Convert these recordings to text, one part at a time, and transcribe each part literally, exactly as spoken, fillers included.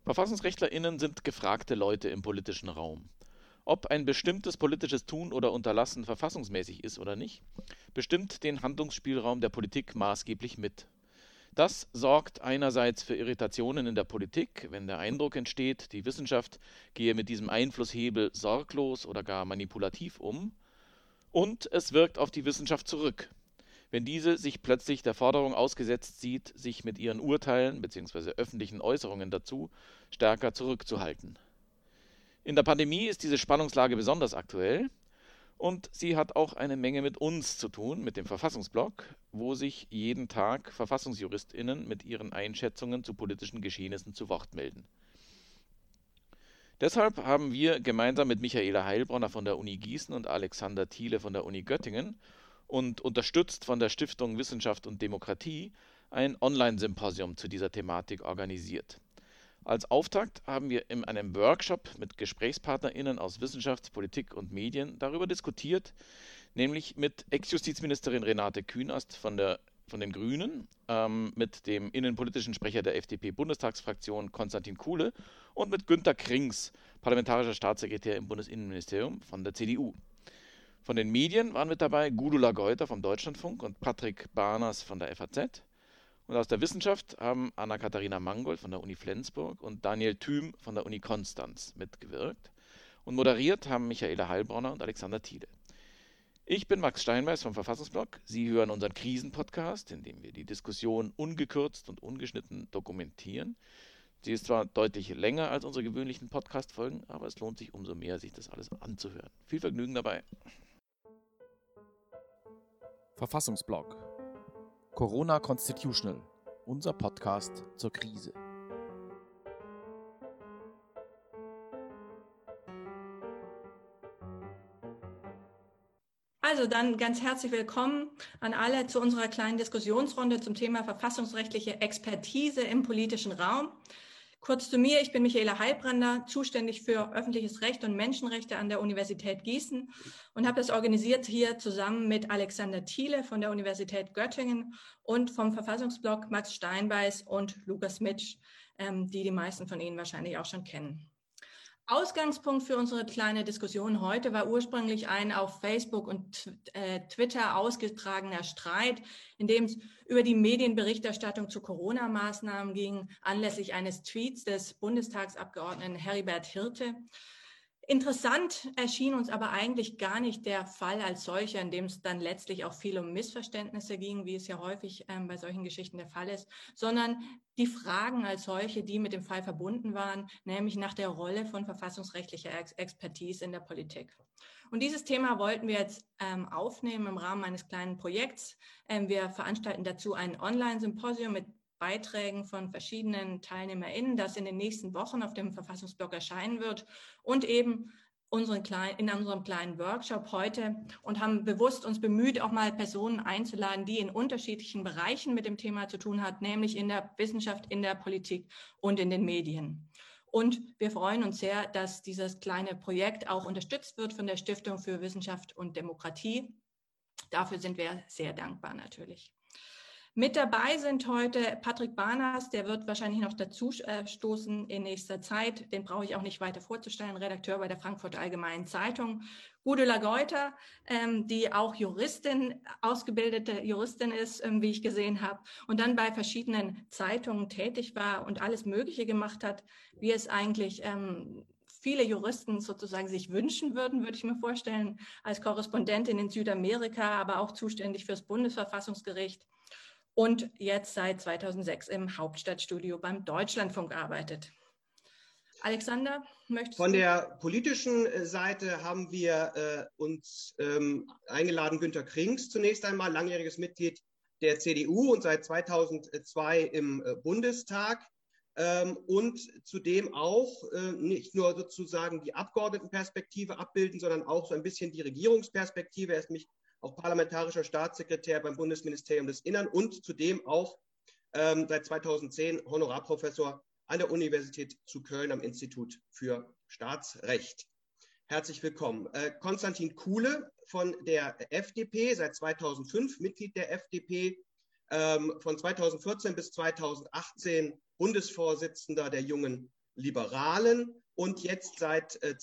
VerfassungsrechtlerInnen sind gefragte Leute im politischen Raum. Ob ein bestimmtes politisches Tun oder Unterlassen verfassungsmäßig ist oder nicht, bestimmt den Handlungsspielraum der Politik maßgeblich mit. Das sorgt einerseits für Irritationen in der Politik, wenn der Eindruck entsteht, die Wissenschaft gehe mit diesem Einflusshebel sorglos oder gar manipulativ um, und es wirkt auf die Wissenschaft zurück, wenn diese sich plötzlich der Forderung ausgesetzt sieht, sich mit ihren Urteilen bzw. öffentlichen Äußerungen dazu stärker zurückzuhalten. In der Pandemie ist diese Spannungslage besonders aktuell und sie hat auch eine Menge mit uns zu tun, mit dem Verfassungsblog, wo sich jeden Tag VerfassungsjuristInnen mit ihren Einschätzungen zu politischen Geschehnissen zu Wort melden. Deshalb haben wir gemeinsam mit Michaela Heilbronner von der Uni Gießen und Alexander Thiele von der Uni Göttingen und unterstützt von der Stiftung Wissenschaft und Demokratie ein Online-Symposium zu dieser Thematik organisiert. Als Auftakt haben wir in einem Workshop mit GesprächspartnerInnen aus Wissenschaft, Politik und Medien darüber diskutiert, nämlich mit Ex-Justizministerin Renate Künast von, der, von den Grünen, ähm, mit dem innenpolitischen Sprecher der F D P-Bundestagsfraktion Konstantin Kuhle und mit Günter Krings, parlamentarischer Staatssekretär im Bundesinnenministerium von der C D U. Von den Medien waren mit dabei Gudula Geuter vom Deutschlandfunk und Patrick Barners von der F A Z. Und aus der Wissenschaft haben Anna-Katharina Mangold von der Uni Flensburg und Daniel Thüm von der Uni Konstanz mitgewirkt. Und moderiert haben Michaela Heilbronner und Alexander Thiele. Ich bin Max Steinbeiß vom Verfassungsblog. Sie hören unseren Krisenpodcast, in dem wir die Diskussion ungekürzt und ungeschnitten dokumentieren. Sie ist zwar deutlich länger als unsere gewöhnlichen Podcast-Folgen, aber es lohnt sich umso mehr, sich das alles anzuhören. Viel Vergnügen dabei. Verfassungsblog. Corona Constitutional, unser Podcast zur Krise. Also dann ganz herzlich willkommen an alle zu unserer kleinen Diskussionsrunde zum Thema verfassungsrechtliche Expertise im politischen Raum. Kurz zu mir, ich bin Michaela Heilbronner, zuständig für öffentliches Recht und Menschenrechte an der Universität Gießen und habe das organisiert hier zusammen mit Alexander Thiele von der Universität Göttingen und vom Verfassungsblog Max Steinbeiß und Lukas Mitsch, ähm, die die meisten von Ihnen wahrscheinlich auch schon kennen. Ausgangspunkt für unsere kleine Diskussion heute war ursprünglich ein auf Facebook und äh, Twitter ausgetragener Streit, in dem es über die Medienberichterstattung zu Corona-Maßnahmen ging, anlässlich eines Tweets des Bundestagsabgeordneten Heribert Hirte. Interessant erschien uns aber eigentlich gar nicht der Fall als solcher, in dem es dann letztlich auch viel um Missverständnisse ging, wie es ja häufig ähm, bei solchen Geschichten der Fall ist, sondern die Fragen als solche, die mit dem Fall verbunden waren, nämlich nach der Rolle von verfassungsrechtlicher Ex- Expertise in der Politik. Und dieses Thema wollten wir jetzt ähm, aufnehmen im Rahmen eines kleinen Projekts. Ähm, wir veranstalten dazu ein Online-Symposium mit Beiträgen von verschiedenen TeilnehmerInnen, das in den nächsten Wochen auf dem Verfassungsblog erscheinen wird und eben unseren kleinen, in unserem kleinen Workshop heute und haben bewusst uns bemüht, auch mal Personen einzuladen, die in unterschiedlichen Bereichen mit dem Thema zu tun hat, nämlich in der Wissenschaft, in der Politik und in den Medien. Und wir freuen uns sehr, dass dieses kleine Projekt auch unterstützt wird von der Stiftung für Wissenschaft und Demokratie. Dafür sind wir sehr dankbar natürlich. Mit dabei sind heute Patrick Barners, der wird wahrscheinlich noch dazu äh, stoßen in nächster Zeit. Den brauche ich auch nicht weiter vorzustellen, Redakteur bei der Frankfurter Allgemeinen Zeitung. Gudula Geuter, ähm, die auch Juristin, ausgebildete Juristin ist, ähm, wie ich gesehen habe, und dann bei verschiedenen Zeitungen tätig war und alles Mögliche gemacht hat, wie es eigentlich ähm, viele Juristen sozusagen sich wünschen würden, würde ich mir vorstellen, als Korrespondentin in Südamerika, aber auch zuständig fürs Bundesverfassungsgericht. Und jetzt seit zweitausendsechs im Hauptstadtstudio beim Deutschlandfunk arbeitet. Alexander, möchtest du? Von der politischen Seite haben wir äh, uns ähm, eingeladen, Günter Krings zunächst einmal, langjähriges Mitglied der C D U und seit zweitausendzwei im äh, Bundestag ähm, und zudem auch äh, nicht nur sozusagen die Abgeordnetenperspektive abbilden, sondern auch so ein bisschen die Regierungsperspektive. Er ist mich auch parlamentarischer Staatssekretär beim Bundesministerium des Innern und zudem auch ähm, seit zweitausendzehn Honorarprofessor an der Universität zu Köln am Institut für Staatsrecht. Herzlich willkommen. Äh, Konstantin Kuhle von der F D P, seit zweitausendfünf Mitglied der F D P, ähm, von zweitausendvierzehn bis zweitausendachtzehn Bundesvorsitzender der Jungen Liberalen und jetzt seit äh,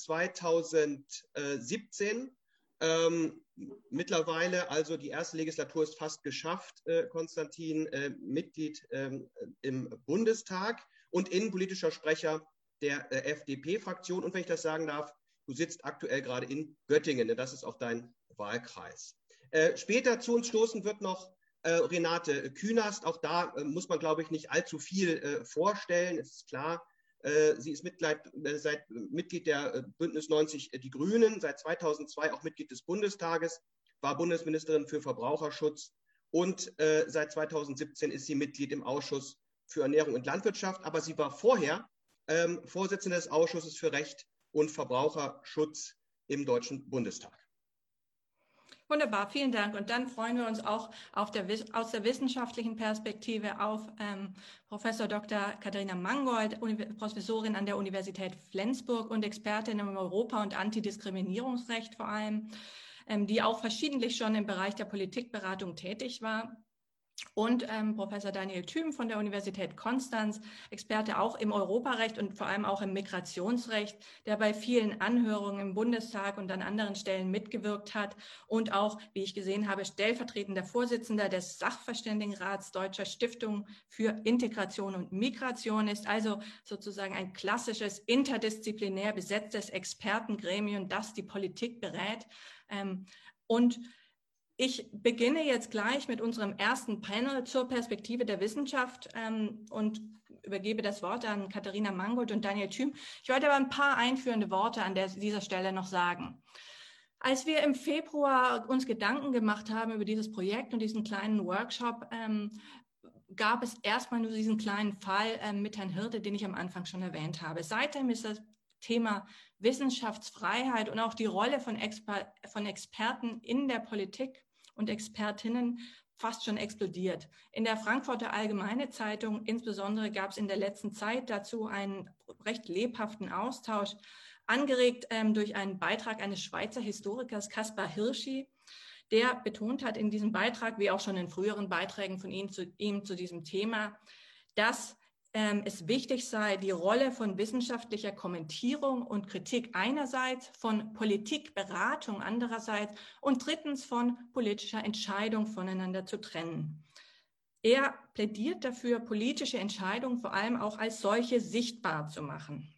zweitausendsiebzehn. Ähm, mittlerweile, also die erste Legislatur ist fast geschafft, äh, Konstantin, äh, Mitglied ähm, im Bundestag und innenpolitischer Sprecher der äh, F D P-Fraktion. Und wenn ich das sagen darf, du sitzt aktuell gerade in Göttingen, denn das ist auch dein Wahlkreis. Äh, später zu uns stoßen wird noch äh, Renate Künast. Auch da äh, muss man, glaube ich, nicht allzu viel äh, vorstellen. Es ist klar, sie ist Mitglied, äh, seit, Mitglied der äh, Bündnis neunzig Die Grünen, seit zweitausendzwei auch Mitglied des Bundestages, war Bundesministerin für Verbraucherschutz und äh, seit zweitausendsiebzehn ist sie Mitglied im Ausschuss für Ernährung und Landwirtschaft. Aber sie war vorher ähm, Vorsitzende des Ausschusses für Recht und Verbraucherschutz im Deutschen Bundestag. Wunderbar, vielen Dank. Und dann freuen wir uns auch auf der, aus der wissenschaftlichen Perspektive auf ähm, Professor Doktor Katharina Mangold, Professorin an der Universität Flensburg und Expertin im Europa- und Antidiskriminierungsrecht vor allem, ähm, die auch verschiedentlich schon im Bereich der Politikberatung tätig war. Und ähm, Professor Daniel Thüm von der Universität Konstanz, Experte auch im Europarecht und vor allem auch im Migrationsrecht, der bei vielen Anhörungen im Bundestag und an anderen Stellen mitgewirkt hat und auch, wie ich gesehen habe, stellvertretender Vorsitzender des Sachverständigenrats Deutscher Stiftung für Integration und Migration ist, also sozusagen ein klassisches interdisziplinär besetztes Expertengremium, das die Politik berät. Ähm, und Ich beginne jetzt gleich mit unserem ersten Panel zur Perspektive der Wissenschaft ähm, und übergebe das Wort an Katharina Mangold und Daniel Thüm. Ich wollte aber ein paar einführende Worte an der, dieser Stelle noch sagen. Als wir im Februar uns Gedanken gemacht haben über dieses Projekt und diesen kleinen Workshop, ähm, gab es erstmal nur diesen kleinen Fall ähm, mit Herrn Hirte, den ich am Anfang schon erwähnt habe. Seitdem ist das Thema Wissenschaftsfreiheit und auch die Rolle von, Exper- von Experten in der Politik und Expertinnen fast schon explodiert. In der Frankfurter Allgemeine Zeitung insbesondere gab es in der letzten Zeit dazu einen recht lebhaften Austausch, angeregt ähm, durch einen Beitrag eines Schweizer Historikers, Kaspar Hirschi, der betont hat in diesem Beitrag, wie auch schon in früheren Beiträgen von ihm zu, ihm zu diesem Thema, dass ähm, es wichtig sei, die Rolle von wissenschaftlicher Kommentierung und Kritik einerseits, von Politikberatung andererseits und drittens von politischer Entscheidung voneinander zu trennen. Er plädiert dafür, politische Entscheidungen vor allem auch als solche sichtbar zu machen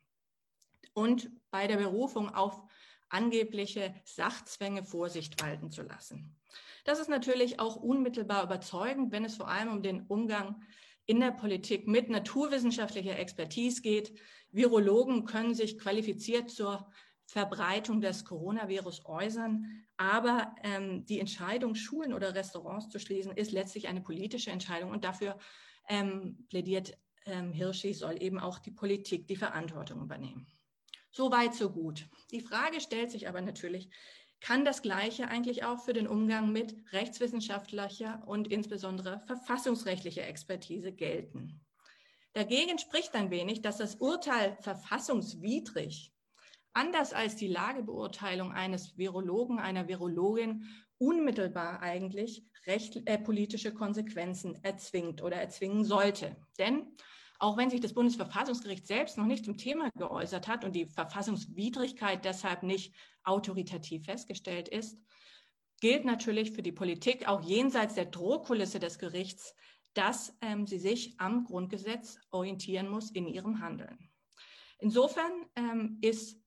und bei der Berufung auf angebliche Sachzwänge Vorsicht walten zu lassen. Das ist natürlich auch unmittelbar überzeugend, wenn es vor allem um den Umgang in der Politik mit naturwissenschaftlicher Expertise geht. Virologen können sich qualifiziert zur Verbreitung des Coronavirus äußern, aber ähm, die Entscheidung, Schulen oder Restaurants zu schließen, ist letztlich eine politische Entscheidung und dafür ähm, plädiert ähm, Hirschi, soll eben auch die Politik die Verantwortung übernehmen. So weit, so gut. Die Frage stellt sich aber natürlich, kann das Gleiche eigentlich auch für den Umgang mit rechtswissenschaftlicher und insbesondere verfassungsrechtlicher Expertise gelten? Dagegen spricht ein wenig, dass das Urteil verfassungswidrig, anders als die Lagebeurteilung eines Virologen, einer Virologin, unmittelbar eigentlich recht, äh, politische Konsequenzen erzwingt oder erzwingen sollte. Denn auch wenn sich das Bundesverfassungsgericht selbst noch nicht zum Thema geäußert hat und die Verfassungswidrigkeit deshalb nicht autoritativ festgestellt ist, gilt natürlich für die Politik auch jenseits der Drohkulisse des Gerichts, dass ähm, sie sich am Grundgesetz orientieren muss in ihrem Handeln. Insofern ähm, ist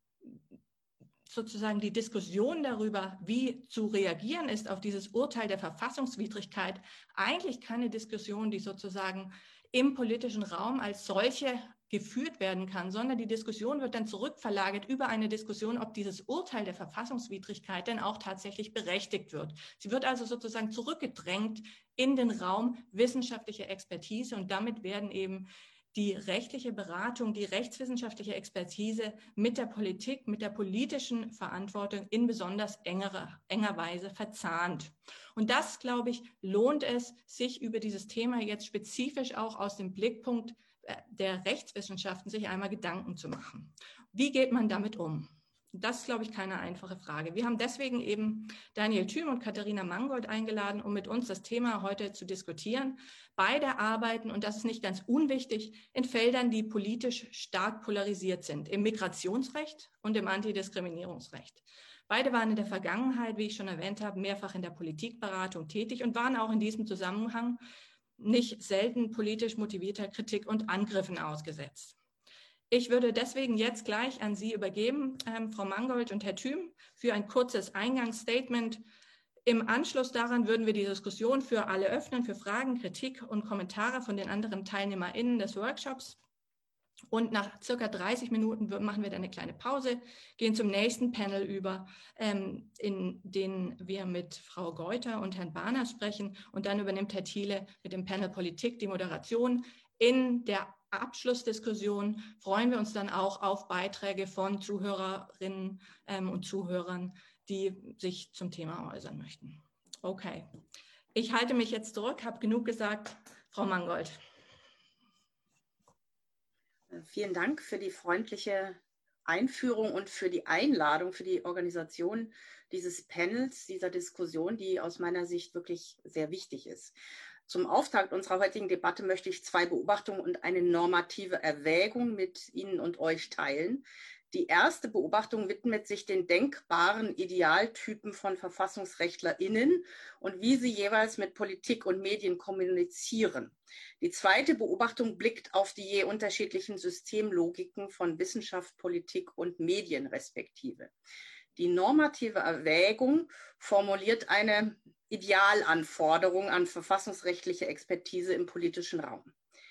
sozusagen die Diskussion darüber, wie zu reagieren ist auf dieses Urteil der Verfassungswidrigkeit, eigentlich keine Diskussion, die sozusagen im politischen Raum als solche geführt werden kann, sondern die Diskussion wird dann zurückverlagert über eine Diskussion, ob dieses Urteil der Verfassungswidrigkeit denn auch tatsächlich berechtigt wird. Sie wird also sozusagen zurückgedrängt in den Raum wissenschaftlicher Expertise und damit werden eben die rechtliche Beratung, die rechtswissenschaftliche Expertise mit der Politik, mit der politischen Verantwortung in besonders engerer, enger Weise verzahnt. Und das, glaube ich, lohnt es, sich über dieses Thema jetzt spezifisch auch aus dem Blickpunkt der Rechtswissenschaften sich einmal Gedanken zu machen. Wie geht man damit um? Das ist, glaube ich, keine einfache Frage. Wir haben deswegen eben Daniel Thüm und Katharina Mangold eingeladen, um mit uns das Thema heute zu diskutieren. Beide arbeiten, und das ist nicht ganz unwichtig, in Feldern, die politisch stark polarisiert sind, im Migrationsrecht und im Antidiskriminierungsrecht. Beide waren in der Vergangenheit, wie ich schon erwähnt habe, mehrfach in der Politikberatung tätig und waren auch in diesem Zusammenhang nicht selten politisch motivierter Kritik und Angriffen ausgesetzt. Ich würde deswegen jetzt gleich an Sie übergeben, ähm, Frau Mangold und Herr Thüm, für ein kurzes Eingangsstatement. Im Anschluss daran würden wir die Diskussion für alle öffnen, für Fragen, Kritik und Kommentare von den anderen TeilnehmerInnen des Workshops. Und nach circa dreißig Minuten machen wir dann eine kleine Pause, gehen zum nächsten Panel über, ähm, in dem wir mit Frau Geuter und Herrn Bahner sprechen. Und dann übernimmt Herr Thiele mit dem Panel Politik die Moderation. In der Abschlussdiskussion freuen wir uns dann auch auf Beiträge von Zuhörerinnen ähm, und Zuhörern, die sich zum Thema äußern möchten. Okay, ich halte mich jetzt zurück, habe genug gesagt. Frau Mangold. Vielen Dank für die freundliche Einführung und für die Einladung, für die Organisation dieses Panels, dieser Diskussion, die aus meiner Sicht wirklich sehr wichtig ist. Zum Auftakt unserer heutigen Debatte möchte ich zwei Beobachtungen und eine normative Erwägung mit Ihnen und euch teilen. Die erste Beobachtung widmet sich den denkbaren Idealtypen von VerfassungsrechtlerInnen und wie sie jeweils mit Politik und Medien kommunizieren. Die zweite Beobachtung blickt auf die je unterschiedlichen Systemlogiken von Wissenschaft, Politik und Medien respektive. Die normative Erwägung formuliert eine Idealanforderung an verfassungsrechtliche Expertise im politischen Raum.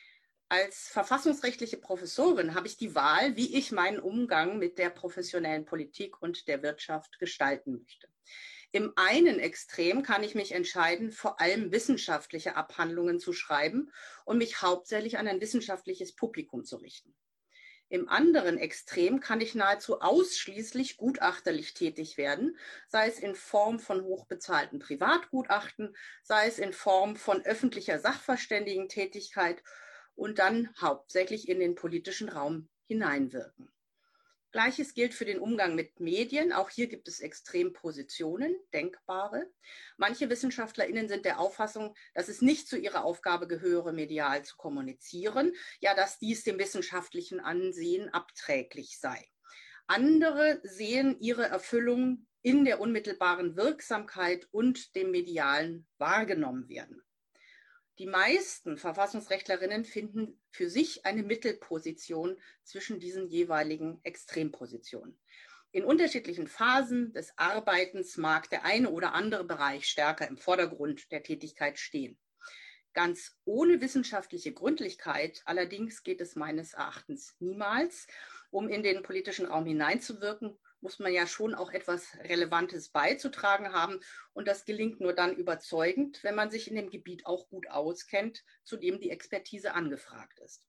Als verfassungsrechtliche Professorin habe ich die Wahl, wie ich meinen Umgang mit der professionellen Politik und der Wirtschaft gestalten möchte. Im einen Extrem kann ich mich entscheiden, vor allem wissenschaftliche Abhandlungen zu schreiben und mich hauptsächlich an ein wissenschaftliches Publikum zu richten. Im anderen Extrem kann ich nahezu ausschließlich gutachterlich tätig werden, sei es in Form von hochbezahlten Privatgutachten, sei es in Form von öffentlicher Sachverständigentätigkeit und dann hauptsächlich in den politischen Raum hineinwirken. Gleiches gilt für den Umgang mit Medien. Auch hier gibt es Extrempositionen, denkbare. Manche WissenschaftlerInnen sind der Auffassung, dass es nicht zu ihrer Aufgabe gehöre, medial zu kommunizieren, ja, dass dies dem wissenschaftlichen Ansehen abträglich sei. Andere sehen ihre Erfüllung in der unmittelbaren Wirksamkeit und dem medialen Wahrgenommenwerden. Die meisten Verfassungsrechtlerinnen finden für sich eine Mittelposition zwischen diesen jeweiligen Extrempositionen. In unterschiedlichen Phasen des Arbeitens mag der eine oder andere Bereich stärker im Vordergrund der Tätigkeit stehen. Ganz ohne wissenschaftliche Gründlichkeit allerdings geht es meines Erachtens niemals. Um in den politischen Raum hineinzuwirken, muss man ja schon auch etwas Relevantes beizutragen haben. Und das gelingt nur dann überzeugend, wenn man sich in dem Gebiet auch gut auskennt, zu dem die Expertise angefragt ist.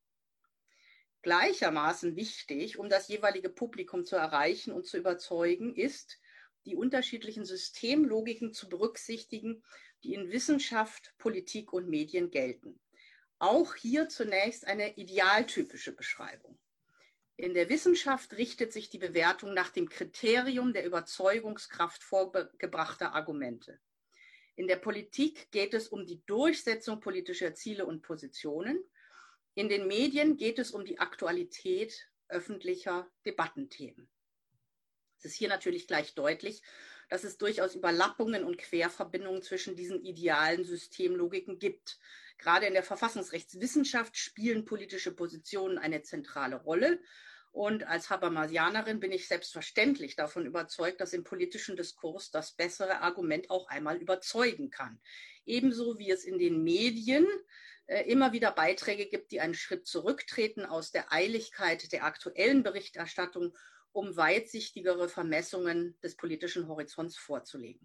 Gleichermaßen wichtig, um das jeweilige Publikum zu erreichen und zu überzeugen, ist, die unterschiedlichen Systemlogiken zu berücksichtigen, die in Wissenschaft, Politik und Medien gelten. Auch hier zunächst eine idealtypische Beschreibung. In der Wissenschaft richtet sich die Bewertung nach dem Kriterium der Überzeugungskraft vorgebrachter Argumente. In der Politik geht es um die Durchsetzung politischer Ziele und Positionen. In den Medien geht es um die Aktualität öffentlicher Debattenthemen. Es ist hier natürlich gleich deutlich, dass es durchaus Überlappungen und Querverbindungen zwischen diesen idealen Systemlogiken gibt. Gerade in der Verfassungsrechtswissenschaft spielen politische Positionen eine zentrale Rolle. Und als Habermasianerin bin ich selbstverständlich davon überzeugt, dass im politischen Diskurs das bessere Argument auch einmal überzeugen kann. Ebenso wie es in den Medien äh, immer wieder Beiträge gibt, die einen Schritt zurücktreten aus der Eiligkeit der aktuellen Berichterstattung, um weitsichtigere Vermessungen des politischen Horizonts vorzulegen.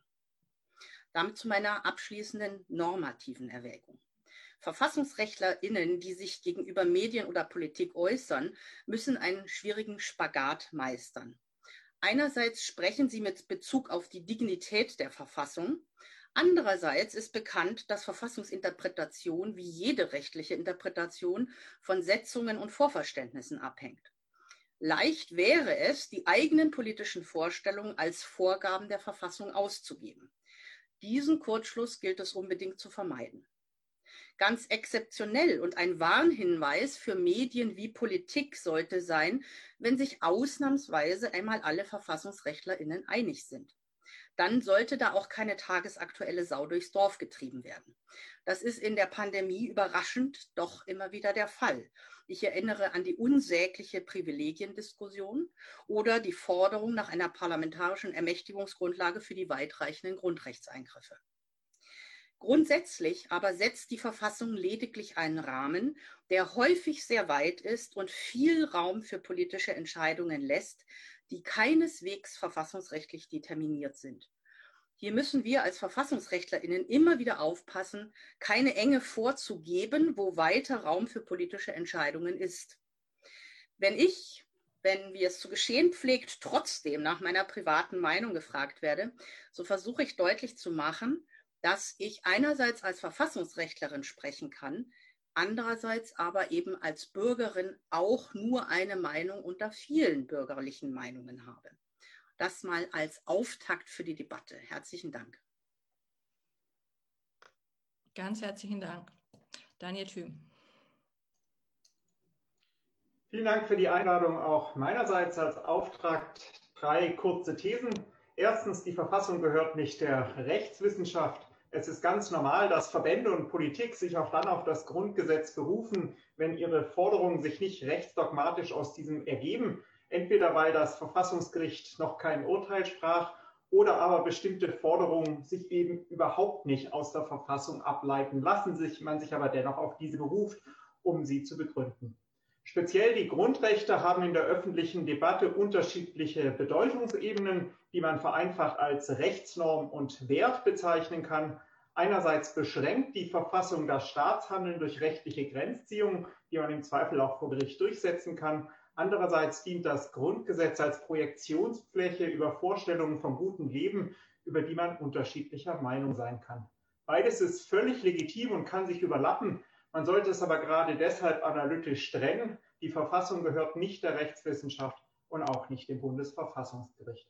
Damit zu meiner abschließenden normativen Erwägung. VerfassungsrechtlerInnen, die sich gegenüber Medien oder Politik äußern, müssen einen schwierigen Spagat meistern. Einerseits sprechen sie mit Bezug auf die Dignität der Verfassung. Andererseits ist bekannt, dass Verfassungsinterpretation wie jede rechtliche Interpretation von Setzungen und Vorverständnissen abhängt. Leicht wäre es, die eigenen politischen Vorstellungen als Vorgaben der Verfassung auszugeben. Diesen Kurzschluss gilt es unbedingt zu vermeiden. Ganz exzeptionell und ein Warnhinweis für Medien wie Politik sollte sein, wenn sich ausnahmsweise einmal alle VerfassungsrechtlerInnen einig sind. Dann sollte da auch keine tagesaktuelle Sau durchs Dorf getrieben werden. Das ist in der Pandemie überraschend doch immer wieder der Fall. Ich erinnere an die unsägliche Privilegiendiskussion oder die Forderung nach einer parlamentarischen Ermächtigungsgrundlage für die weitreichenden Grundrechtseingriffe. Grundsätzlich aber setzt die Verfassung lediglich einen Rahmen, der häufig sehr weit ist und viel Raum für politische Entscheidungen lässt, die keineswegs verfassungsrechtlich determiniert sind. Hier müssen wir als VerfassungsrechtlerInnen immer wieder aufpassen, keine Enge vorzugeben, wo weiter Raum für politische Entscheidungen ist. Wenn ich, wenn wie es zu geschehen pflegt, trotzdem nach meiner privaten Meinung gefragt werde, so versuche ich deutlich zu machen, dass ich einerseits als Verfassungsrechtlerin sprechen kann, andererseits aber eben als Bürgerin auch nur eine Meinung unter vielen bürgerlichen Meinungen habe. Das mal als Auftakt für die Debatte. Herzlichen Dank. Ganz herzlichen Dank. Daniel Thüm. Vielen Dank für die Einladung auch meinerseits als Auftakt. Drei kurze Thesen. Erstens, die Verfassung gehört nicht der Rechtswissenschaft. Es ist ganz normal, dass Verbände und Politik sich auch dann auf das Grundgesetz berufen, wenn ihre Forderungen sich nicht rechtsdogmatisch aus diesem ergeben. Entweder weil das Verfassungsgericht noch kein Urteil sprach oder aber bestimmte Forderungen sich eben überhaupt nicht aus der Verfassung ableiten lassen, sich man sich aber dennoch auf diese beruft, um sie zu begründen. Speziell die Grundrechte haben in der öffentlichen Debatte unterschiedliche Bedeutungsebenen, die man vereinfacht als Rechtsnorm und Wert bezeichnen kann. Einerseits beschränkt die Verfassung das Staatshandeln durch rechtliche Grenzziehungen, die man im Zweifel auch vor Gericht durchsetzen kann. Andererseits dient das Grundgesetz als Projektionsfläche über Vorstellungen vom guten Leben, über die man unterschiedlicher Meinung sein kann. Beides ist völlig legitim und kann sich überlappen. Man sollte es aber gerade deshalb analytisch trennen. Die Verfassung gehört nicht der Rechtswissenschaft und auch nicht dem Bundesverfassungsgericht.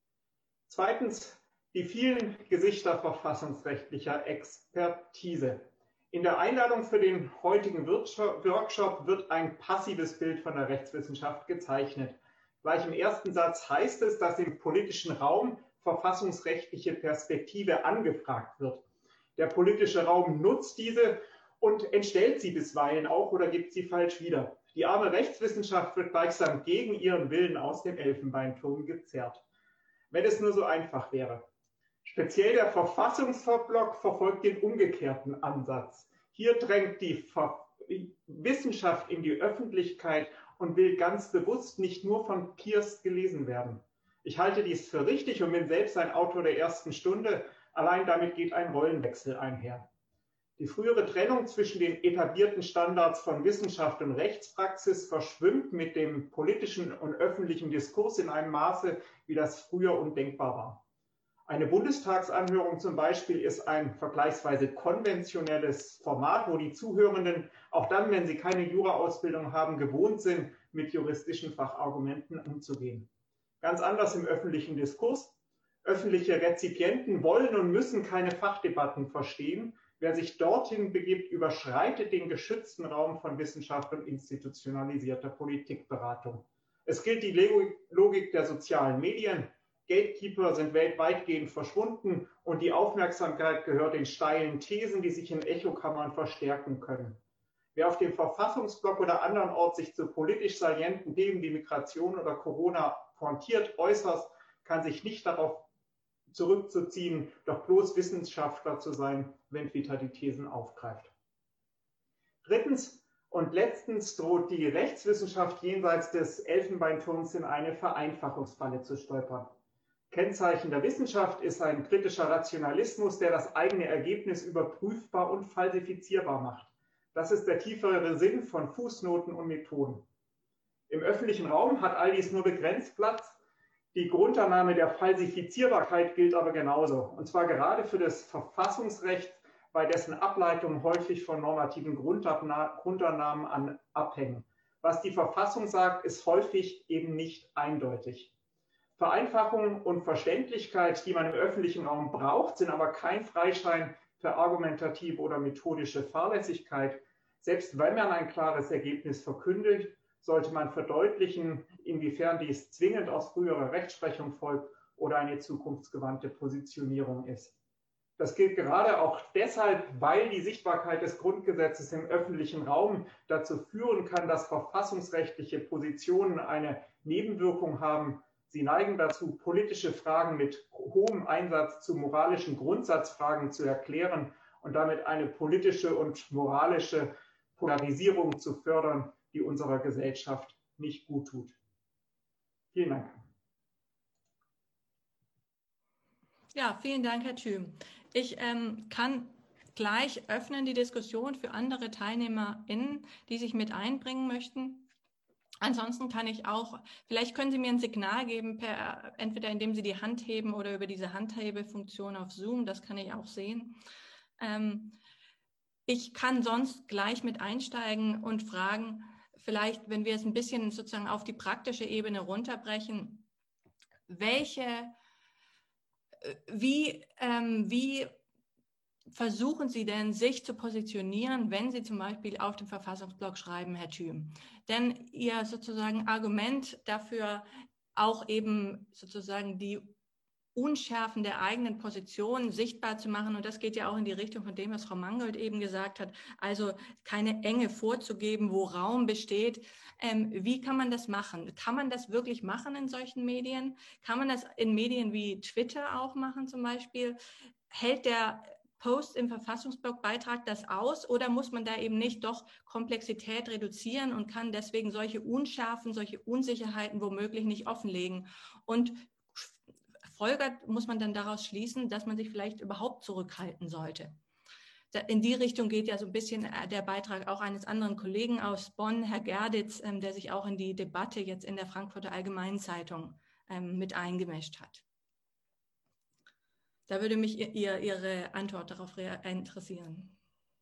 Zweitens, die vielen Gesichter verfassungsrechtlicher Expertise. In der Einladung für den heutigen Workshop wird ein passives Bild von der Rechtswissenschaft gezeichnet. Gleich im ersten Satz heißt es, dass im politischen Raum verfassungsrechtliche Perspektive angefragt wird. Der politische Raum nutzt diese und entstellt sie bisweilen auch oder gibt sie falsch wieder. Die arme Rechtswissenschaft wird gleichsam gegen ihren Willen aus dem Elfenbeinturm gezerrt. Wenn es nur so einfach wäre. Speziell der Verfassungsblock verfolgt den umgekehrten Ansatz. Hier drängt die Ver- Wissenschaft in die Öffentlichkeit und will ganz bewusst nicht nur von Peers gelesen werden. Ich halte dies für richtig und bin selbst ein Autor der ersten Stunde. Allein damit geht ein Rollenwechsel einher. Die frühere Trennung zwischen den etablierten Standards von Wissenschaft und Rechtspraxis verschwimmt mit dem politischen und öffentlichen Diskurs in einem Maße, wie das früher undenkbar war. Eine Bundestagsanhörung zum Beispiel ist ein vergleichsweise konventionelles Format, wo die Zuhörenden, auch dann, wenn sie keine Jura-Ausbildung haben, gewohnt sind, mit juristischen Fachargumenten umzugehen. Ganz anders im öffentlichen Diskurs. Öffentliche Rezipienten wollen und müssen keine Fachdebatten verstehen. Wer sich dorthin begibt, überschreitet den geschützten Raum von Wissenschaft und institutionalisierter Politikberatung. Es gilt die Logik der sozialen Medien. Gatekeeper sind weltweitgehend verschwunden und die Aufmerksamkeit gehört den steilen Thesen, die sich in Echokammern verstärken können. Wer auf dem Verfassungsblock oder andernorts sich zu politisch salienten Themen wie Migration oder Corona pointiert äußert, kann sich nicht darauf zurückzuziehen, doch bloß Wissenschaftler zu sein, wenn Twitter die Thesen aufgreift. Drittens und letztens droht die Rechtswissenschaft jenseits des Elfenbeinturms in eine Vereinfachungsfalle zu stolpern. Kennzeichen der Wissenschaft ist ein kritischer Rationalismus, der das eigene Ergebnis überprüfbar und falsifizierbar macht. Das ist der tiefere Sinn von Fußnoten und Methoden. Im öffentlichen Raum hat all dies nur begrenzt Platz. Die Grundannahme der Falsifizierbarkeit gilt aber genauso, und zwar gerade für das Verfassungsrecht, bei dessen Ableitung häufig von normativen Grundannahmen an abhängen. Was die Verfassung sagt, ist häufig eben nicht eindeutig. Vereinfachung und Verständlichkeit, die man im öffentlichen Raum braucht, sind aber kein Freischein für argumentative oder methodische Fahrlässigkeit. Selbst wenn man ein klares Ergebnis verkündet, sollte man verdeutlichen, inwiefern dies zwingend aus früherer Rechtsprechung folgt oder eine zukunftsgewandte Positionierung ist. Das gilt gerade auch deshalb, weil die Sichtbarkeit des Grundgesetzes im öffentlichen Raum dazu führen kann, dass verfassungsrechtliche Positionen eine Nebenwirkung haben. Sie neigen dazu, politische Fragen mit hohem Einsatz zu moralischen Grundsatzfragen zu erklären und damit eine politische und moralische Polarisierung zu fördern, die unserer Gesellschaft nicht gut tut. Vielen Dank. Ja, vielen Dank, Herr Thüm. Ich ähm, kann gleich öffnen die Diskussion für andere TeilnehmerInnen, die sich mit einbringen möchten. Ansonsten kann ich auch, vielleicht können Sie mir ein Signal geben, per, entweder indem Sie die Hand heben oder über diese Handhebefunktion auf Zoom, das kann ich auch sehen. Ähm, ich kann sonst gleich mit einsteigen und fragen, vielleicht, wenn wir es ein bisschen sozusagen auf die praktische Ebene runterbrechen, welche, wie, ähm, wie versuchen Sie denn, sich zu positionieren, wenn Sie zum Beispiel auf dem Verfassungsblog schreiben, Herr Thüm? Denn Ihr sozusagen Argument dafür, auch eben sozusagen die Unschärfen der eigenen Position sichtbar zu machen, und das geht ja auch in die Richtung von dem, was Frau Mangold eben gesagt hat, also keine Enge vorzugeben, wo Raum besteht. Ähm, wie kann man das machen? Kann man das wirklich machen in solchen Medien? Kann man das in Medien wie Twitter auch machen zum Beispiel? Hält der Post im Verfassungsblogbeitrag das aus, oder muss man da eben nicht doch Komplexität reduzieren und kann deswegen solche Unschärfen, solche Unsicherheiten womöglich nicht offenlegen? Und folgert, muss man dann daraus schließen, dass man sich vielleicht überhaupt zurückhalten sollte. In die Richtung geht ja so ein bisschen der Beitrag auch eines anderen Kollegen aus Bonn, Herr Gerditz, der sich auch in die Debatte jetzt in der Frankfurter Allgemeinen Zeitung mit eingemischt hat. Da würde mich ihr, Ihre Antwort darauf interessieren.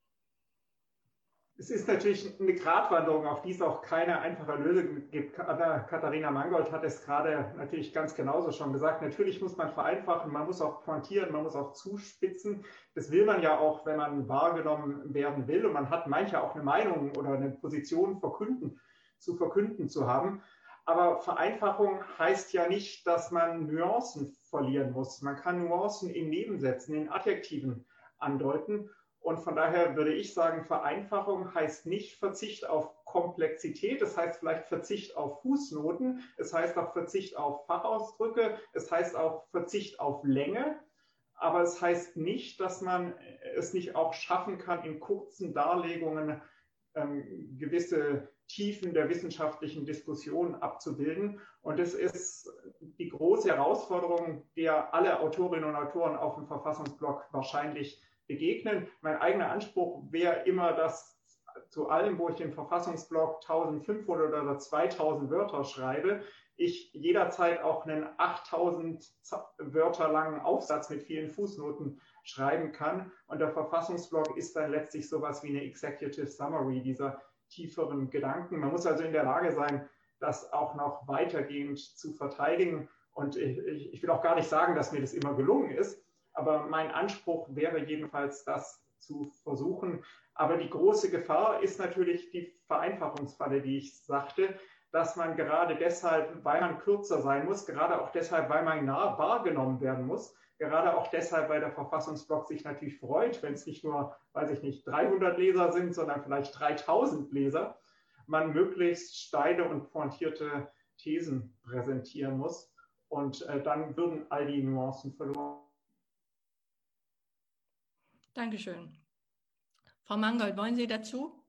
Es ist natürlich eine Gratwanderung, auf die es auch keine einfache Lösung gibt. Katharina Mangold hat es gerade natürlich ganz genauso schon gesagt. Natürlich muss man vereinfachen, man muss auch pointieren, man muss auch zuspitzen. Das will man ja auch, wenn man wahrgenommen werden will. Und man hat manchmal auch eine Meinung oder eine Position verkünden, zu verkünden zu haben. Aber Vereinfachung heißt ja nicht, dass man Nuancen verlieren muss. Man kann Nuancen in Nebensätzen, in Adjektiven andeuten. Und von daher würde ich sagen, Vereinfachung heißt nicht Verzicht auf Komplexität, es heißt vielleicht Verzicht auf Fußnoten, es heißt auch Verzicht auf Fachausdrücke, es heißt auch Verzicht auf Länge, aber es heißt nicht, dass man es nicht auch schaffen kann, in kurzen Darlegungen ähm, gewisse Tiefen der wissenschaftlichen Diskussion abzubilden. Und das ist die große Herausforderung, der alle Autorinnen und Autoren auf dem Verfassungsblog wahrscheinlich begegnen. Mein eigener Anspruch wäre immer, dass zu allem, wo ich den Verfassungsblog eintausendfünfhundert oder zweitausend Wörter schreibe, ich jederzeit auch einen achttausend Wörter langen Aufsatz mit vielen Fußnoten schreiben kann. Und der Verfassungsblog ist dann letztlich sowas wie eine Executive Summary dieser tieferen Gedanken. Man muss also in der Lage sein, das auch noch weitergehend zu verteidigen. Und ich, ich will auch gar nicht sagen, dass mir das immer gelungen ist. Aber mein Anspruch wäre jedenfalls, das zu versuchen. Aber die große Gefahr ist natürlich die Vereinfachungsfalle, die ich sagte, dass man gerade deshalb, weil man kürzer sein muss, gerade auch deshalb, weil man nah wahrgenommen werden muss, gerade auch deshalb, weil der Verfassungsblog sich natürlich freut, wenn es nicht nur, weiß ich nicht, dreihundert Leser sind, sondern vielleicht dreitausend Leser, man möglichst steile und pointierte Thesen präsentieren muss. Und äh, dann würden all die Nuancen verloren. Dankeschön. Frau Mangold, wollen Sie dazu?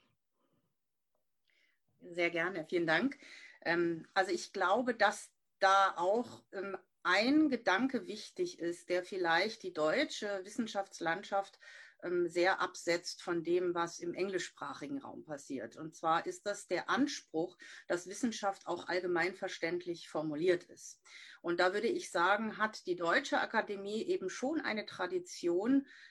Sehr gerne, vielen Dank. Also ich glaube, dass da auch ein Gedanke wichtig ist, der vielleicht die deutsche Wissenschaftslandschaft sehr absetzt von dem, was im englischsprachigen Raum passiert. Und zwar ist das der Anspruch, dass Wissenschaft auch allgemeinverständlich formuliert ist. Und da würde ich sagen, hat die Deutsche Akademie eben schon eine Tradition,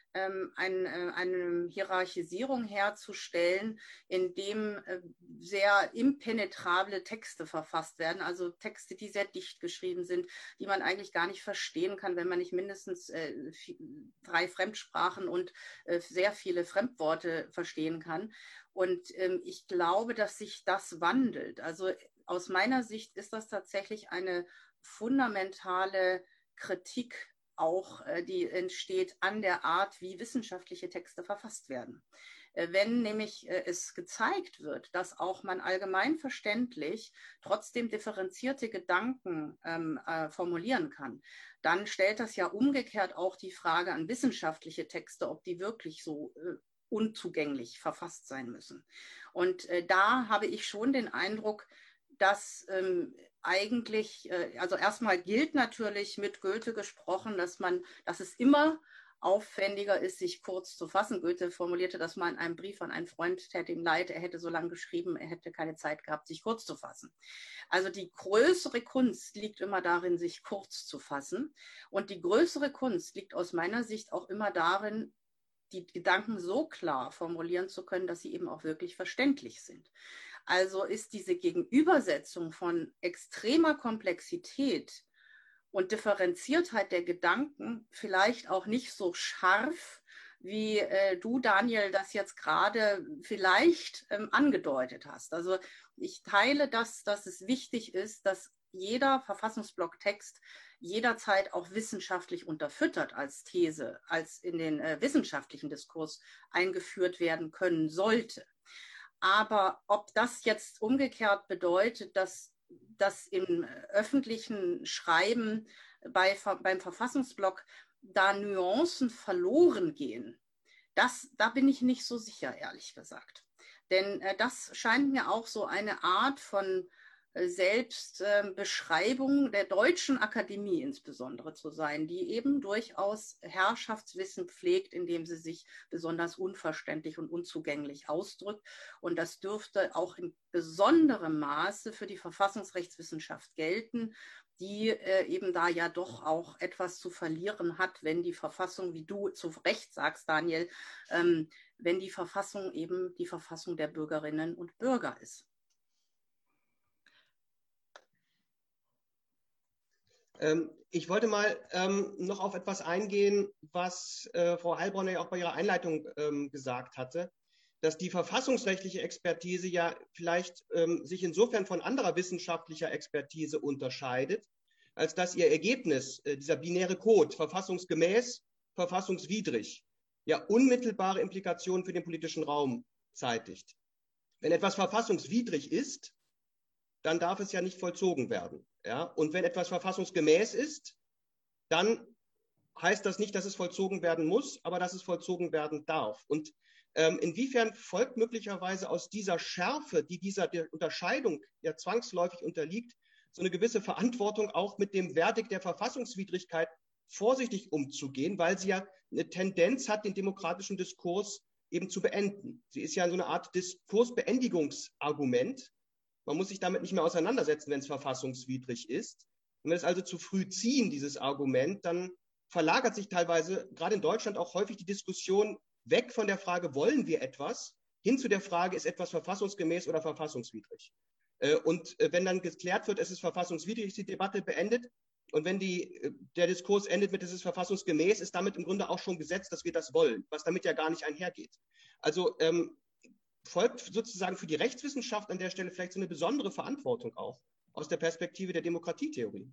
ähm, ein, äh, eine Hierarchisierung herzustellen, in dem äh, sehr impenetrable Texte verfasst werden, also Texte, die sehr dicht geschrieben sind, die man eigentlich gar nicht verstehen kann, wenn man nicht mindestens äh, drei Fremdsprachen und äh, sehr viele Fremdworte verstehen kann. Und ähm, ich glaube, dass sich das wandelt. Also aus meiner Sicht ist das tatsächlich eine fundamentale Kritik auch, äh, die entsteht an der Art, wie wissenschaftliche Texte verfasst werden. Äh, wenn nämlich äh, es gezeigt wird, dass auch man allgemein verständlich trotzdem differenzierte Gedanken ähm, äh, formulieren kann, dann stellt das ja umgekehrt auch die Frage an wissenschaftliche Texte, ob die wirklich so äh, unzugänglich verfasst sein müssen. Und äh, da habe ich schon den Eindruck, dass ähm, eigentlich, äh, also erstmal gilt natürlich mit Goethe gesprochen, dass man, dass es immer aufwendiger ist, sich kurz zu fassen. Goethe formulierte das mal in einem Brief an einen Freund, täte ihm leid, er hätte so lange geschrieben, er hätte keine Zeit gehabt, sich kurz zu fassen. Also die größere Kunst liegt immer darin, sich kurz zu fassen. Und die größere Kunst liegt aus meiner Sicht auch immer darin, die Gedanken so klar formulieren zu können, dass sie eben auch wirklich verständlich sind. Also ist diese Gegenübersetzung von extremer Komplexität und Differenziertheit der Gedanken vielleicht auch nicht so scharf, wie äh, du, Daniel, das jetzt gerade vielleicht ähm, angedeutet hast. Also ich teile das, dass es wichtig ist, dass jeder Verfassungsblocktext jederzeit auch wissenschaftlich unterfüttert als These, als in den äh, wissenschaftlichen Diskurs eingeführt werden können sollte. Aber ob das jetzt umgekehrt bedeutet, dass das im öffentlichen Schreiben bei, beim Verfassungsblock da Nuancen verloren gehen, das, da bin ich nicht so sicher, ehrlich gesagt. Denn äh, das scheint mir auch so eine Art von Selbstbeschreibung der Deutschen Akademie insbesondere zu sein, die eben durchaus Herrschaftswissen pflegt, indem sie sich besonders unverständlich und unzugänglich ausdrückt. Und das dürfte auch in besonderem Maße für die Verfassungsrechtswissenschaft gelten, die äh, eben da ja doch auch etwas zu verlieren hat, wenn die Verfassung, wie du zu Recht sagst, Daniel, ähm, wenn die Verfassung eben die Verfassung der Bürgerinnen und Bürger ist. Ich wollte mal ähm, noch auf etwas eingehen, was äh, Frau Heilbronner ja auch bei ihrer Einleitung ähm, gesagt hatte, dass die verfassungsrechtliche Expertise ja vielleicht ähm, sich insofern von anderer wissenschaftlicher Expertise unterscheidet, als dass ihr Ergebnis, äh, dieser binäre Code, verfassungsgemäß, verfassungswidrig, ja unmittelbare Implikationen für den politischen Raum zeitigt. Wenn etwas verfassungswidrig ist, dann darf es ja nicht vollzogen werden. Ja? Und wenn etwas verfassungsgemäß ist, dann heißt das nicht, dass es vollzogen werden muss, aber dass es vollzogen werden darf. Und ähm, inwiefern folgt möglicherweise aus dieser Schärfe, die dieser der Unterscheidung ja zwangsläufig unterliegt, so eine gewisse Verantwortung auch mit dem Verdikt der Verfassungswidrigkeit vorsichtig umzugehen, weil sie ja eine Tendenz hat, den demokratischen Diskurs eben zu beenden. Sie ist ja so eine Art Diskursbeendigungsargument. Man muss sich damit nicht mehr auseinandersetzen, wenn es verfassungswidrig ist. Wenn wir es also zu früh ziehen, dieses Argument, dann verlagert sich teilweise, gerade in Deutschland, auch häufig die Diskussion weg von der Frage, wollen wir etwas, hin zu der Frage, ist etwas verfassungsgemäß oder verfassungswidrig. Und wenn dann geklärt wird, es ist verfassungswidrig, ist die Debatte beendet. Und wenn die, der Diskurs endet mit, es ist verfassungsgemäß, ist damit im Grunde auch schon gesetzt, dass wir das wollen, was damit ja gar nicht einhergeht. Also ähm, folgt sozusagen für die Rechtswissenschaft an der Stelle vielleicht so eine besondere Verantwortung auch aus der Perspektive der Demokratietheorie.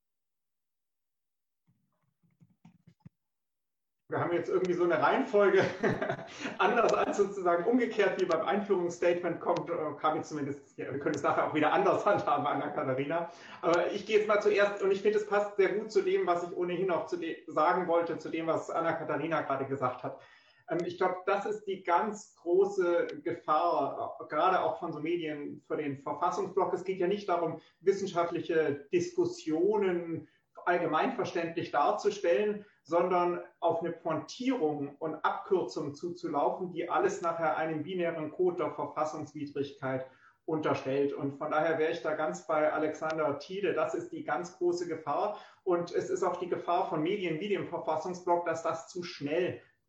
Wir haben jetzt irgendwie so eine Reihenfolge, anders als sozusagen umgekehrt wie beim Einführungsstatement kommt, kam jetzt zumindest, ja, wir können es nachher auch wieder anders handhaben, Anna-Katharina. Aber ich gehe jetzt mal zuerst, und ich finde, es passt sehr gut zu dem, was ich ohnehin auch zu sagen wollte, zu dem, was Anna-Katharina gerade gesagt hat. Ich glaube, das ist die ganz große Gefahr, gerade auch von so Medien für den Verfassungsblock. Es geht ja nicht darum, wissenschaftliche Diskussionen allgemeinverständlich darzustellen, sondern auf eine Pointierung und Abkürzung zuzulaufen, die alles nachher einem binären Code der Verfassungswidrigkeit unterstellt. Und von daher wäre ich da ganz bei Alexander Thiele. Das ist die ganz große Gefahr. Und es ist auch die Gefahr von Medien wie dem Verfassungsblock, dass das zu schnell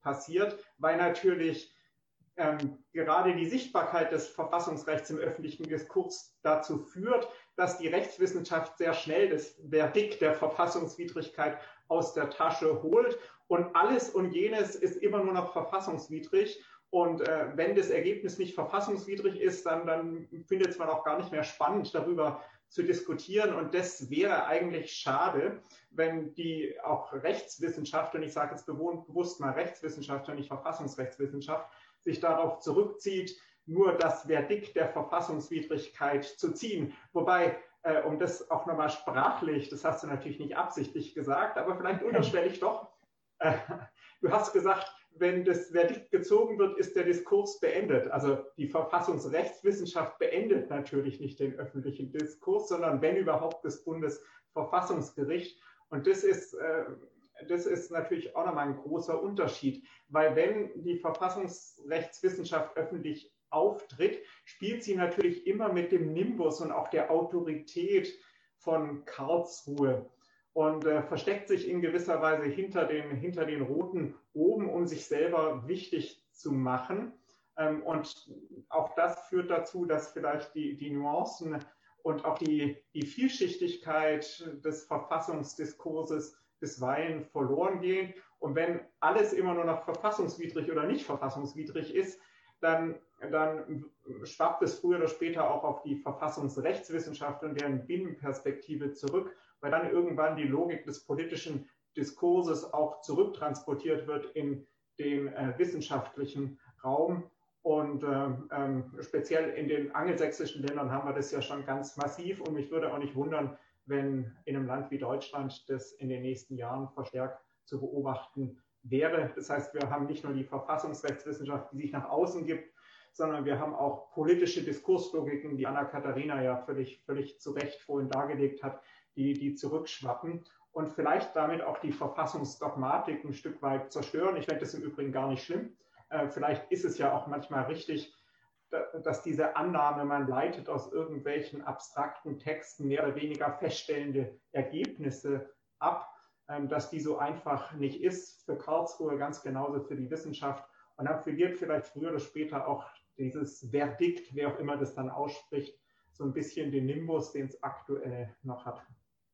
passiert, weil natürlich ähm, gerade die Sichtbarkeit des Verfassungsrechts im öffentlichen Diskurs dazu führt, dass die Rechtswissenschaft sehr schnell das Verdikt der Verfassungswidrigkeit aus der Tasche holt und alles und jenes ist immer nur noch verfassungswidrig. Und äh, wenn das Ergebnis nicht verfassungswidrig ist, dann, dann findet es man auch gar nicht mehr spannend, darüber zu diskutieren. Und das wäre eigentlich schade, wenn die auch Rechtswissenschaft, und ich sage jetzt bewusst mal Rechtswissenschaft und nicht Verfassungsrechtswissenschaft, sich darauf zurückzieht, nur das Verdikt der Verfassungswidrigkeit zu ziehen. Wobei, äh, um das auch nochmal sprachlich, das hast du natürlich nicht absichtlich gesagt, aber vielleicht unterschwellig doch, äh, du hast gesagt, wenn das Verdikt gezogen wird, ist der Diskurs beendet. Also die Verfassungsrechtswissenschaft beendet natürlich nicht den öffentlichen Diskurs, sondern wenn überhaupt das Bundesverfassungsgericht. Und das ist, äh, das ist natürlich auch nochmal ein großer Unterschied, weil wenn die Verfassungsrechtswissenschaft öffentlich auftritt, spielt sie natürlich immer mit dem Nimbus und auch der Autorität von Karlsruhe und äh, versteckt sich in gewisser Weise hinter den, hinter den roten Oben, um sich selber wichtig zu machen. Ähm, und auch das führt dazu, dass vielleicht die, die Nuancen und auch die, die Vielschichtigkeit des Verfassungsdiskurses bisweilen verloren gehen. Und wenn alles immer nur noch verfassungswidrig oder nicht verfassungswidrig ist, dann, dann schwappt es früher oder später auch auf die Verfassungsrechtswissenschaft und deren Binnenperspektive zurück, weil dann irgendwann die Logik des politischen Diskurses auch zurücktransportiert wird in den äh, wissenschaftlichen Raum. Und äh, äh, speziell in den angelsächsischen Ländern haben wir das ja schon ganz massiv. Und mich würde auch nicht wundern, wenn in einem Land wie Deutschland das in den nächsten Jahren verstärkt zu beobachten wäre. Das heißt, wir haben nicht nur die Verfassungsrechtswissenschaft, die sich nach außen gibt, sondern wir haben auch politische Diskurslogiken, die Anna-Katharina ja völlig, völlig zu Recht vorhin dargelegt hat, die, die zurückschwappen und vielleicht damit auch die Verfassungsdogmatik ein Stück weit zerstören. Ich finde das im Übrigen gar nicht schlimm. Äh, vielleicht ist es ja auch manchmal richtig, dass diese Annahme, man leitet aus irgendwelchen abstrakten Texten mehr oder weniger feststellende Ergebnisse ab, äh, dass die so einfach nicht ist, für Karlsruhe ganz genauso für die Wissenschaft. Und dann verliert vielleicht früher oder später auch dieses Verdikt, wer auch immer das dann ausspricht, so ein bisschen den Nimbus, den es aktuell noch hat.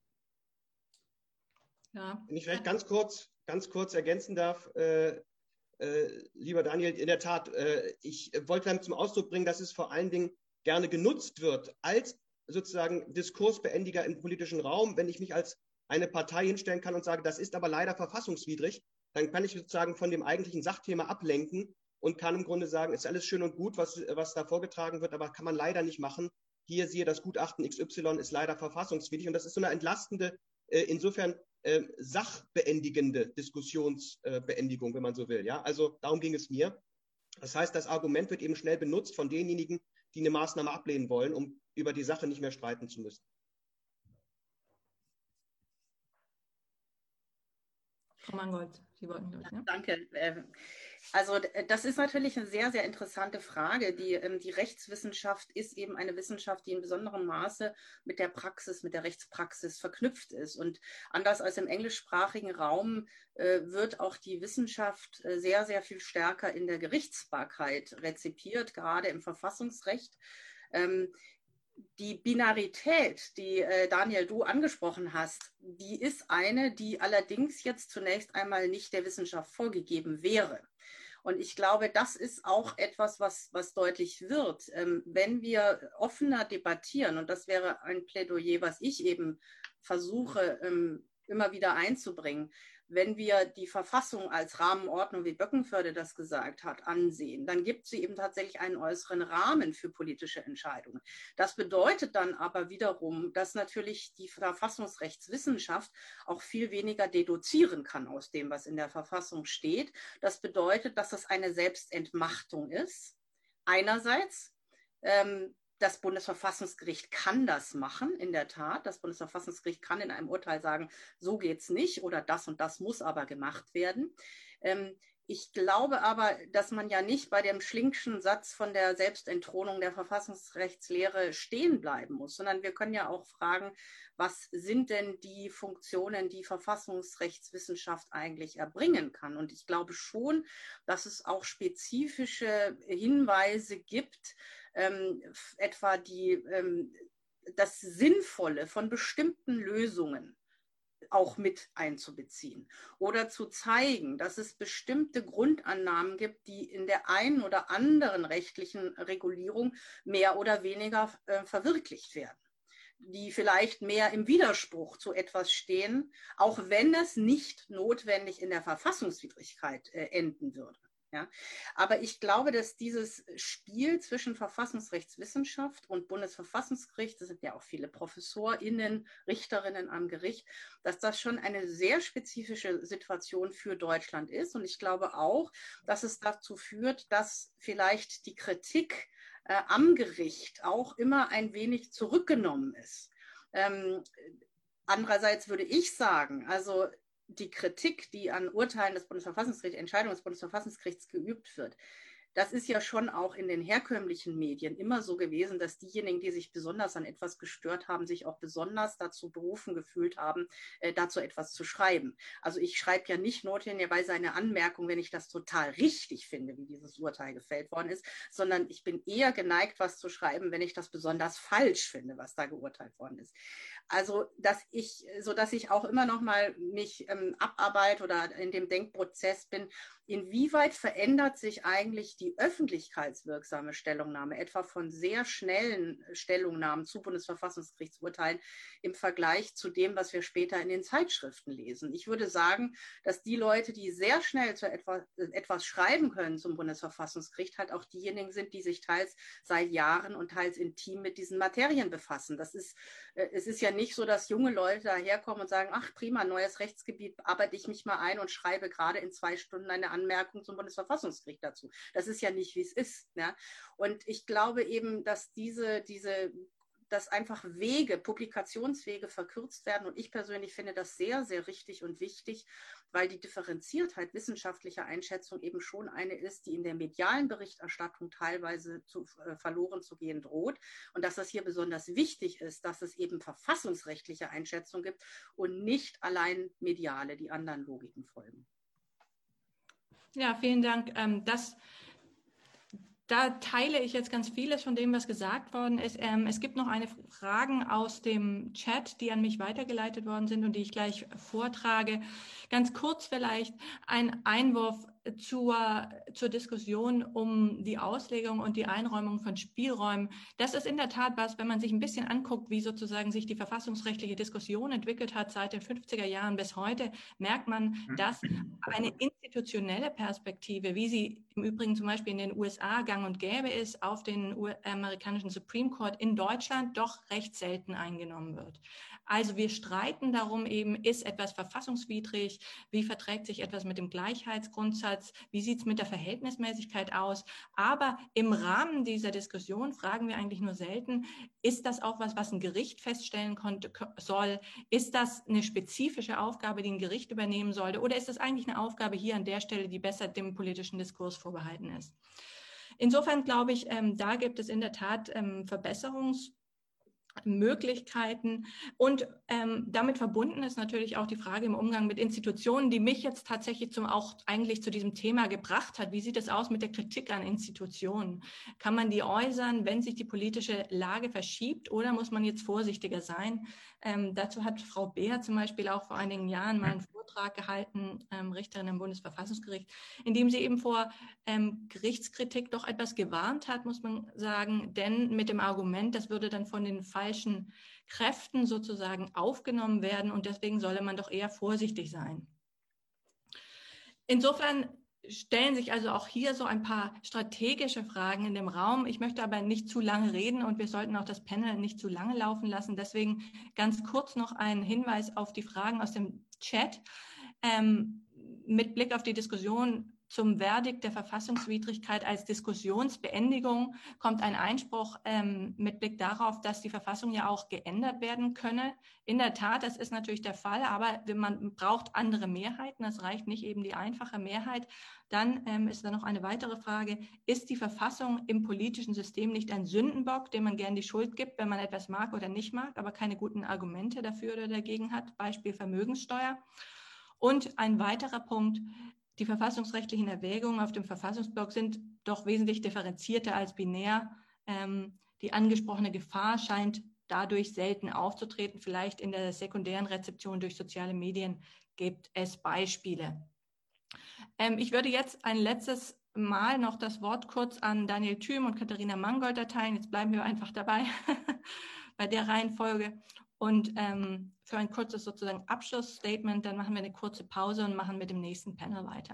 Ja. Wenn ich vielleicht ganz kurz, ganz kurz ergänzen darf, äh, äh, lieber Daniel, in der Tat, äh, ich wollte damit zum Ausdruck bringen, dass es vor allen Dingen gerne genutzt wird als sozusagen Diskursbeendiger im politischen Raum. Wenn ich mich als eine Partei hinstellen kann und sage, das ist aber leider verfassungswidrig, dann kann ich sozusagen von dem eigentlichen Sachthema ablenken und kann im Grunde sagen, ist alles schön und gut, was, was da vorgetragen wird, aber kann man leider nicht machen. Hier siehe das Gutachten X Y ist leider verfassungswidrig. Und das ist so eine entlastende, äh, insofern äh, sachbeendigende Diskussionsbeendigung, äh, wenn man so will. Ja? Also darum ging es mir. Das heißt, das Argument wird eben schnell benutzt von denjenigen, die eine Maßnahme ablehnen wollen, um über die Sache nicht mehr streiten zu müssen. Frau Mangold, Sie wollten durch, ne? Danke. Also das ist natürlich eine sehr, sehr interessante Frage. Die, die Rechtswissenschaft ist eben eine Wissenschaft, die in besonderem Maße mit der Praxis, mit der Rechtspraxis verknüpft ist. Und anders als im englischsprachigen Raum wird auch die Wissenschaft sehr, sehr viel stärker in der Gerichtsbarkeit rezipiert, gerade im Verfassungsrecht. Die Binarität, die äh, Daniel, du angesprochen hast, die ist eine, die allerdings jetzt zunächst einmal nicht der Wissenschaft vorgegeben wäre. Und ich glaube, das ist auch etwas, was, was deutlich wird, ähm, wenn wir offener debattieren. Und das wäre ein Plädoyer, was ich eben versuche, ähm, immer wieder einzubringen. Wenn wir die Verfassung als Rahmenordnung, wie Böckenförde das gesagt hat, ansehen, dann gibt sie eben tatsächlich einen äußeren Rahmen für politische Entscheidungen. Das bedeutet dann aber wiederum, dass natürlich die Verfassungsrechtswissenschaft auch viel weniger deduzieren kann aus dem, was in der Verfassung steht. Das bedeutet, dass das eine Selbstentmachtung ist. Einerseits, ähm, das Bundesverfassungsgericht kann das machen, in der Tat. Das Bundesverfassungsgericht kann in einem Urteil sagen, so geht es nicht oder das und das muss aber gemacht werden. Ähm, Ich glaube aber, dass man ja nicht bei dem Schlinkschen Satz von der Selbstentthronung der Verfassungsrechtslehre stehen bleiben muss, sondern wir können ja auch fragen, was sind denn die Funktionen, die Verfassungsrechtswissenschaft eigentlich erbringen kann? Und ich glaube schon, dass es auch spezifische Hinweise gibt, ähm, etwa die, ähm, das Sinnvolle von bestimmten Lösungen auch mit einzubeziehen oder zu zeigen, dass es bestimmte Grundannahmen gibt, die in der einen oder anderen rechtlichen Regulierung mehr oder weniger äh, verwirklicht werden, die vielleicht mehr im Widerspruch zu etwas stehen, auch wenn es nicht notwendig in der Verfassungswidrigkeit äh, enden würde. Ja, aber ich glaube, dass dieses Spiel zwischen Verfassungsrechtswissenschaft und Bundesverfassungsgericht, das sind ja auch viele ProfessorInnen, Richterinnen am Gericht, dass das schon eine sehr spezifische Situation für Deutschland ist. Und ich glaube auch, dass es dazu führt, dass vielleicht die Kritik äh, am Gericht auch immer ein wenig zurückgenommen ist. Ähm, andererseits würde ich sagen, also die Kritik, die an Urteilen des Bundesverfassungsgerichts, Entscheidungen des Bundesverfassungsgerichts geübt wird, das ist ja schon auch in den herkömmlichen Medien immer so gewesen, dass diejenigen, die sich besonders an etwas gestört haben, sich auch besonders dazu berufen gefühlt haben, äh, dazu etwas zu schreiben. Also ich schreibe ja nicht notwendigerweise eine Anmerkung, wenn ich das total richtig finde, wie dieses Urteil gefällt worden ist, sondern ich bin eher geneigt, was zu schreiben, wenn ich das besonders falsch finde, was da geurteilt worden ist. Also, dass ich, so dass ich auch immer noch mal mich ähm, abarbeite oder in dem Denkprozess bin, inwieweit verändert sich eigentlich die öffentlichkeitswirksame Stellungnahme, etwa von sehr schnellen Stellungnahmen zu Bundesverfassungsgerichtsurteilen im Vergleich zu dem, was wir später in den Zeitschriften lesen. Ich würde sagen, dass die Leute, die sehr schnell zu etwas, etwas schreiben können zum Bundesverfassungsgericht, halt auch diejenigen sind, die sich teils seit Jahren und teils intim mit diesen Materien befassen. Das ist, es ist ja nicht so, dass junge Leute daherkommen und sagen, ach prima, neues Rechtsgebiet, arbeite ich mich mal ein und schreibe gerade in zwei Stunden eine Anmerkung zum Bundesverfassungsgericht dazu. Das ist ja nicht, wie es ist. Ja? Und ich glaube eben, dass diese, diese, dass einfach Wege, Publikationswege verkürzt werden. Und ich persönlich finde das sehr, sehr richtig und wichtig, weil die Differenziertheit wissenschaftlicher Einschätzung eben schon eine ist, die in der medialen Berichterstattung teilweise zu, äh, verloren zu gehen droht. Und dass das hier besonders wichtig ist, dass es eben verfassungsrechtliche Einschätzung gibt und nicht allein mediale, die anderen Logiken folgen. Ja, vielen Dank. Ähm, das Da teile ich jetzt ganz vieles von dem, was gesagt worden ist. Ähm, es gibt noch eine Fragen aus dem Chat, die an mich weitergeleitet worden sind und die ich gleich vortrage. Ganz kurz vielleicht ein Einwurf zur, zur Diskussion um die Auslegung und die Einräumung von Spielräumen. Das ist in der Tat was, wenn man sich ein bisschen anguckt, wie sozusagen sich die verfassungsrechtliche Diskussion entwickelt hat seit den fünfziger Jahren bis heute, merkt man, dass eine institutionelle Perspektive, wie sie im Übrigen zum Beispiel in den U S A gang und gäbe ist, auf den amerikanischen Supreme Court in Deutschland doch recht selten eingenommen wird. Also wir streiten darum eben, ist etwas verfassungswidrig, wie verträgt sich etwas mit dem Gleichheitsgrundsatz, wie sieht es mit der Verhältnismäßigkeit aus. Aber im Rahmen dieser Diskussion fragen wir eigentlich nur selten, ist das auch was, was ein Gericht feststellen konnte, soll? Ist das eine spezifische Aufgabe, die ein Gericht übernehmen sollte? Oder ist das eigentlich eine Aufgabe hier an der Stelle, die besser dem politischen Diskurs vorbehalten ist? Insofern glaube ich, ähm, da gibt es in der Tat ähm, Verbesserungs- Möglichkeiten und ähm, damit verbunden ist natürlich auch die Frage im Umgang mit Institutionen, die mich jetzt tatsächlich zum auch eigentlich zu diesem Thema gebracht hat. Wie sieht es aus mit der Kritik an Institutionen? Kann man die äußern, wenn sich die politische Lage verschiebt, oder muss man jetzt vorsichtiger sein? Ähm, dazu hat Frau Beer zum Beispiel auch vor einigen Jahren mal einen Vortrag gehalten, ähm, Richterin im Bundesverfassungsgericht, in dem sie eben vor ähm, Gerichtskritik doch etwas gewarnt hat, muss man sagen, denn mit dem Argument, das würde dann von den falschen Kräften sozusagen aufgenommen werden und deswegen solle man doch eher vorsichtig sein. Insofern stellen sich also auch hier so ein paar strategische Fragen in dem Raum. Ich möchte aber nicht zu lange reden und wir sollten auch das Panel nicht zu lange laufen lassen. Deswegen ganz kurz noch ein Hinweis auf die Fragen aus dem Chat. Ähm, mit Blick auf die Diskussion zum Verdikt der Verfassungswidrigkeit als Diskussionsbeendigung kommt ein Einspruch ähm, mit Blick darauf, dass die Verfassung ja auch geändert werden könne. In der Tat, das ist natürlich der Fall, aber man braucht andere Mehrheiten. Es reicht nicht eben die einfache Mehrheit. Dann ähm, ist da noch eine weitere Frage. Ist die Verfassung im politischen System nicht ein Sündenbock, dem man gern die Schuld gibt, wenn man etwas mag oder nicht mag, aber keine guten Argumente dafür oder dagegen hat? Beispiel Vermögenssteuer. Und ein weiterer Punkt. Die verfassungsrechtlichen Erwägungen auf dem Verfassungsblock sind doch wesentlich differenzierter als binär. Ähm, die angesprochene Gefahr scheint dadurch selten aufzutreten. Vielleicht in der sekundären Rezeption durch soziale Medien gibt es Beispiele. Ähm, ich würde jetzt ein letztes Mal noch das Wort kurz an Daniel Thüm und Katharina Mangold erteilen. Jetzt bleiben wir einfach dabei bei der Reihenfolge. Und ähm, für ein kurzes sozusagen Abschlussstatement, dann machen wir eine kurze Pause und machen mit dem nächsten Panel weiter.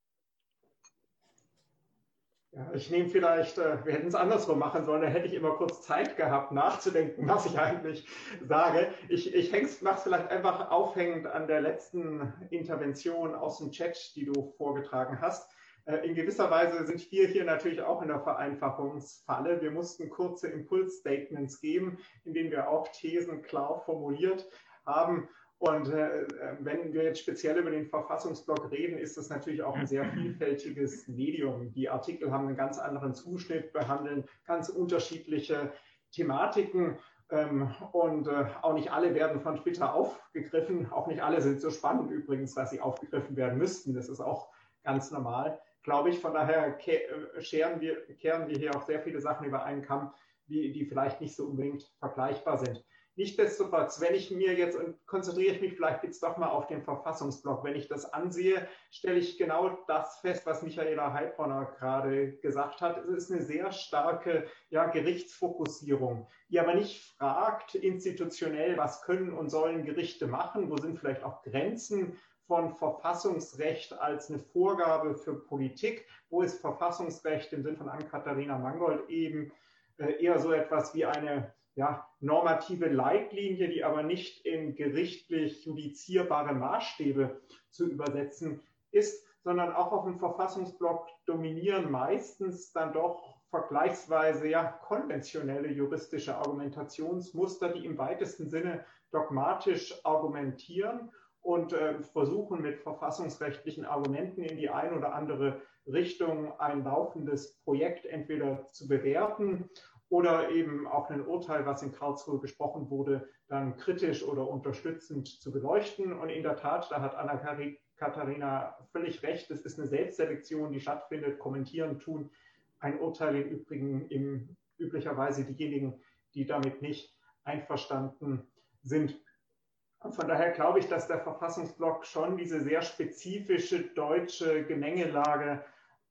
Ja, ich nehme vielleicht, äh, wir hätten es andersrum machen sollen, da hätte ich immer kurz Zeit gehabt, nachzudenken, was ich eigentlich sage. Ich, ich mache es vielleicht einfach aufhängend an der letzten Intervention aus dem Chat, die du vorgetragen hast. In gewisser Weise sind wir hier natürlich auch in der Vereinfachungsfalle. Wir mussten kurze Impulsstatements geben, in denen wir auch Thesen klar formuliert haben. Und äh, wenn wir jetzt speziell über den Verfassungsblock reden, ist das natürlich auch ein sehr vielfältiges Medium. Die Artikel haben einen ganz anderen Zuschnitt, behandeln ganz unterschiedliche Thematiken. Ähm, und äh, auch nicht alle werden von Twitter aufgegriffen. Auch nicht alle sind so spannend übrigens, dass sie aufgegriffen werden müssten. Das ist auch ganz normal, glaube ich. Von daher kehren wir, kehren wir hier auch sehr viele Sachen über einen Kamm, die, die vielleicht nicht so unbedingt vergleichbar sind. Nichtsdestotrotz, wenn ich mir jetzt, und konzentriere ich mich vielleicht jetzt doch mal auf den Verfassungsblock, wenn ich das ansehe, stelle ich genau das fest, was Michaela Heilbronner gerade gesagt hat. Es ist eine sehr starke ja, Gerichtsfokussierung, die aber nicht fragt institutionell, was können und sollen Gerichte machen, wo sind vielleicht auch Grenzen von Verfassungsrecht als eine Vorgabe für Politik, wo ist Verfassungsrecht im Sinn von Ann-Katharina Mangold eben äh, eher so etwas wie eine ja, normative Leitlinie, die aber nicht in gerichtlich judizierbare Maßstäbe zu übersetzen ist, sondern auch auf dem Verfassungsblock dominieren meistens dann doch vergleichsweise ja, konventionelle juristische Argumentationsmuster, die im weitesten Sinne dogmatisch argumentieren und äh, versuchen mit verfassungsrechtlichen Argumenten in die eine oder andere Richtung ein laufendes Projekt entweder zu bewerten oder eben auch ein Urteil, was in Karlsruhe gesprochen wurde, dann kritisch oder unterstützend zu beleuchten. Und in der Tat, da hat Ann-Katharina völlig recht, es ist eine Selbstselektion, die stattfindet, kommentieren tun. Ein Urteil im Übrigen im, üblicherweise diejenigen, die damit nicht einverstanden sind. Und von daher glaube ich, dass der Verfassungsblock schon diese sehr spezifische deutsche Gemengelage,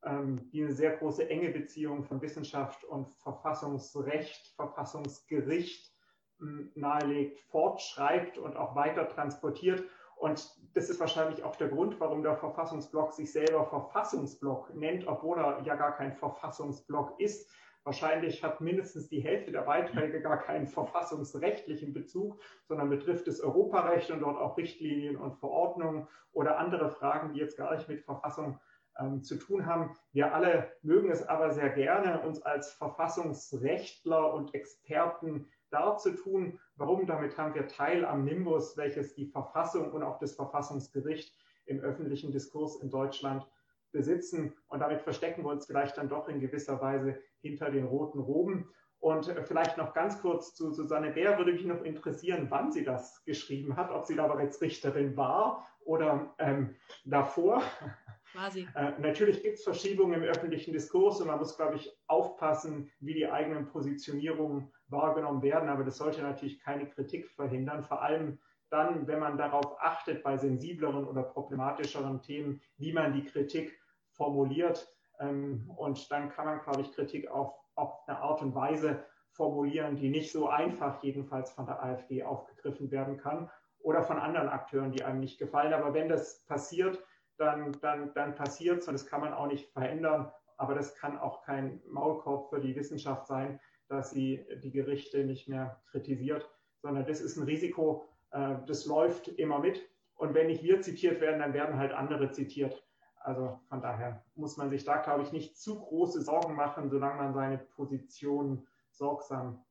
die eine sehr große enge Beziehung von Wissenschaft und Verfassungsrecht, Verfassungsgericht nahelegt, fortschreibt und auch weiter transportiert. Und das ist wahrscheinlich auch der Grund, warum der Verfassungsblock sich selber Verfassungsblock nennt, obwohl er ja gar kein Verfassungsblock ist. Wahrscheinlich hat mindestens die Hälfte der Beiträge gar keinen verfassungsrechtlichen Bezug, sondern betrifft das Europarecht und dort auch Richtlinien und Verordnungen oder andere Fragen, die jetzt gar nicht mit Verfassung zu tun haben. Wir alle mögen es aber sehr gerne, uns als Verfassungsrechtler und Experten darzutun. Warum? Damit haben wir Teil am Nimbus, welches die Verfassung und auch das Verfassungsgericht im öffentlichen Diskurs in Deutschland besitzen. Und damit verstecken wir uns vielleicht dann doch in gewisser Weise hinter den roten Roben. Und vielleicht noch ganz kurz zu Susanne Bär, würde mich noch interessieren, wann sie das geschrieben hat, ob sie da bereits Richterin war oder ähm, davor. Quasi. Äh, natürlich gibt es Verschiebungen im öffentlichen Diskurs und man muss, glaube ich, aufpassen, wie die eigenen Positionierungen wahrgenommen werden. Aber das sollte natürlich keine Kritik verhindern, vor allem dann, wenn man darauf achtet, bei sensibleren oder problematischeren Themen, wie man die Kritik formuliert. Ähm, und dann kann man, glaube ich, Kritik auf, auf eine Art und Weise formulieren, die nicht so einfach jedenfalls von der AfD aufgegriffen werden kann oder von anderen Akteuren, die einem nicht gefallen. Aber wenn das passiert, dann, dann, dann passiert es und das kann man auch nicht verändern. Aber das kann auch kein Maulkorb für die Wissenschaft sein, dass sie die Gerichte nicht mehr kritisiert, sondern das ist ein Risiko, äh, das läuft immer mit. Und wenn nicht wir zitiert werden, dann werden halt andere zitiert. Also von daher muss man sich da, glaube ich, nicht zu große Sorgen machen, solange man seine Position sorgsam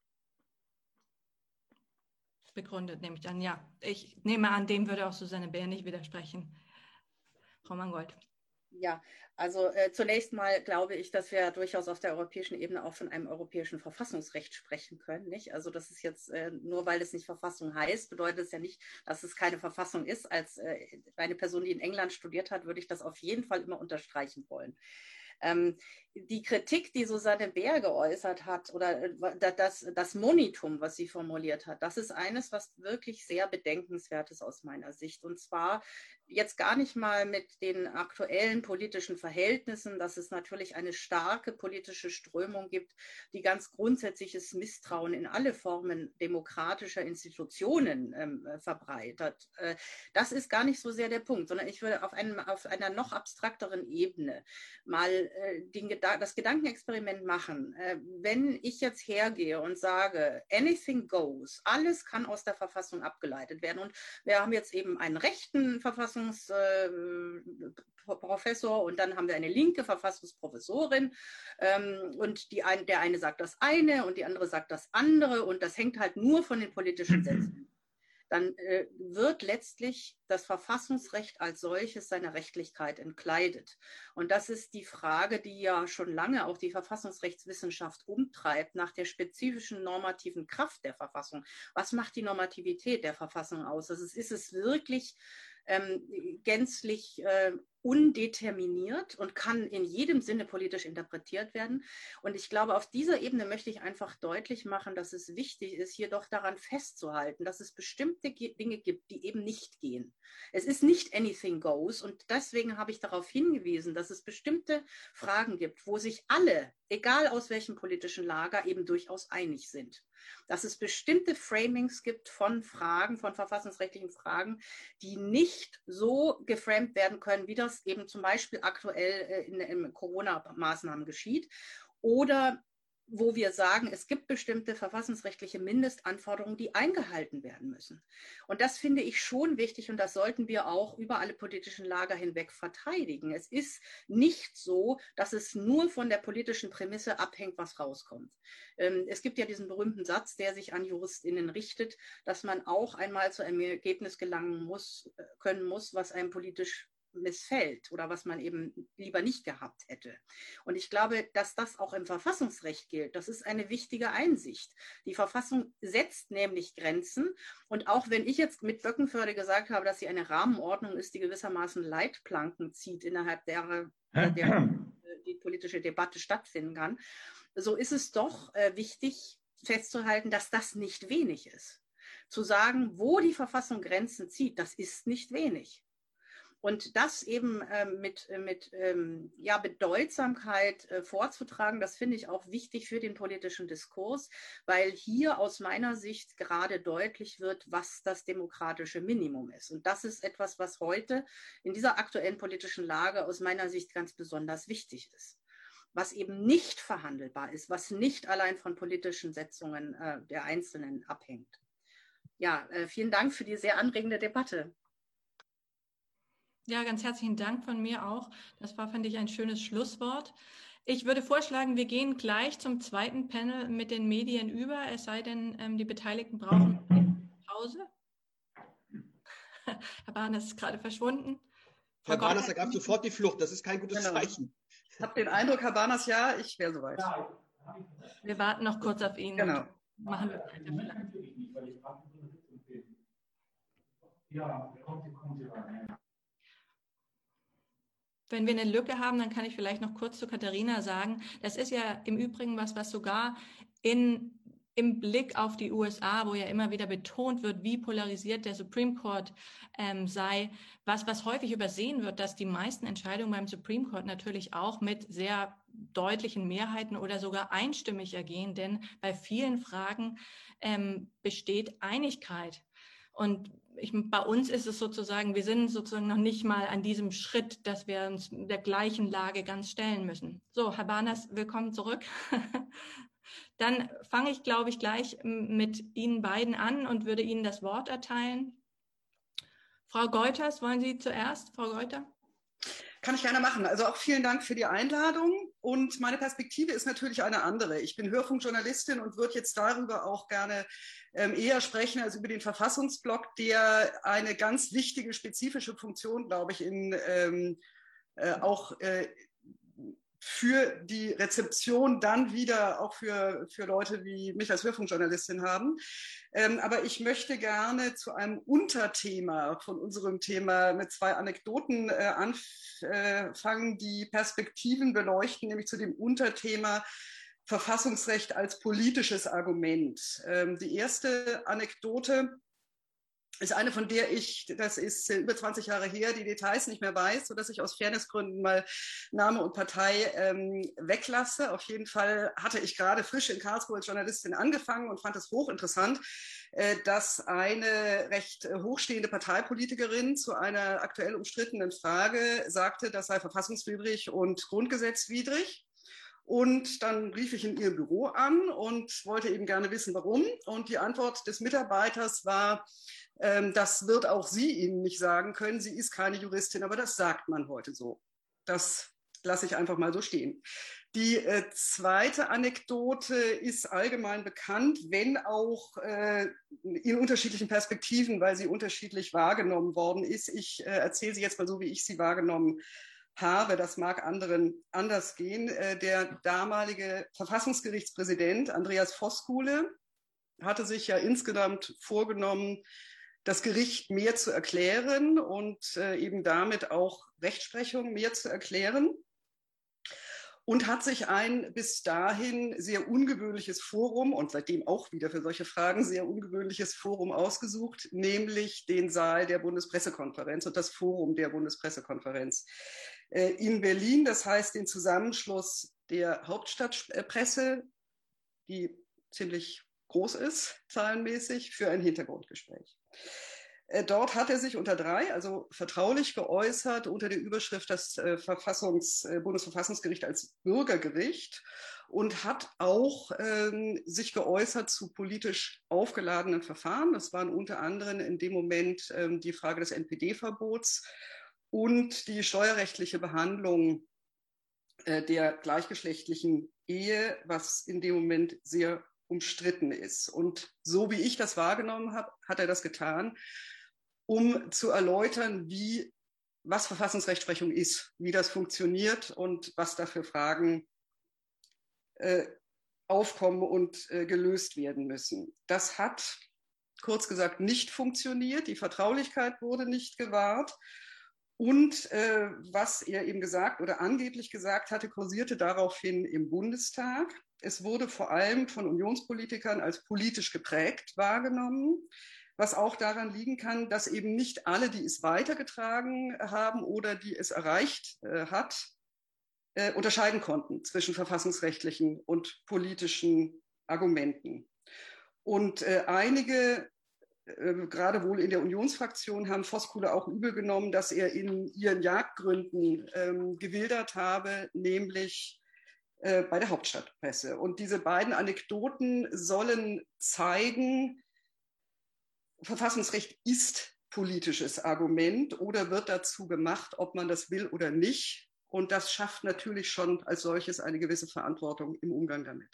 begründet, nehme ich an. Ja, ich nehme an, dem würde auch Susanne Bär nicht widersprechen. Frau Mangold. Ja, also äh, zunächst mal glaube ich, dass wir durchaus auf der europäischen Ebene auch von einem europäischen Verfassungsrecht sprechen können. Nicht? Also das ist jetzt, äh, nur weil es nicht Verfassung heißt, bedeutet es ja nicht, dass es keine Verfassung ist. Als äh, eine Person, die in England studiert hat, würde ich das auf jeden Fall immer unterstreichen wollen. Ähm, die Kritik, die Susanne Bär geäußert hat, oder das, das Monitum, was sie formuliert hat, das ist eines, was wirklich sehr bedenkenswert ist aus meiner Sicht. Und zwar jetzt gar nicht mal mit den aktuellen politischen Verhältnissen, dass es natürlich eine starke politische Strömung gibt, die ganz grundsätzliches Misstrauen in alle Formen demokratischer Institutionen ähm, verbreitet. Äh, das ist gar nicht so sehr der Punkt, sondern ich würde auf, einem, auf einer noch abstrakteren Ebene mal äh, den, das Gedankenexperiment machen. Äh, wenn ich jetzt hergehe und sage, anything goes, alles kann aus der Verfassung abgeleitet werden, und wir haben jetzt eben einen rechten Verfassungsprofessor äh, und dann haben wir eine linke Verfassungsprofessorin ähm, und die ein, der eine sagt das eine und die andere sagt das andere, und das hängt halt nur von den politischen Sätzen. Dann äh, wird letztlich das Verfassungsrecht als solches seiner Rechtlichkeit entkleidet. Und das ist die Frage, die ja schon lange auch die Verfassungsrechtswissenschaft umtreibt, nach der spezifischen normativen Kraft der Verfassung. Was macht die Normativität der Verfassung aus? Also ist es wirklich ähm, gänzlich äh, undeterminiert und kann in jedem Sinne politisch interpretiert werden. Und ich glaube, auf dieser Ebene möchte ich einfach deutlich machen, dass es wichtig ist, hier doch daran festzuhalten, dass es bestimmte Dinge gibt, die eben nicht gehen. Es ist nicht anything goes, und deswegen habe ich darauf hingewiesen, dass es bestimmte Fragen gibt, wo sich alle, egal aus welchem politischen Lager, eben durchaus einig sind. Dass es bestimmte Framings gibt von Fragen, von verfassungsrechtlichen Fragen, die nicht so geframed werden können, wie das eben zum Beispiel aktuell in, in Corona-Maßnahmen geschieht, oder wo wir sagen, es gibt bestimmte verfassungsrechtliche Mindestanforderungen, die eingehalten werden müssen. Und das finde ich schon wichtig, und das sollten wir auch über alle politischen Lager hinweg verteidigen. Es ist nicht so, dass es nur von der politischen Prämisse abhängt, was rauskommt. Es gibt ja diesen berühmten Satz, der sich an JuristInnen richtet, dass man auch einmal zu einem Ergebnis gelangen muss, können muss, was einem politisch missfällt oder was man eben lieber nicht gehabt hätte. Und ich glaube, dass das auch im Verfassungsrecht gilt. Das ist eine wichtige Einsicht. Die Verfassung setzt nämlich Grenzen, und auch wenn ich jetzt mit Böckenförde gesagt habe, dass sie eine Rahmenordnung ist, die gewissermaßen Leitplanken zieht, innerhalb derer der, der die politische Debatte stattfinden kann, so ist es doch äh, wichtig festzuhalten, dass das nicht wenig ist. Zu sagen, wo die Verfassung Grenzen zieht, das ist nicht wenig. Und das eben äh, mit, mit ähm, ja, Bedeutsamkeit äh, vorzutragen, das finde ich auch wichtig für den politischen Diskurs, weil hier aus meiner Sicht gerade deutlich wird, was das demokratische Minimum ist. Und das ist etwas, was heute in dieser aktuellen politischen Lage aus meiner Sicht ganz besonders wichtig ist. Was eben nicht verhandelbar ist, was nicht allein von politischen Setzungen äh, der Einzelnen abhängt. Ja, äh, vielen Dank für die sehr anregende Debatte. Ja, ganz herzlichen Dank von mir auch. Das war, finde ich, ein schönes Schlusswort. Ich würde vorschlagen, wir gehen gleich zum zweiten Panel mit den Medien über, es sei denn, ähm, die Beteiligten brauchen eine Pause. Herr Barnes ist gerade verschwunden. Herr Barnes ergreift sofort die Flucht, das ist kein gutes genau. Zeichen. Ich habe den Eindruck, Herr Barnes, ja, ich wäre soweit. Wir warten noch kurz auf ihn. Genau. Machen wir weiter vielleicht. Ja, kommt, kommt hier rein. Wenn wir eine Lücke haben, dann kann ich vielleicht noch kurz zu Katharina sagen, das ist ja im Übrigen was, was sogar in, im Blick auf die U S A, wo ja immer wieder betont wird, wie polarisiert der Supreme Court ähm, sei, was, was häufig übersehen wird, dass die meisten Entscheidungen beim Supreme Court natürlich auch mit sehr deutlichen Mehrheiten oder sogar einstimmig ergehen, denn bei vielen Fragen ähm, besteht Einigkeit. Und ich, bei uns ist es sozusagen, wir sind sozusagen noch nicht mal an diesem Schritt, dass wir uns der gleichen Lage ganz stellen müssen. So, Herr Barnes, willkommen zurück. Dann fange ich, glaube ich, gleich mit Ihnen beiden an und würde Ihnen das Wort erteilen. Frau Geuters, wollen Sie zuerst? Frau Geuter? Kann ich gerne machen. Also auch vielen Dank für die Einladung. Und meine Perspektive ist natürlich eine andere. Ich bin Hörfunkjournalistin und würde jetzt darüber auch gerne ähm, eher sprechen als über den Verfassungsblock, der eine ganz wichtige, spezifische Funktion, glaube ich, in ähm, äh, auch äh, für die Rezeption dann wieder auch für, für Leute wie mich als Hörfunkjournalistin haben. Ähm, aber ich möchte gerne zu einem Unterthema von unserem Thema mit zwei Anekdoten äh, anfangen, die Perspektiven beleuchten, nämlich zu dem Unterthema Verfassungsrecht als politisches Argument. Ähm, die erste Anekdote ist eine, von der ich, das ist über zwanzig Jahre her, die Details nicht mehr weiß, sodass ich aus Fairnessgründen mal Name und Partei ähm, weglasse. Auf jeden Fall hatte ich gerade frisch in Karlsruhe als Journalistin angefangen und fand es hochinteressant, äh, dass eine recht hochstehende Parteipolitikerin zu einer aktuell umstrittenen Frage sagte, das sei verfassungswidrig und grundgesetzwidrig. Und dann rief ich in ihr Büro an und wollte eben gerne wissen, warum. Und die Antwort des Mitarbeiters war, ähm, das wird auch sie Ihnen nicht sagen können. Sie ist keine Juristin, aber das sagt man heute so. Das lasse ich einfach mal so stehen. Die äh, zweite Anekdote ist allgemein bekannt, wenn auch äh, in unterschiedlichen Perspektiven, weil sie unterschiedlich wahrgenommen worden ist. Ich äh, erzähle sie jetzt mal so, wie ich sie wahrgenommen habe. Das mag anderen anders gehen. Äh, der damalige Verfassungsgerichtspräsident Andreas Voskuhle hatte sich ja insgesamt vorgenommen, das Gericht mehr zu erklären und äh, eben damit auch Rechtsprechung mehr zu erklären. Und hat sich ein bis dahin sehr ungewöhnliches Forum und seitdem auch wieder für solche Fragen sehr ungewöhnliches Forum ausgesucht, nämlich den Saal der Bundespressekonferenz und das Forum der Bundespressekonferenz äh, in Berlin. Das heißt den Zusammenschluss der Hauptstadtpresse, die ziemlich groß ist, zahlenmäßig, für ein Hintergrundgespräch. Dort hat er sich unter drei, also vertraulich geäußert, unter der Überschrift das Verfassungs-, Bundesverfassungsgericht als Bürgergericht und hat auch ähm, sich geäußert zu politisch aufgeladenen Verfahren. Das waren unter anderem in dem Moment ähm, die Frage des N P D-Verbots und die steuerrechtliche Behandlung äh, der gleichgeschlechtlichen Ehe, was in dem Moment sehr umstritten ist. Und so wie ich das wahrgenommen habe, hat er das getan, um zu erläutern, wie, was Verfassungsrechtsprechung ist, wie das funktioniert und was da für Fragen äh, aufkommen und äh, gelöst werden müssen. Das hat, kurz gesagt, nicht funktioniert. Die Vertraulichkeit wurde nicht gewahrt. Und äh, was er eben gesagt oder angeblich gesagt hatte, kursierte daraufhin im Bundestag. Es wurde vor allem von Unionspolitikern als politisch geprägt wahrgenommen, was auch daran liegen kann, dass eben nicht alle, die es weitergetragen haben oder die es erreicht äh, hat, äh, unterscheiden konnten zwischen verfassungsrechtlichen und politischen Argumenten. Und äh, einige, äh, gerade wohl in der Unionsfraktion, haben Voskuhle auch übel genommen, dass er in ihren Jagdgründen ähm, gewildert habe, nämlich äh, bei der Hauptstadtpresse. Und diese beiden Anekdoten sollen zeigen, Verfassungsrecht ist politisches Argument oder wird dazu gemacht, ob man das will oder nicht. Und das schafft natürlich schon als solches eine gewisse Verantwortung im Umgang damit.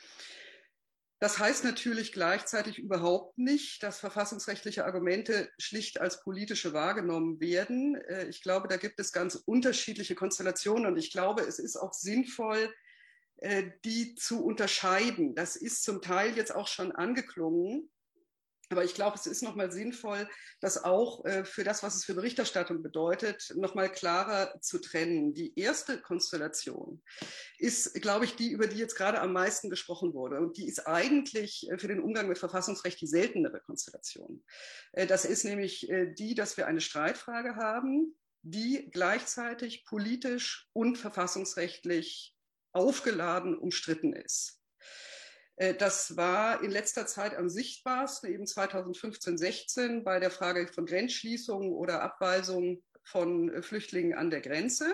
Das heißt natürlich gleichzeitig überhaupt nicht, dass verfassungsrechtliche Argumente schlicht als politische wahrgenommen werden. Ich glaube, da gibt es ganz unterschiedliche Konstellationen und ich glaube, es ist auch sinnvoll, die zu unterscheiden. Das ist zum Teil jetzt auch schon angeklungen. Aber ich glaube, es ist nochmal sinnvoll, das auch äh, für das, was es für Berichterstattung bedeutet, nochmal klarer zu trennen. Die erste Konstellation ist, glaube ich, die, über die jetzt gerade am meisten gesprochen wurde. Und die ist eigentlich äh, für den Umgang mit Verfassungsrecht die seltenere Konstellation. Äh, das ist nämlich äh, die, dass wir eine Streitfrage haben, die gleichzeitig politisch und verfassungsrechtlich aufgeladen umstritten ist. Das war in letzter Zeit am sichtbarsten, eben zweitausendfünfzehn, sechzehn, bei der Frage von Grenzschließungen oder Abweisung von Flüchtlingen an der Grenze.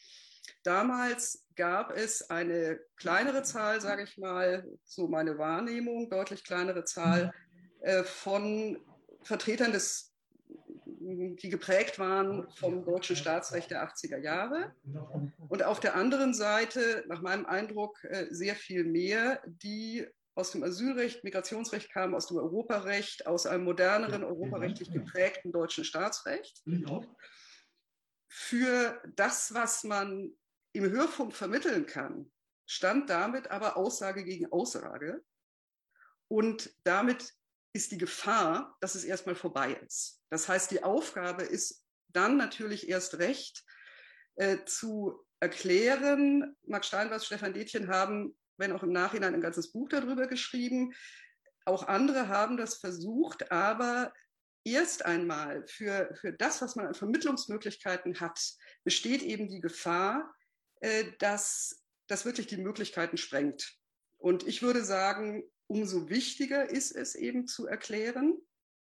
Damals gab es eine kleinere Zahl, sage ich mal, so meine Wahrnehmung, deutlich kleinere Zahl äh, von Vertretern des die geprägt waren vom deutschen Staatsrecht der achtziger Jahre. Und auf der anderen Seite, nach meinem Eindruck, sehr viel mehr, die aus dem Asylrecht, Migrationsrecht kamen, aus dem Europarecht, aus einem moderneren, europarechtlich geprägten deutschen Staatsrecht. Für das, was man im Hörfunk vermitteln kann, stand damit aber Aussage gegen Aussage. Und damit ist die Gefahr, dass es erstmal vorbei ist. Das heißt, die Aufgabe ist dann natürlich erst recht äh, zu erklären. Max Steinbach, Stefan Detjen haben, wenn auch im Nachhinein, ein ganzes Buch darüber geschrieben. Auch andere haben das versucht, aber erst einmal für, für das, was man an Vermittlungsmöglichkeiten hat, besteht eben die Gefahr, äh, dass das wirklich die Möglichkeiten sprengt. Und ich würde sagen, umso wichtiger ist es eben zu erklären.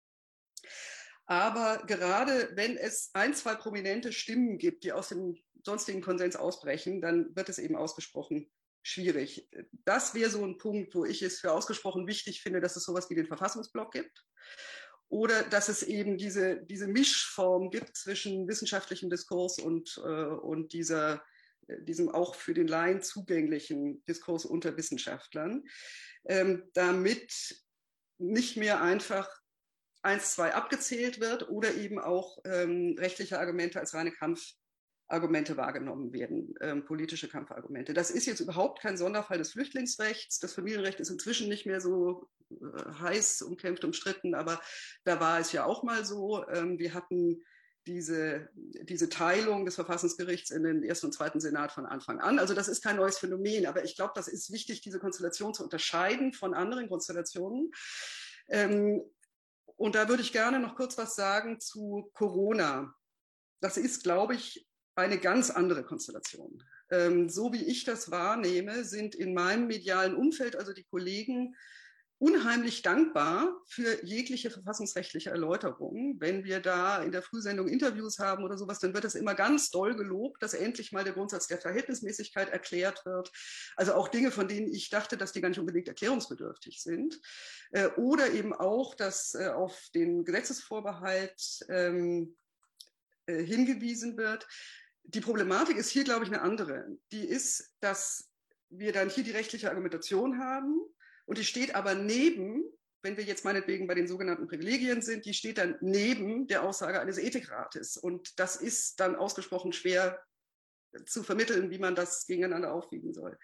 Aber gerade wenn es ein, zwei prominente Stimmen gibt, die aus dem sonstigen Konsens ausbrechen, dann wird es eben ausgesprochen schwierig. Das wäre so ein Punkt, wo ich es für ausgesprochen wichtig finde, dass es sowas wie den Verfassungsblock gibt. Oder dass es eben diese, diese Mischform gibt zwischen wissenschaftlichem Diskurs und, äh, und dieser, diesem auch für den Laien zugänglichen Diskurs unter Wissenschaftlern, ähm, damit nicht mehr einfach eins, zwei abgezählt wird oder eben auch ähm, rechtliche Argumente als reine Kampfargumente wahrgenommen werden, ähm, politische Kampfargumente. Das ist jetzt überhaupt kein Sonderfall des Flüchtlingsrechts. Das Familienrecht ist inzwischen nicht mehr so äh, heiß umkämpft, umstritten, aber da war es ja auch mal so. Ähm, wir hatten diese, diese Teilung des Verfassungsgerichts in den ersten und zweiten Senat von Anfang an. Also das ist kein neues Phänomen, aber ich glaube, das ist wichtig, diese Konstellation zu unterscheiden von anderen Konstellationen. Ähm, und da würde ich gerne noch kurz was sagen zu Corona. Das ist, glaube ich, eine ganz andere Konstellation. Ähm, so wie ich das wahrnehme, sind in meinem medialen Umfeld, also die Kollegen, unheimlich dankbar für jegliche verfassungsrechtliche Erläuterungen. Wenn wir da in der Frühsendung Interviews haben oder sowas, dann wird das immer ganz doll gelobt, dass endlich mal der Grundsatz der Verhältnismäßigkeit erklärt wird. Also auch Dinge, von denen ich dachte, dass die gar nicht unbedingt erklärungsbedürftig sind. Äh, oder eben auch, dass äh, auf den Gesetzesvorbehalt ähm, äh, hingewiesen wird. Die Problematik ist hier, glaube ich, eine andere. Die ist, dass wir dann hier die rechtliche Argumentation haben. Und die steht aber neben, wenn wir jetzt meinetwegen bei den sogenannten Privilegien sind, die steht dann neben der Aussage eines Ethikrates. Und das ist dann ausgesprochen schwer zu vermitteln, wie man das gegeneinander aufwiegen soll.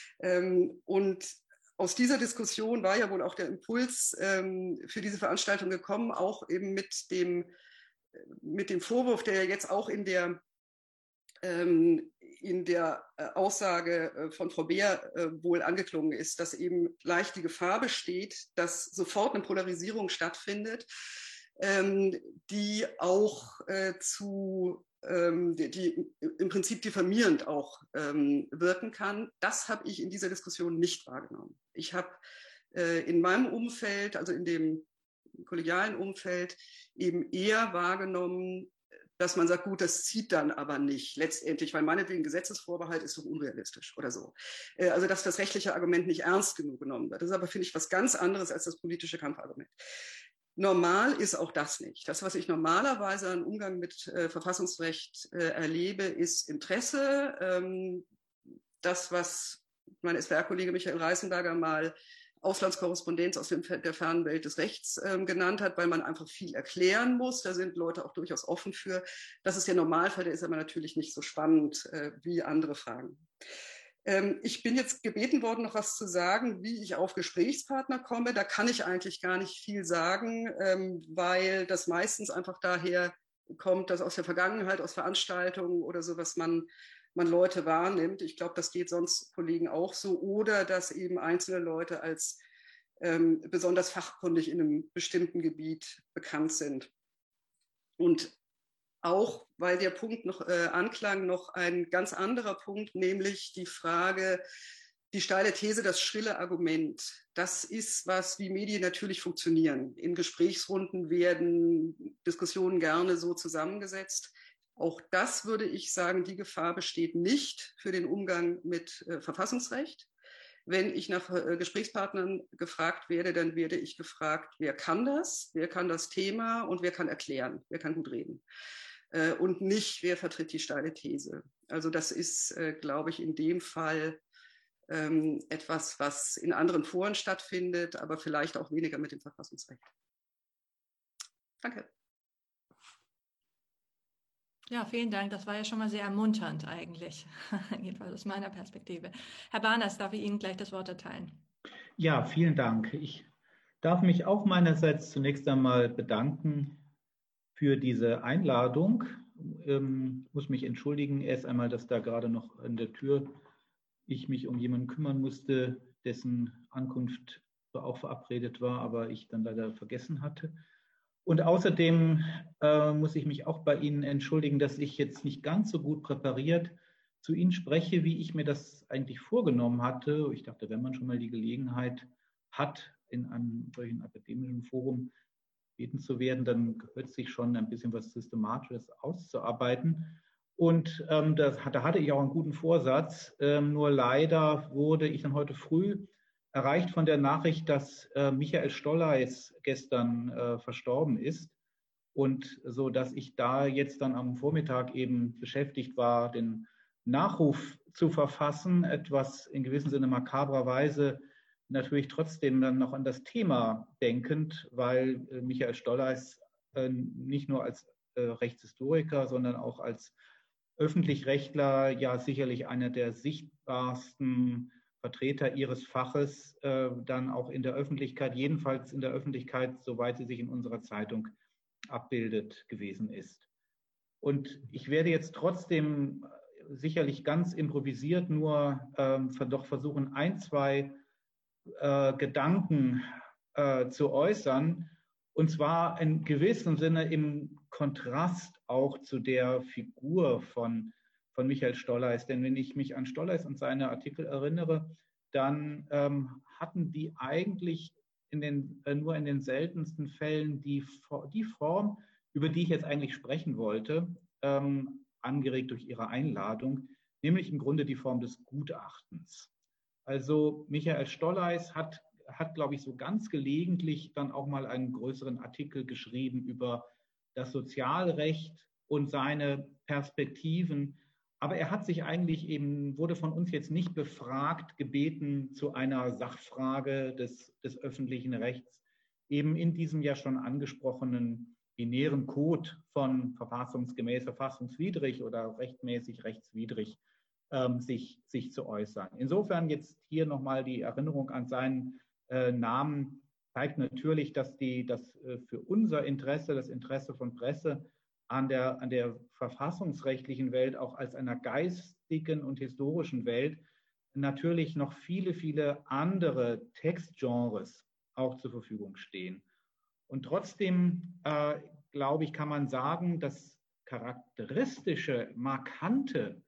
Und aus dieser Diskussion war ja wohl auch der Impuls für diese Veranstaltung gekommen, auch eben mit dem, mit dem Vorwurf, der ja jetzt auch in der in der Aussage von Frau Beer wohl angeklungen ist, dass eben leicht die Gefahr besteht, dass sofort eine Polarisierung stattfindet, die auch zu, die im Prinzip diffamierend auch wirken kann. Das habe ich in dieser Diskussion nicht wahrgenommen. Ich habe in meinem Umfeld, also in dem kollegialen Umfeld, eben eher wahrgenommen, dass man sagt, gut, das zieht dann aber nicht letztendlich, weil meinetwegen Gesetzesvorbehalt ist doch unrealistisch oder so. Also dass das rechtliche Argument nicht ernst genug genommen wird. Das ist aber, finde ich, was ganz anderes als das politische Kampfargument. Normal ist auch das nicht. Das, was ich normalerweise an Umgang mit äh, Verfassungsrecht äh, erlebe, ist Interesse. Ähm, das, was mein S W R-Kollege Michael Reißenberger mal Auslandskorrespondenz aus dem, der fernen Welt des Rechts ähm, genannt hat, weil man einfach viel erklären muss. Da sind Leute auch durchaus offen für. Das ist der Normalfall, der ist aber natürlich nicht so spannend äh, wie andere Fragen. Ähm, ich bin jetzt gebeten worden, noch was zu sagen, wie ich auf Gesprächspartner komme. Da kann ich eigentlich gar nicht viel sagen, ähm, weil das meistens einfach daher kommt, dass aus der Vergangenheit, aus Veranstaltungen oder so, was man man Leute wahrnimmt. Ich glaube, das geht sonst Kollegen auch so. Oder dass eben einzelne Leute als ähm, besonders fachkundig in einem bestimmten Gebiet bekannt sind. Und auch, weil der Punkt noch äh, anklang, noch ein ganz anderer Punkt, nämlich die Frage, die steile These, das schrille Argument. Das ist was, wie Medien natürlich funktionieren. In Gesprächsrunden werden Diskussionen gerne so zusammengesetzt. Auch das würde ich sagen, die Gefahr besteht nicht für den Umgang mit äh, Verfassungsrecht. Wenn ich nach äh, Gesprächspartnern gefragt werde, dann werde ich gefragt, wer kann das, wer kann das Thema und wer kann erklären, wer kann gut reden. Äh, und nicht, wer vertritt die steile These. Also das ist, äh, glaube ich, in dem Fall ähm, etwas, was in anderen Foren stattfindet, aber vielleicht auch weniger mit dem Verfassungsrecht. Danke. Ja, vielen Dank. Das war ja schon mal sehr ermunternd eigentlich, jedenfalls aus meiner Perspektive. Herr Barners, darf ich Ihnen gleich das Wort erteilen? Ja, vielen Dank. Ich darf mich auch meinerseits zunächst einmal bedanken für diese Einladung. Ähm, muss mich entschuldigen, erst einmal, dass da gerade noch an der Tür ich mich um jemanden kümmern musste, dessen Ankunft auch verabredet war, aber ich dann leider vergessen hatte. Und außerdem äh, muss ich mich auch bei Ihnen entschuldigen, dass ich jetzt nicht ganz so gut präpariert zu Ihnen spreche, wie ich mir das eigentlich vorgenommen hatte. Ich dachte, wenn man schon mal die Gelegenheit hat, in einem solchen akademischen Forum beten zu werden, dann gehört sich schon ein bisschen was Systematisches auszuarbeiten. Und ähm, das, da hatte ich auch einen guten Vorsatz. Ähm, nur leider wurde ich dann heute früh erreicht von der Nachricht, dass äh, Michael Stolleis gestern äh, verstorben ist. Und so, dass ich da jetzt dann am Vormittag eben beschäftigt war, den Nachruf zu verfassen, etwas in gewissem Sinne makabrer Weise natürlich trotzdem dann noch an das Thema denkend, weil äh, Michael Stolleis äh, nicht nur als äh, Rechtshistoriker, sondern auch als Öffentlichrechtler ja sicherlich einer der sichtbarsten Vertreter ihres Faches äh, dann auch in der Öffentlichkeit, jedenfalls in der Öffentlichkeit, soweit sie sich in unserer Zeitung abbildet, gewesen ist. Und ich werde jetzt trotzdem sicherlich ganz improvisiert nur ähm, doch versuchen, ein, zwei äh, Gedanken äh, zu äußern, und zwar in gewissem Sinne im Kontrast auch zu der Figur von von Michael Stolleis. Denn wenn ich mich an Stolleis und seine Artikel erinnere, dann ähm, hatten die eigentlich in den, äh, nur in den seltensten Fällen die, die Form, über die ich jetzt eigentlich sprechen wollte, ähm, angeregt durch ihre Einladung, nämlich im Grunde die Form des Gutachtens. Also Michael Stolleis hat, hat, glaube ich, so ganz gelegentlich dann auch mal einen größeren Artikel geschrieben über das Sozialrecht und seine Perspektiven. Aber er hat sich eigentlich eben, wurde von uns jetzt nicht befragt, gebeten zu einer Sachfrage des, des öffentlichen Rechts, eben in diesem ja schon angesprochenen binären Code von verfassungsgemäß, verfassungswidrig oder rechtmäßig, rechtswidrig ähm, sich, sich zu äußern. Insofern jetzt hier nochmal die Erinnerung an seinen äh, Namen zeigt natürlich, dass die, dass äh, für unser Interesse, das Interesse von Presse, An der, an der verfassungsrechtlichen Welt, auch als einer geistigen und historischen Welt, natürlich noch viele, viele andere Textgenres auch zur Verfügung stehen. Und trotzdem, äh, glaube ich, kann man sagen, das charakteristische, markante,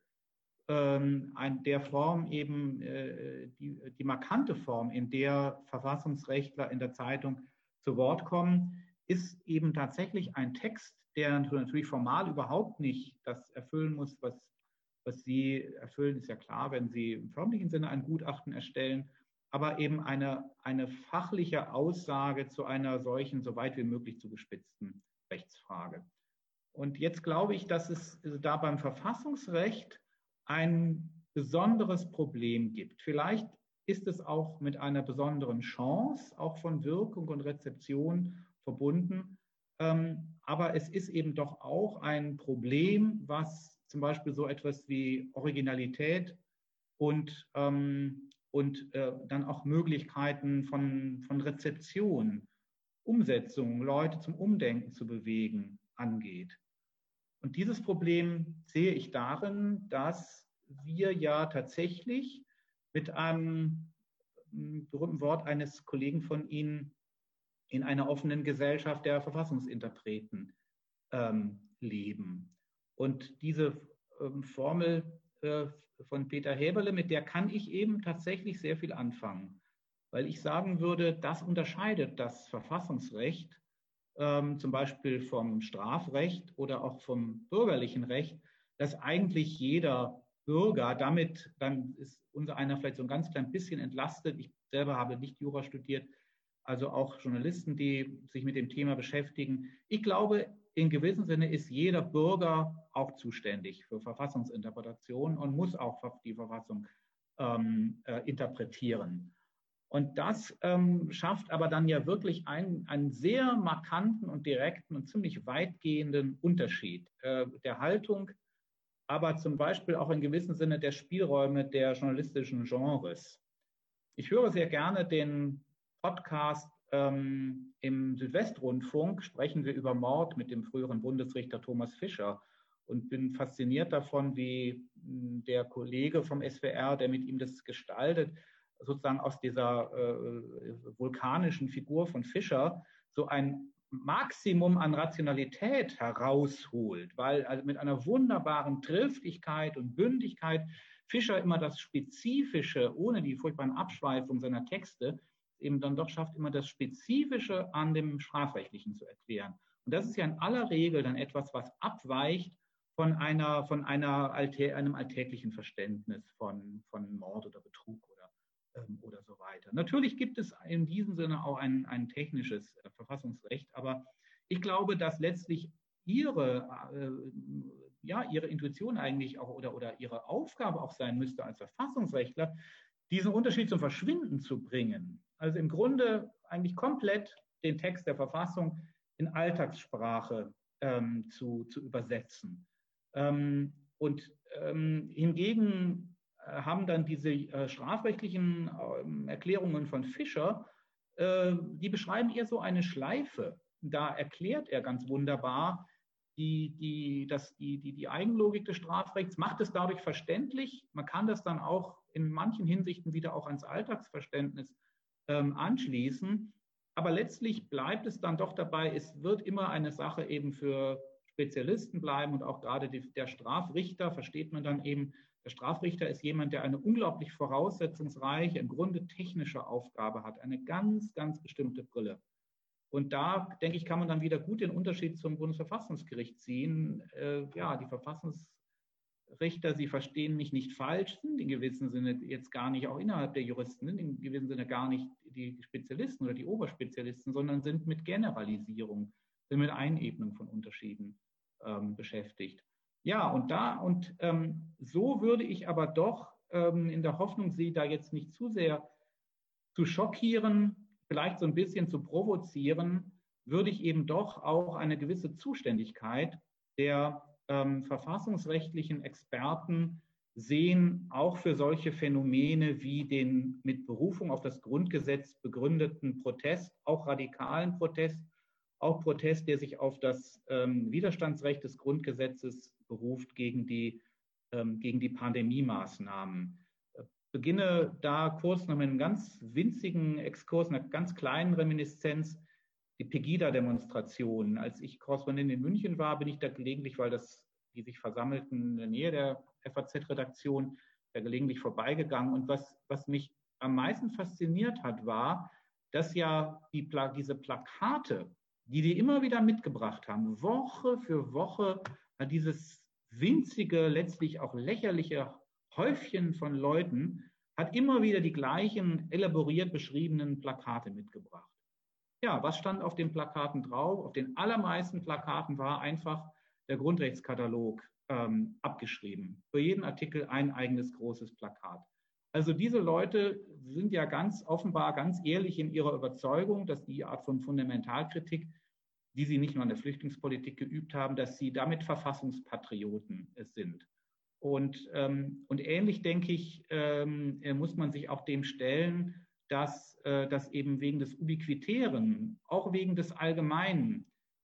ähm, an der Form eben, äh, die, die markante Form, in der Verfassungsrechtler in der Zeitung zu Wort kommen, ist eben tatsächlich ein Text, der natürlich formal überhaupt nicht das erfüllen muss, was, was Sie erfüllen, ist ja klar, wenn Sie im förmlichen Sinne ein Gutachten erstellen, aber eben eine, eine fachliche Aussage zu einer solchen, so weit wie möglich zugespitzten Rechtsfrage. Und jetzt glaube ich, dass es da beim Verfassungsrecht ein besonderes Problem gibt. Vielleicht ist es auch mit einer besonderen Chance, auch von Wirkung und Rezeption verbunden. Ähm, aber es ist eben doch auch ein Problem, was zum Beispiel so etwas wie Originalität und, ähm, und äh, dann auch Möglichkeiten von, von Rezeption, Umsetzung, Leute zum Umdenken zu bewegen, angeht. Und dieses Problem sehe ich darin, dass wir ja tatsächlich mit einem berühmten Wort eines Kollegen von Ihnen in einer offenen Gesellschaft der Verfassungsinterpreten ähm, leben. Und diese ähm, Formel äh, von Peter Häberle, mit der kann ich eben tatsächlich sehr viel anfangen, weil ich sagen würde, das unterscheidet das Verfassungsrecht ähm, zum Beispiel vom Strafrecht oder auch vom bürgerlichen Recht, das eigentlich jeder Bürger, damit dann ist unser einer vielleicht so ein ganz klein bisschen entlastet. Ich selber habe nicht Jura studiert, also auch Journalisten, die sich mit dem Thema beschäftigen. Ich glaube, in gewissem Sinne ist jeder Bürger auch zuständig für Verfassungsinterpretation und muss auch die Verfassung ähm, äh, interpretieren. Und das ähm, schafft aber dann ja wirklich einen, einen sehr markanten und direkten und ziemlich weitgehenden Unterschied äh, der Haltung, aber zum Beispiel auch in gewissem Sinne der Spielräume der journalistischen Genres. Ich höre sehr gerne den Podcast ähm, im Südwestrundfunk, sprechen wir über Mord mit dem früheren Bundesrichter Thomas Fischer und bin fasziniert davon, wie mh, der Kollege vom S W R, der mit ihm das gestaltet, sozusagen aus dieser äh, vulkanischen Figur von Fischer so ein Maximum an Rationalität herausholt, weil also mit einer wunderbaren Triftigkeit und Bündigkeit Fischer immer das Spezifische, ohne die furchtbaren Abschweifungen seiner Texte, eben dann doch schafft, immer das Spezifische an dem Strafrechtlichen zu erklären. Und das ist ja in aller Regel dann etwas, was abweicht von, einer, von einer alltä- einem alltäglichen Verständnis von, von Mord oder Betrug oder, ähm, oder so weiter. Natürlich gibt es in diesem Sinne auch ein, ein technisches äh, Verfassungsrecht, aber ich glaube, dass letztlich ihre, äh, ja, ihre Intuition eigentlich auch oder, oder ihre Aufgabe auch sein müsste als Verfassungsrechtler, diesen Unterschied zum Verschwinden zu bringen. Also im Grunde eigentlich komplett den Text der Verfassung in Alltagssprache ähm, zu, zu übersetzen. Ähm, und ähm, hingegen äh, haben dann diese äh, strafrechtlichen äh, Erklärungen von Fischer, äh, die beschreiben eher so eine Schleife. Da erklärt er ganz wunderbar die, die, das, die, die, die Eigenlogik des Strafrechts, macht es dadurch verständlich. Man kann das dann auch in manchen Hinsichten wieder auch ans Alltagsverständnis ähm, anschließen. Aber letztlich bleibt es dann doch dabei, es wird immer eine Sache eben für Spezialisten bleiben und auch gerade die, der Strafrichter, versteht man dann eben, der Strafrichter ist jemand, der eine unglaublich voraussetzungsreiche, im Grunde technische Aufgabe hat, eine ganz, ganz bestimmte Brille. Und da, denke ich, kann man dann wieder gut den Unterschied zum Bundesverfassungsgericht ziehen. Äh, ja, die Verfassungsrichter, sie verstehen mich nicht falsch, sind in gewissem Sinne jetzt gar nicht, auch innerhalb der Juristen, sind in gewissem Sinne gar nicht die Spezialisten oder die Oberspezialisten, sondern sind mit Generalisierung, sind mit Einebnung von Unterschieden ähm, beschäftigt. Ja, und da, und ähm, so würde ich aber doch ähm, in der Hoffnung, Sie da jetzt nicht zu sehr zu schockieren, vielleicht so ein bisschen zu provozieren, würde ich eben doch auch eine gewisse Zuständigkeit der ähm, verfassungsrechtlichen Experten sehen, auch für solche Phänomene wie den mit Berufung auf das Grundgesetz begründeten Protest, auch radikalen Protest, auch Protest, der sich auf das ähm, Widerstandsrecht des Grundgesetzes beruft gegen die, ähm, gegen die Pandemie-Maßnahmen. Beginne da kurz noch mit einem ganz winzigen Exkurs, einer ganz kleinen Reminiszenz, die Pegida-Demonstrationen. Als ich Korrespondent in München war, bin ich da gelegentlich, weil das, die sich versammelten in der Nähe der F A Z-Redaktion, da gelegentlich vorbeigegangen. Und was, was mich am meisten fasziniert hat, war, dass ja die, diese Plakate, die die immer wieder mitgebracht haben, Woche für Woche, dieses winzige, letztlich auch lächerliche Häufchen von Leuten hat immer wieder die gleichen elaboriert beschriebenen Plakate mitgebracht. Ja, was stand auf den Plakaten drauf? Auf den allermeisten Plakaten war einfach der Grundrechtskatalog ähm, abgeschrieben. Für jeden Artikel ein eigenes großes Plakat. Also diese Leute sind ja ganz offenbar ganz ehrlich in ihrer Überzeugung, dass die Art von Fundamentalkritik, die sie nicht nur an der Flüchtlingspolitik geübt haben, dass sie damit Verfassungspatrioten sind. Und, ähm, und ähnlich, denke ich, ähm, muss man sich auch dem stellen, dass, äh, dass eben wegen des Ubiquitären, auch wegen des Allgemeinen,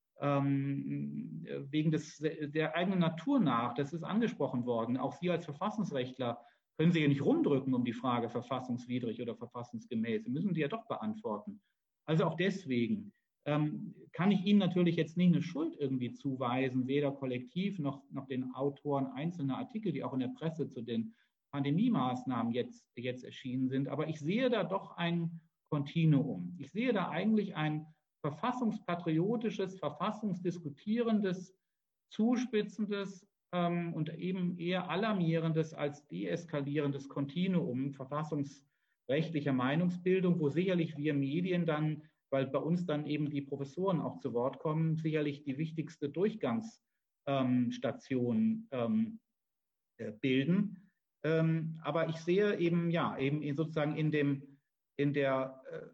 ähm, wegen des, der eigenen Natur nach, das ist angesprochen worden, auch Sie als Verfassungsrechtler können Sie ja nicht rumdrücken um die Frage verfassungswidrig oder verfassungsgemäß. Sie müssen die ja doch beantworten. Also auch deswegen ähm, kann ich Ihnen natürlich jetzt nicht eine Schuld irgendwie zuweisen, weder kollektiv noch, noch den Autoren einzelner Artikel, die auch in der Presse zu den Pandemie-Maßnahmen jetzt, jetzt erschienen sind. Aber ich sehe da doch ein Kontinuum. Ich sehe da eigentlich ein verfassungspatriotisches, verfassungsdiskutierendes, zuspitzendes, ähm, und eben eher alarmierendes als deeskalierendes Kontinuum verfassungsrechtlicher Meinungsbildung, wo sicherlich wir Medien dann, weil bei uns dann eben die Professoren auch zu Wort kommen, sicherlich die wichtigste Durchgangsstation ähm, äh, bilden. Ähm, aber ich sehe eben, ja, eben sozusagen in, dem, in der äh,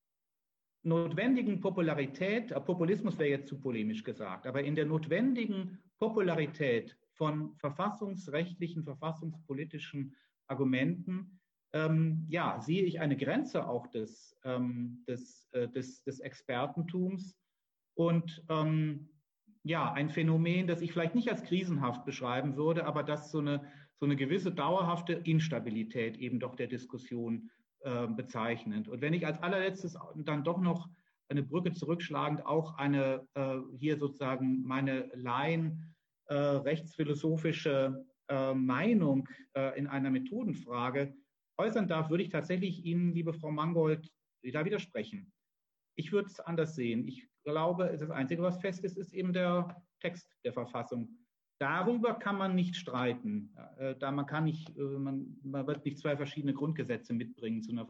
notwendigen Popularität, äh, Populismus wäre jetzt zu polemisch gesagt, aber in der notwendigen Popularität von verfassungsrechtlichen, verfassungspolitischen Argumenten, ähm, ja, sehe ich eine Grenze auch des, ähm, des, äh, des, des Expertentums und ähm, ja, ein Phänomen, das ich vielleicht nicht als krisenhaft beschreiben würde, aber das so eine, so eine gewisse dauerhafte Instabilität eben doch der Diskussion äh, bezeichnet. Und wenn ich als allerletztes dann doch noch eine Brücke zurückschlagend auch eine äh, hier sozusagen meine Laien äh, rechtsphilosophische äh, Meinung äh, in einer Methodenfrage äußern darf, würde ich tatsächlich Ihnen, liebe Frau Mangold, da widersprechen. Ich würde es anders sehen. Ich glaube, das Einzige, was fest ist, ist eben der Text der Verfassung. Darüber kann man nicht streiten. Da man kann nicht, man, man wird nicht zwei verschiedene Grundgesetze mitbringen zu einer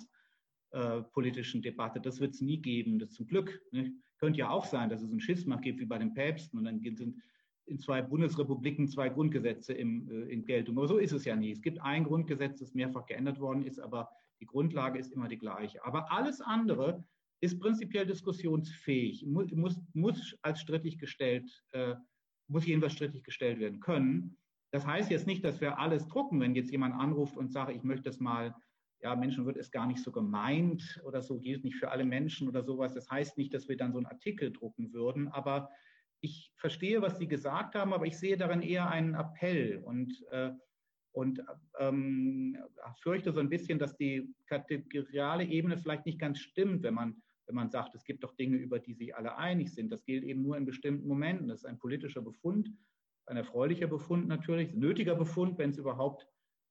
verfassungspolitischen Debatte. Das wird es nie geben. Das zum Glück. Ne? Könnte ja auch sein, dass es ein Schisma gibt wie bei den Päpsten und dann sind in zwei Bundesrepubliken zwei Grundgesetze im, in Geltung. Aber so ist es ja nie. Es gibt ein Grundgesetz, das mehrfach geändert worden ist, aber die Grundlage ist immer die gleiche. Aber alles andere ist prinzipiell diskussionsfähig, muss, muss, muss als strittig gestellt, äh, muss jedenfalls strittig gestellt werden können. Das heißt jetzt nicht, dass wir alles drucken, wenn jetzt jemand anruft und sagt, ich möchte das mal, ja, Menschen wird es gar nicht so gemeint oder so, gilt nicht für alle Menschen oder sowas. Das heißt nicht, dass wir dann so einen Artikel drucken würden, aber ich verstehe, was Sie gesagt haben, aber ich sehe darin eher einen Appell und äh, Und ähm, fürchte so ein bisschen, dass die kategoriale Ebene vielleicht nicht ganz stimmt, wenn man, wenn man sagt, es gibt doch Dinge, über die sich alle einig sind. Das gilt eben nur in bestimmten Momenten. Das ist ein politischer Befund, ein erfreulicher Befund natürlich, ein nötiger Befund, wenn es überhaupt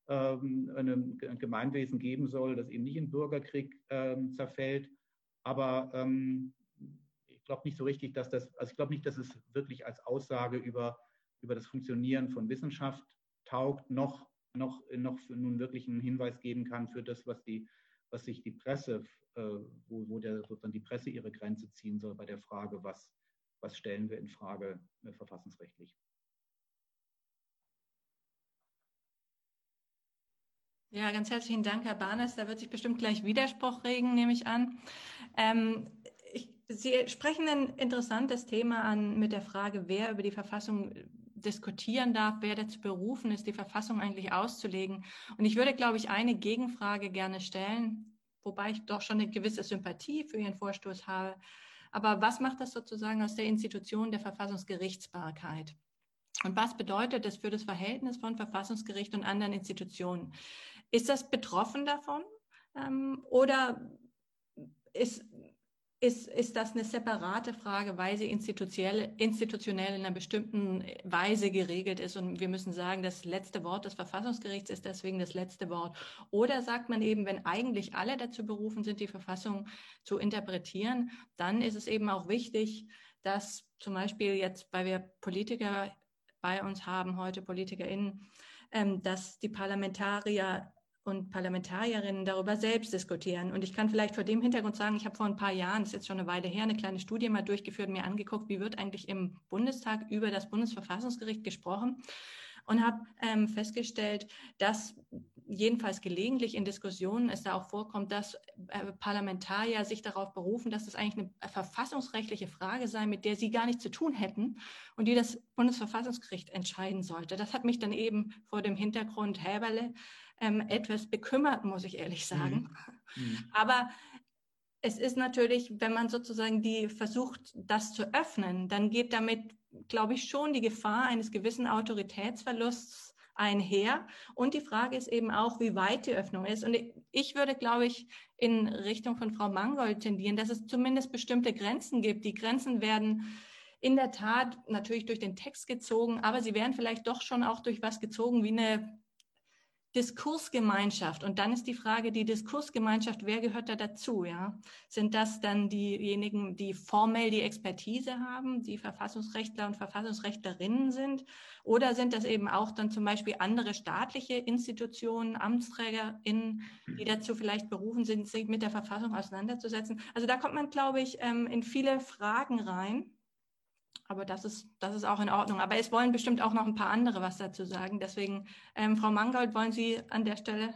ähm, ein Gemeinwesen geben soll, das eben nicht in Bürgerkrieg ähm, zerfällt. Aber ähm, ich glaube nicht so richtig, dass das, also ich glaube nicht, dass es wirklich als Aussage über, über das Funktionieren von Wissenschaft taugt, noch, noch, noch für nun wirklich einen Hinweis geben kann für das, was, die, was sich die Presse, äh, wo, wo der, sozusagen die Presse ihre Grenze ziehen soll bei der Frage, was, was stellen wir in Frage äh, verfassungsrechtlich. Ja, ganz herzlichen Dank, Herr Barnes. Da wird sich bestimmt gleich Widerspruch regen, nehme ich an. Ähm, ich, Sie sprechen ein interessantes Thema an mit der Frage, wer über die Verfassung diskutieren darf, wer dazu berufen ist, die Verfassung eigentlich auszulegen. Und ich würde, glaube ich, eine Gegenfrage gerne stellen, wobei ich doch schon eine gewisse Sympathie für Ihren Vorstoß habe. Aber was macht das sozusagen aus der Institution der Verfassungsgerichtsbarkeit? Und was bedeutet das für das Verhältnis von Verfassungsgericht und anderen Institutionen? Ist das betroffen davon? Ähm, oder ist, ist, ist das eine separate Frage, weil sie institutionell, institutionell in einer bestimmten Weise geregelt ist? Und wir müssen sagen, das letzte Wort des Verfassungsgerichts ist deswegen das letzte Wort. Oder sagt man eben, wenn eigentlich alle dazu berufen sind, die Verfassung zu interpretieren, dann ist es eben auch wichtig, dass zum Beispiel jetzt, weil wir Politiker bei uns haben, heute PolitikerInnen, ähm, dass die Parlamentarier und Parlamentarierinnen darüber selbst diskutieren. Und ich kann vielleicht vor dem Hintergrund sagen, ich habe vor ein paar Jahren, das ist jetzt schon eine Weile her, eine kleine Studie mal durchgeführt, mir angeguckt, wie wird eigentlich im Bundestag über das Bundesverfassungsgericht gesprochen und habe ähm, festgestellt, dass jedenfalls gelegentlich in Diskussionen es da auch vorkommt, dass äh, Parlamentarier sich darauf berufen, dass es eigentlich eine verfassungsrechtliche Frage sei, mit der sie gar nichts zu tun hätten und die das Bundesverfassungsgericht entscheiden sollte. Das hat mich dann eben vor dem Hintergrund Häberle ähm, etwas bekümmert, muss ich ehrlich sagen. Mhm. Aber es ist natürlich, wenn man sozusagen die versucht, das zu öffnen, dann geht damit, glaube ich, schon die Gefahr eines gewissen Autoritätsverlusts einher. Und die Frage ist eben auch, wie weit die Öffnung ist. Und ich würde, glaube ich, in Richtung von Frau Mangold tendieren, dass es zumindest bestimmte Grenzen gibt. Die Grenzen werden in der Tat natürlich durch den Text gezogen, aber sie werden vielleicht doch schon auch durch was gezogen wie eine Diskursgemeinschaft. Und dann ist die Frage, die Diskursgemeinschaft, wer gehört da dazu? Ja? Sind das dann diejenigen, die formell die Expertise haben, die Verfassungsrechtler und Verfassungsrechtlerinnen sind? Oder sind das eben auch dann zum Beispiel andere staatliche Institutionen, AmtsträgerInnen, die dazu vielleicht berufen sind, sich mit der Verfassung auseinanderzusetzen? Also da kommt man, glaube ich, in viele Fragen rein. Aber das ist, das ist auch in Ordnung. Aber es wollen bestimmt auch noch ein paar andere was dazu sagen. Deswegen, ähm, Frau Mangold, wollen Sie an der Stelle?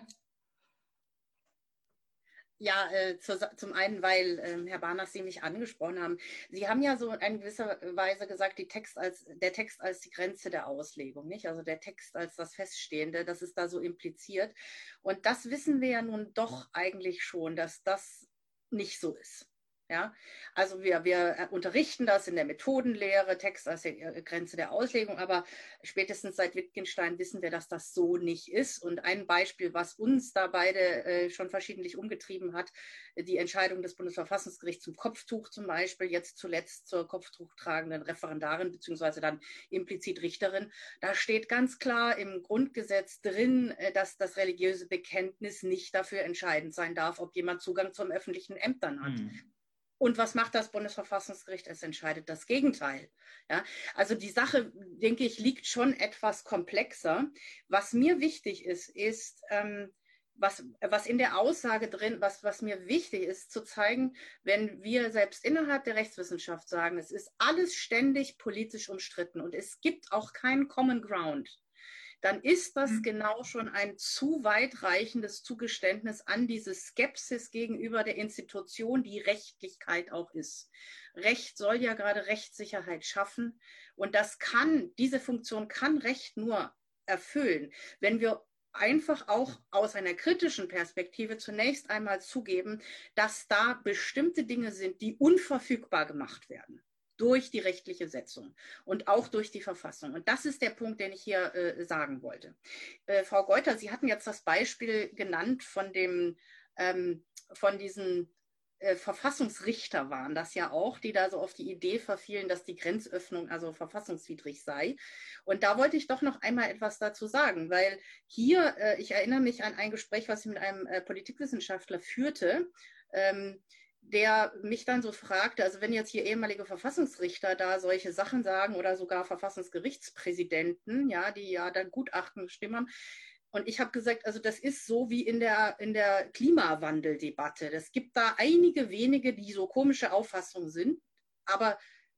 Ja, äh, zu, zum einen, weil äh, Herr Barnach Sie mich angesprochen haben. Sie haben ja so in gewisser Weise gesagt, die Text als, der Text als die Grenze der Auslegung, nicht? Also der Text als das Feststehende, das ist da so impliziert. Und das wissen wir ja nun doch eigentlich schon, dass das nicht so ist. Ja, also wir, wir unterrichten das in der Methodenlehre, Text als die Grenze der Auslegung, aber spätestens seit Wittgenstein wissen wir, dass das so nicht ist. Und ein Beispiel, was uns da beide äh, schon verschiedentlich umgetrieben hat, die Entscheidung des Bundesverfassungsgerichts zum Kopftuch zum Beispiel, jetzt zuletzt zur kopftuchtragenden Referendarin beziehungsweise dann implizit Richterin, da steht ganz klar im Grundgesetz drin, dass das religiöse Bekenntnis nicht dafür entscheidend sein darf, ob jemand Zugang zu öffentlichen Ämtern hat. Mhm. Und was macht das Bundesverfassungsgericht? Es entscheidet das Gegenteil. Ja, also die Sache, denke ich, liegt schon etwas komplexer. Was mir wichtig ist, ist, ähm, was, was in der Aussage drin, was, was mir wichtig ist, zu zeigen, wenn wir selbst innerhalb der Rechtswissenschaft sagen, es ist alles ständig politisch umstritten und es gibt auch keinen Common Ground, dann ist das mhm. genau schon ein zu weitreichendes Zugeständnis an diese Skepsis gegenüber der Institution, die Rechtlichkeit auch ist. Recht soll ja gerade Rechtssicherheit schaffen und das kann, diese Funktion kann Recht nur erfüllen, wenn wir einfach auch aus einer kritischen Perspektive zunächst einmal zugeben, dass da bestimmte Dinge sind, die unverfügbar gemacht werden. Durch die rechtliche Setzung und auch durch die Verfassung. Und das ist der Punkt, den ich hier äh, sagen wollte. Äh, Frau Geuter, Sie hatten jetzt das Beispiel genannt von dem, ähm, von diesen äh, Verfassungsrichter waren das ja auch, die da so auf die Idee verfielen, dass die Grenzöffnung also verfassungswidrig sei. Und da wollte ich doch noch einmal etwas dazu sagen, weil hier, äh, ich erinnere mich an ein Gespräch, was ich mit einem äh, Politikwissenschaftler führte, ähm, der mich dann so fragte, also wenn jetzt hier ehemalige Verfassungsrichter da solche Sachen sagen oder sogar Verfassungsgerichtspräsidenten, ja, die ja dann Gutachten bestimmt haben, und ich habe gesagt, also das ist so wie in der, in der Klimawandeldebatte. Es gibt da einige wenige, die so komische Auffassungen sind, aber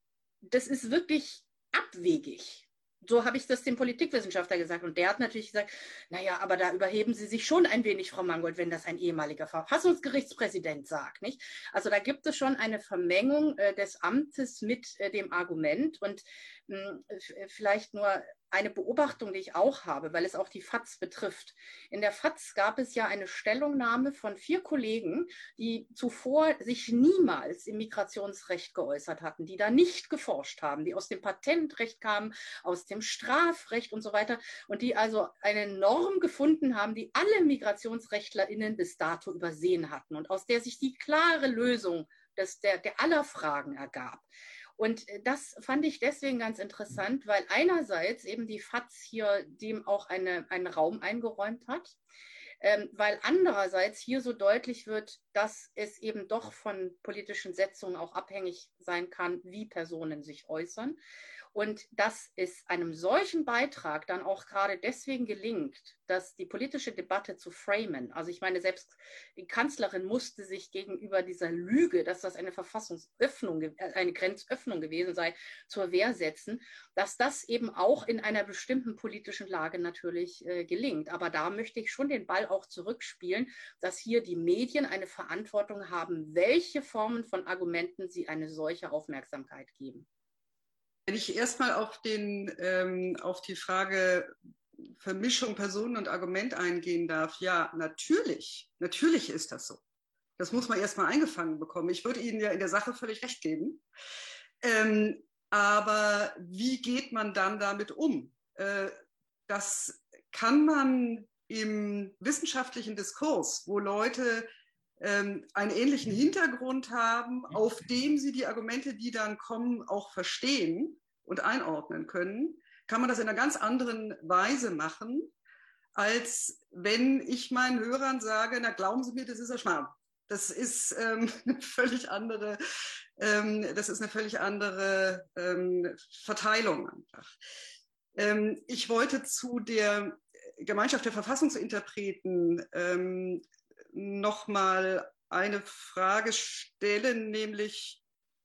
das ist wirklich abwegig. So habe ich das dem Politikwissenschaftler gesagt. Und der hat natürlich gesagt, naja, aber da überheben Sie sich schon ein wenig, Frau Mangold, wenn das ein ehemaliger Verfassungsgerichtspräsident sagt, nicht? Also da gibt es schon eine Vermengung äh, des Amtes mit äh, dem Argument. Und mh, vielleicht nur eine Beobachtung, die ich auch habe, weil es auch die F A Z betrifft. In der F A Z gab es ja eine Stellungnahme von vier Kollegen, die zuvor sich niemals im Migrationsrecht geäußert hatten, die da nicht geforscht haben, die aus dem Patentrecht kamen, aus dem Strafrecht und so weiter und die also eine Norm gefunden haben, die alle MigrationsrechtlerInnen bis dato übersehen hatten und aus der sich die klare Lösung des, der, der aller Fragen ergab. Und das fand ich deswegen ganz interessant, weil einerseits eben die F A Z hier dem auch eine, einen Raum eingeräumt hat, ähm, weil andererseits hier so deutlich wird, dass es eben doch von politischen Setzungen auch abhängig sein kann, wie Personen sich äußern. Und dass es einem solchen Beitrag dann auch gerade deswegen gelingt, dass die politische Debatte zu framen, also ich meine, selbst die Kanzlerin musste sich gegenüber dieser Lüge, dass das eine Verfassungsöffnung, eine Grenzöffnung gewesen sei, zur Wehr setzen, dass das eben auch in einer bestimmten politischen Lage natürlich äh, gelingt. Aber da möchte ich schon den Ball auch zurückspielen, dass hier die Medien eine Verantwortung haben, welche Formen von Argumenten sie eine solche Aufmerksamkeit geben. Wenn ich erstmal auf, den, ähm, auf die Frage Vermischung Personen und Argument eingehen darf, ja, natürlich, natürlich ist das so. Das muss man erstmal eingefangen bekommen. Ich würde Ihnen ja in der Sache völlig recht geben. Ähm, aber wie geht man dann damit um? Äh, das kann man im wissenschaftlichen Diskurs, wo Leute ähm, einen ähnlichen Hintergrund haben, auf dem sie die Argumente, die dann kommen, auch verstehen und einordnen können, kann man das in einer ganz anderen Weise machen, als wenn ich meinen Hörern sage, na glauben Sie mir, das ist ein Schmarrn. Das ist ähm, eine völlig andere, ähm, das ist eine völlig andere ähm, Verteilung einfach. Ähm, ich wollte zu der Gemeinschaft der Verfassungsinterpreten ähm, nochmal eine Frage stellen, nämlich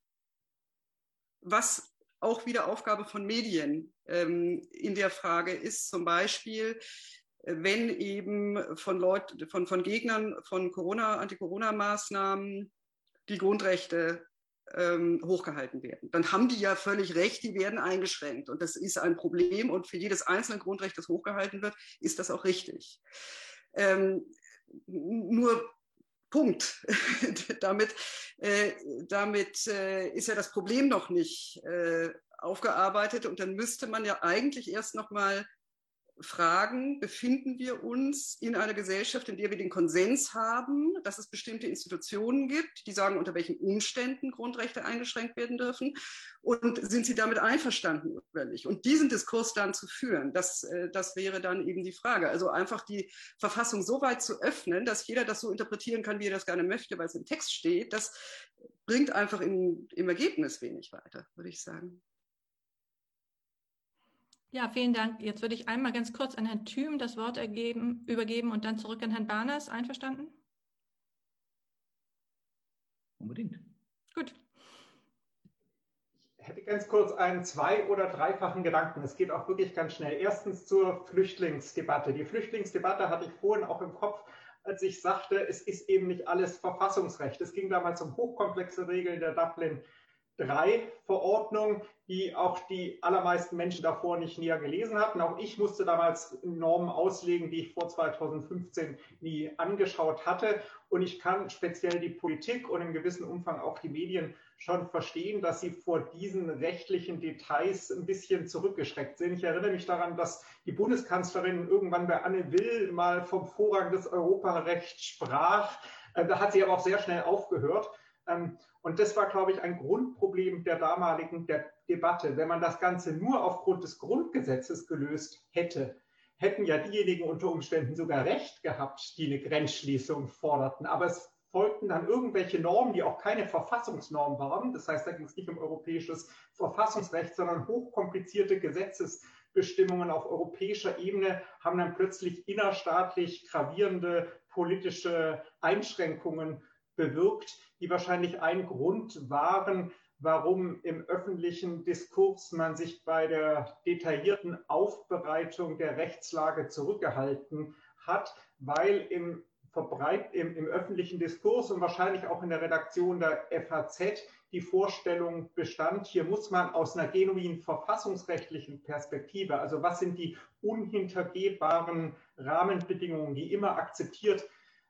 was auch wieder Aufgabe von Medien ähm, in der Frage ist, zum Beispiel, wenn eben von Leuten, von, von Gegnern von Corona, Anti-Corona-Maßnahmen die Grundrechte ähm, hochgehalten werden. Dann haben die ja völlig recht, die werden eingeschränkt. Und das ist ein Problem. Und für jedes einzelne Grundrecht, das hochgehalten wird, ist das auch richtig. Ähm, nur Punkt. damit äh, damit äh, ist ja das Problem noch nicht äh, aufgearbeitet. Und dann müsste man ja eigentlich erst noch mal fragen, befinden wir uns in einer Gesellschaft, in der wir den Konsens haben, dass es bestimmte Institutionen gibt, die sagen, unter welchen Umständen Grundrechte eingeschränkt werden dürfen, und sind sie damit einverstanden oder nicht? Und diesen Diskurs dann zu führen, das, das wäre dann eben die Frage. Also einfach die Verfassung so weit zu öffnen, dass jeder das so interpretieren kann, wie er das gerne möchte, weil es im Text steht, das bringt einfach im, im Ergebnis wenig weiter, würde ich sagen. Ja, vielen Dank. Jetzt würde ich einmal ganz kurz an Herrn Thüm das Wort ergeben, übergeben und dann zurück an Herrn Barners. Einverstanden? Unbedingt. Gut. Ich hätte ganz kurz einen zwei- oder dreifachen Gedanken. Es geht auch wirklich ganz schnell. Erstens zur Flüchtlingsdebatte. Die Flüchtlingsdebatte hatte ich vorhin auch im Kopf, als ich sagte, es ist eben nicht alles Verfassungsrecht. Es ging damals um hochkomplexe Regeln der Dublin drei Verordnung, die auch die allermeisten Menschen davor nicht näher gelesen hatten. Auch ich musste damals Normen auslegen, die ich vor zweitausendfünfzehn nie angeschaut hatte. Und ich kann speziell die Politik und in gewissem Umfang auch die Medien schon verstehen, dass sie vor diesen rechtlichen Details ein bisschen zurückgeschreckt sind. Ich erinnere mich daran, dass die Bundeskanzlerin irgendwann bei Anne Will mal vom Vorrang des Europarechts sprach. Da hat sie aber auch sehr schnell aufgehört. Und das war, glaube ich, ein Grundproblem der damaligen der Debatte. Wenn man das Ganze nur aufgrund des Grundgesetzes gelöst hätte, hätten ja diejenigen unter Umständen sogar recht gehabt, die eine Grenzschließung forderten. Aber es folgten dann irgendwelche Normen, die auch keine Verfassungsnorm waren. Das heißt, da ging es nicht um europäisches Verfassungsrecht, sondern hochkomplizierte Gesetzesbestimmungen auf europäischer Ebene haben dann plötzlich innerstaatlich gravierende politische Einschränkungen bewirkt, die wahrscheinlich ein Grund waren, warum im öffentlichen Diskurs man sich bei der detaillierten Aufbereitung der Rechtslage zurückgehalten hat, weil im, Verbreit, im, im öffentlichen Diskurs und wahrscheinlich auch in der Redaktion der F A Z die Vorstellung bestand, hier muss man aus einer genuinen verfassungsrechtlichen Perspektive, also was sind die unhintergehbaren Rahmenbedingungen, die immer akzeptiert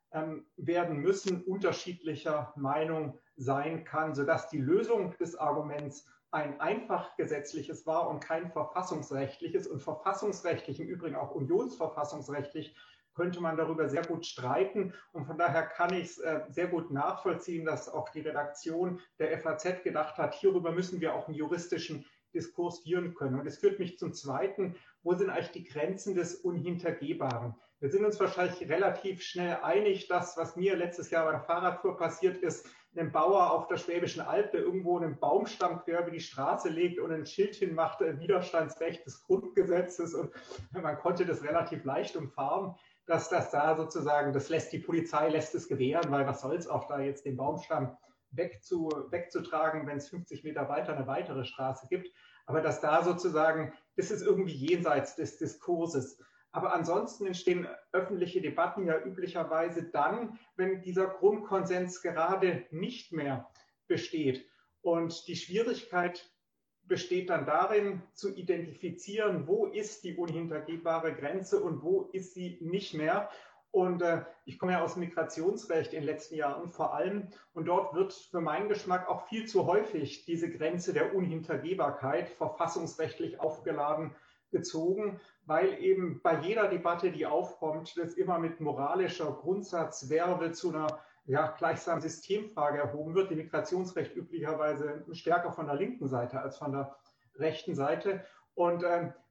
werden müssen, unterschiedlicher Meinung sein kann, sodass die Lösung des Arguments ein einfach gesetzliches war und kein verfassungsrechtliches. Und verfassungsrechtlich, im Übrigen auch unionsverfassungsrechtlich, könnte man darüber sehr gut streiten. Und von daher kann ich es sehr gut nachvollziehen, dass auch die Redaktion der F A Z gedacht hat, hierüber müssen wir auch einen juristischen Diskurs führen können. Und es führt mich zum Zweiten, wo sind eigentlich die Grenzen des Unhintergehbaren? Wir sind uns wahrscheinlich relativ schnell einig, dass, was mir letztes Jahr bei der Fahrradtour passiert ist, ein Bauer auf der Schwäbischen Alb, der irgendwo einen Baumstamm quer über die Straße legt und ein Schild hinmacht, Widerstandsrecht des Grundgesetzes, und man konnte das relativ leicht umfahren, dass das da sozusagen, das lässt die Polizei, lässt es gewähren, weil was soll es auch da jetzt den Baumstamm wegzu, wegzutragen, wenn es fünfzig Meter weiter eine weitere Straße gibt. Aber dass da sozusagen, das ist irgendwie jenseits des Diskurses. Aber ansonsten entstehen öffentliche Debatten ja üblicherweise dann, wenn dieser Grundkonsens gerade nicht mehr besteht. Und die Schwierigkeit besteht dann darin, zu identifizieren, wo ist die unhintergehbare Grenze und wo ist sie nicht mehr. Und äh, ich komme ja aus dem Migrationsrecht in den letzten Jahren vor allem. Und dort wird für meinen Geschmack auch viel zu häufig diese Grenze der Unhintergehbarkeit verfassungsrechtlich aufgeladen gezogen, weil eben bei jeder Debatte, die aufkommt, das immer mit moralischer Grundsatzverve zu einer ja, gleichsam Systemfrage erhoben wird. Die Migrationsrecht üblicherweise stärker von der linken Seite als von der rechten Seite. Und ähm,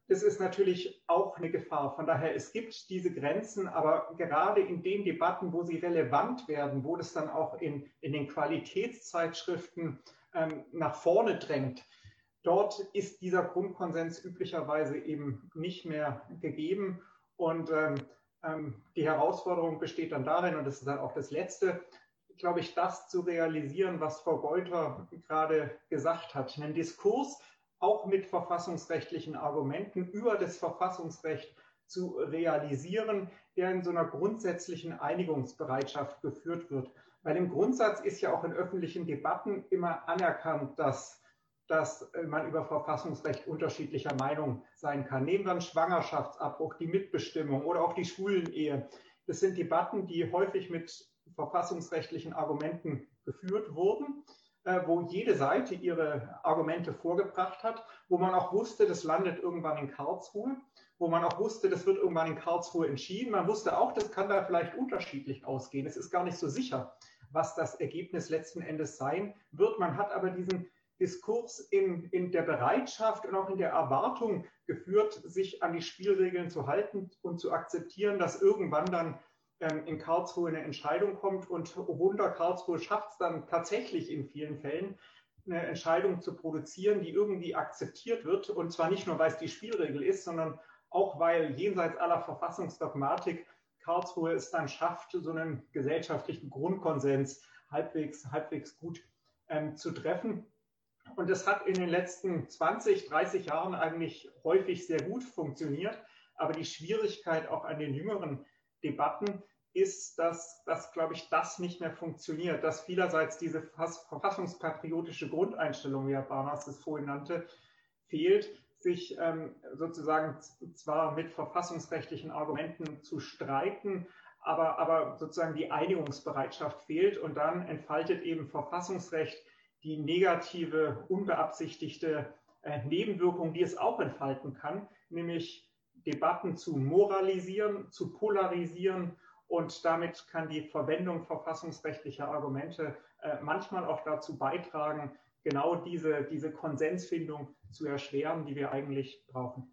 das ist natürlich auch eine Gefahr. Von daher, es gibt diese Grenzen, aber gerade in den Debatten, wo sie relevant werden, wo das dann auch in, in den Qualitätszeitschriften ähm, nach vorne drängt, dort ist dieser Grundkonsens üblicherweise eben nicht mehr gegeben. Und ähm, ähm, die Herausforderung besteht dann darin, und das ist dann auch das Letzte, glaube ich, das zu realisieren, was Frau Geuter gerade gesagt hat. Einen Diskurs auch mit verfassungsrechtlichen Argumenten über das Verfassungsrecht zu realisieren, der in so einer grundsätzlichen Einigungsbereitschaft geführt wird. Weil im Grundsatz ist ja auch in öffentlichen Debatten immer anerkannt, dass, dass man über Verfassungsrecht unterschiedlicher Meinung sein kann. Nehmen wir einen Schwangerschaftsabbruch, die Mitbestimmung oder auch die Schwulenehe. Das sind Debatten, die häufig mit verfassungsrechtlichen Argumenten geführt wurden, wo jede Seite ihre Argumente vorgebracht hat, wo man auch wusste, das landet irgendwann in Karlsruhe, wo man auch wusste, das wird irgendwann in Karlsruhe entschieden. Man wusste auch, das kann da vielleicht unterschiedlich ausgehen. Es ist gar nicht so sicher, was das Ergebnis letzten Endes sein wird. Man hat aber diesen Diskurs in, in der Bereitschaft und auch in der Erwartung geführt, sich an die Spielregeln zu halten und zu akzeptieren, dass irgendwann dann in Karlsruhe eine Entscheidung kommt und oh Wunder, Karlsruhe schafft es dann tatsächlich in vielen Fällen, eine Entscheidung zu produzieren, die irgendwie akzeptiert wird, und zwar nicht nur, weil es die Spielregel ist, sondern auch, weil jenseits aller Verfassungsdogmatik Karlsruhe es dann schafft, so einen gesellschaftlichen Grundkonsens halbwegs, halbwegs gut ähm, zu treffen. Und das hat in den letzten zwanzig, dreißig Jahren eigentlich häufig sehr gut funktioniert, aber die Schwierigkeit auch an den jüngeren Debatten ist, dass, dass, glaube ich, das nicht mehr funktioniert, dass vielerseits diese verfassungspatriotische Grundeinstellung, wie Herr Barnas es vorhin nannte, fehlt, sich ähm, sozusagen zwar mit verfassungsrechtlichen Argumenten zu streiten, aber, aber sozusagen die Einigungsbereitschaft fehlt, und dann entfaltet eben Verfassungsrecht die negative, unbeabsichtigte äh, Nebenwirkung, die es auch entfalten kann, nämlich Debatten zu moralisieren, zu polarisieren, und damit kann die Verwendung verfassungsrechtlicher Argumente äh, manchmal auch dazu beitragen, genau diese, diese Konsensfindung zu erschweren, die wir eigentlich brauchen.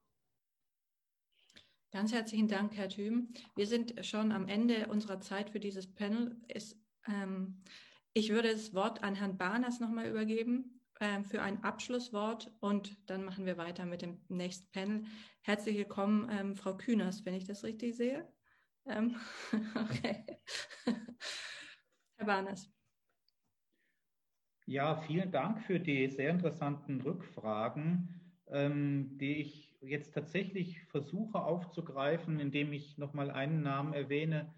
Ganz herzlichen Dank, Herr Thüm. Wir sind schon am Ende unserer Zeit für dieses Panel. Es, ähm, ich würde das Wort an Herrn Barnas nochmal übergeben für ein Abschlusswort, und dann machen wir weiter mit dem nächsten Panel. Herzlich willkommen, ähm, Frau Künast, wenn ich das richtig sehe. Ähm, okay. Herr Barnas. Ja, vielen Dank für die sehr interessanten Rückfragen, ähm, die ich jetzt tatsächlich versuche aufzugreifen, indem ich nochmal einen Namen erwähne,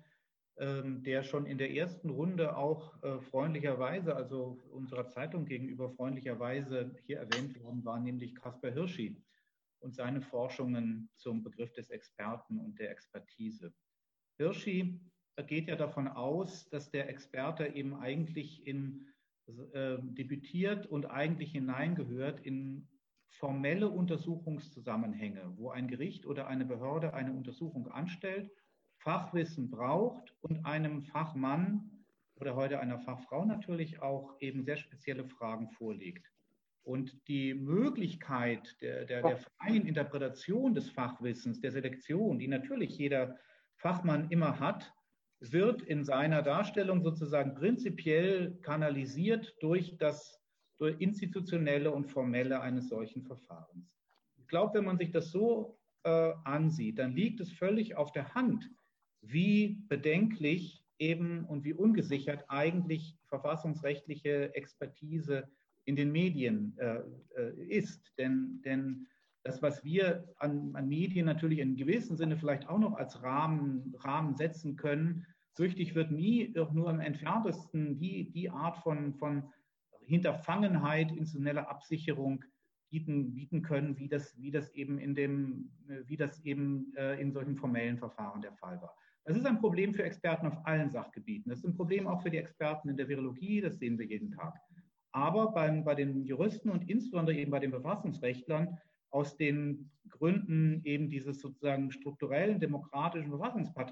der schon in der ersten Runde auch äh, freundlicherweise, also unserer Zeitung gegenüber freundlicherweise hier erwähnt worden war, nämlich Kaspar Hirschi und seine Forschungen zum Begriff des Experten und der Expertise. Hirschi geht ja davon aus, dass der Experte eben eigentlich in, äh, debütiert und eigentlich hineingehört in formelle Untersuchungszusammenhänge, wo ein Gericht oder eine Behörde eine Untersuchung anstellt, Fachwissen braucht und einem Fachmann oder heute einer Fachfrau natürlich auch eben sehr spezielle Fragen vorlegt. Und die Möglichkeit der, der, der freien Interpretation des Fachwissens, der Selektion, die natürlich jeder Fachmann immer hat, wird in seiner Darstellung sozusagen prinzipiell kanalisiert durch das durch institutionelle und formelle eines solchen Verfahrens. Ich glaube, wenn man sich das so äh, ansieht, dann liegt es völlig auf der Hand, wie bedenklich eben und wie ungesichert eigentlich verfassungsrechtliche Expertise in den Medien äh, ist. Denn, denn das, was wir an, an Medien natürlich in gewissem Sinne vielleicht auch noch als Rahmen, Rahmen setzen können, fürchte ich, wird nie auch nur im entferntesten die, die Art von, von Hinterfangenheit, institutioneller Absicherung bieten, bieten können, wie das, wie das eben in dem, wie das eben äh, in solchen formellen Verfahren der Fall war. Das ist ein Problem für Experten auf allen Sachgebieten. Das ist ein Problem auch für die Experten in der Virologie, das sehen wir jeden Tag. Aber beim, bei den Juristen und insbesondere eben bei den Verfassungsrechtlern aus den Gründen eben dieses sozusagen strukturellen demokratischen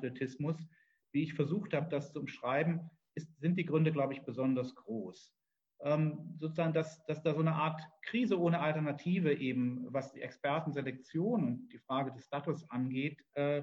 Verfassungspatriotismus, wie ich versucht habe, das zu umschreiben, ist, sind die Gründe, glaube ich, besonders groß. ähm, sozusagen, dass, dass da so eine Art Krise ohne Alternative eben, was die Expertenselektion und die Frage des Status angeht, äh,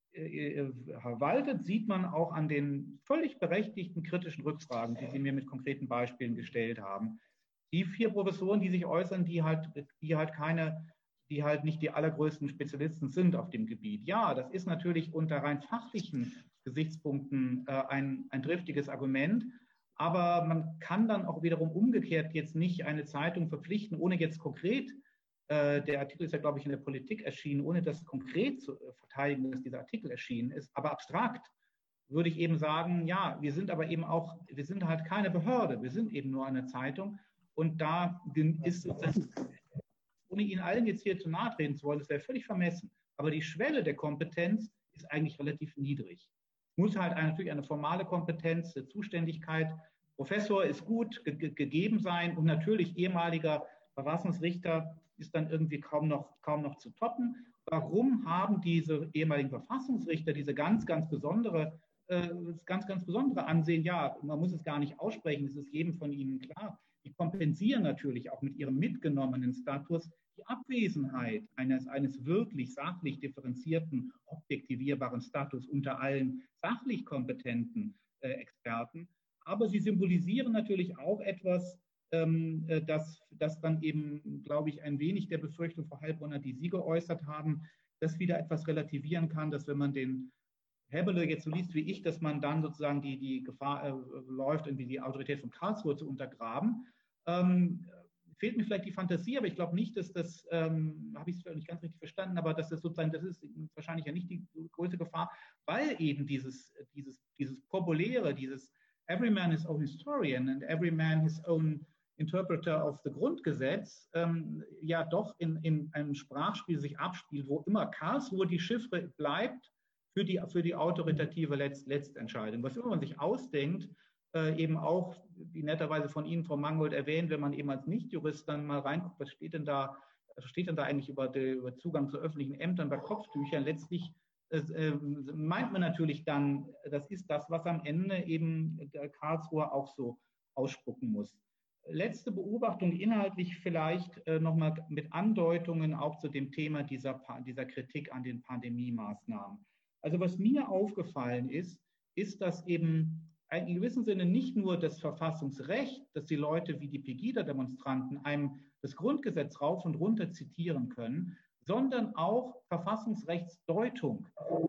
äh, waltet, sieht man auch an den völlig berechtigten kritischen Rückfragen, die Sie mir mit konkreten Beispielen gestellt haben. Die vier Professoren, die sich äußern, die halt, die halt keine, die halt nicht die allergrößten Spezialisten sind auf dem Gebiet. Ja, das ist natürlich unter rein fachlichen Gesichtspunkten äh, ein, ein triftiges Argument. Aber man kann dann auch wiederum umgekehrt jetzt nicht eine Zeitung verpflichten, ohne jetzt konkret, äh, der Artikel ist ja, glaube ich, in der Politik erschienen, ohne das konkret zu äh, verteidigen, dass dieser Artikel erschienen ist. Aber abstrakt würde ich eben sagen, ja, wir sind aber eben auch, wir sind halt keine Behörde, wir sind eben nur eine Zeitung. Und da ist sozusagen, ohne Ihnen allen jetzt hier zu nahe treten zu wollen, das wäre völlig vermessen. Aber die Schwelle der Kompetenz ist eigentlich relativ niedrig. Es muss halt natürlich eine formale Kompetenz, eine Zuständigkeit, Professor ist gut ge gegeben sein und natürlich ehemaliger Verfassungsrichter ist dann irgendwie kaum noch, kaum noch zu toppen. Warum haben diese ehemaligen Verfassungsrichter diese ganz, ganz besondere, äh, ganz, ganz besondere Ansehen? Ja, man muss es gar nicht aussprechen, es ist jedem von Ihnen klar. Die kompensieren natürlich auch mit ihrem mitgenommenen Status die Abwesenheit eines, eines wirklich sachlich differenzierten, objektivierbaren Status unter allen sachlich kompetenten äh, Experten. Aber sie symbolisieren natürlich auch etwas, ähm, das, das dann eben, glaube ich, ein wenig der Befürchtung Frau Heilbronner, die Sie geäußert haben, das wieder etwas relativieren kann, dass wenn man den Häberle jetzt so liest wie ich, dass man dann sozusagen die, die Gefahr äh, läuft, irgendwie die Autorität von Karlsruhe zu untergraben. Ähm, fehlt mir vielleicht die Fantasie, aber ich glaube nicht, dass das, ähm, habe ich es nicht ganz richtig verstanden, aber dass das sozusagen, das ist wahrscheinlich ja nicht die größte Gefahr, weil eben dieses, dieses, dieses populäre, dieses Every man his own historian and every man his own interpreter of the Grundgesetz ähm, ja doch in, in einem Sprachspiel sich abspielt, wo immer Karlsruhe die Chiffre bleibt für die, für die autoritative Letzt, Letztentscheidung. Was immer man sich ausdenkt, äh, eben auch, wie netterweise von Ihnen, Frau Mangold, erwähnt, wenn man eben als Nichtjurist dann mal reinguckt, was steht denn da, was steht denn da eigentlich über, die, über Zugang zu öffentlichen Ämtern bei Kopftüchern? Letztlich äh, meint man natürlich dann, das ist das, was am Ende eben der Karlsruhe auch so ausspucken muss. Letzte Beobachtung inhaltlich vielleicht äh, nochmal mit Andeutungen auch zu dem Thema dieser, dieser Kritik an den Pandemie-Maßnahmen. Also was mir aufgefallen ist, ist, dass eben in gewissem Sinne nicht nur das Verfassungsrecht, dass die Leute wie die Pegida-Demonstranten einem das Grundgesetz rauf und runter zitieren können, sondern auch Verfassungsrechtsdeutung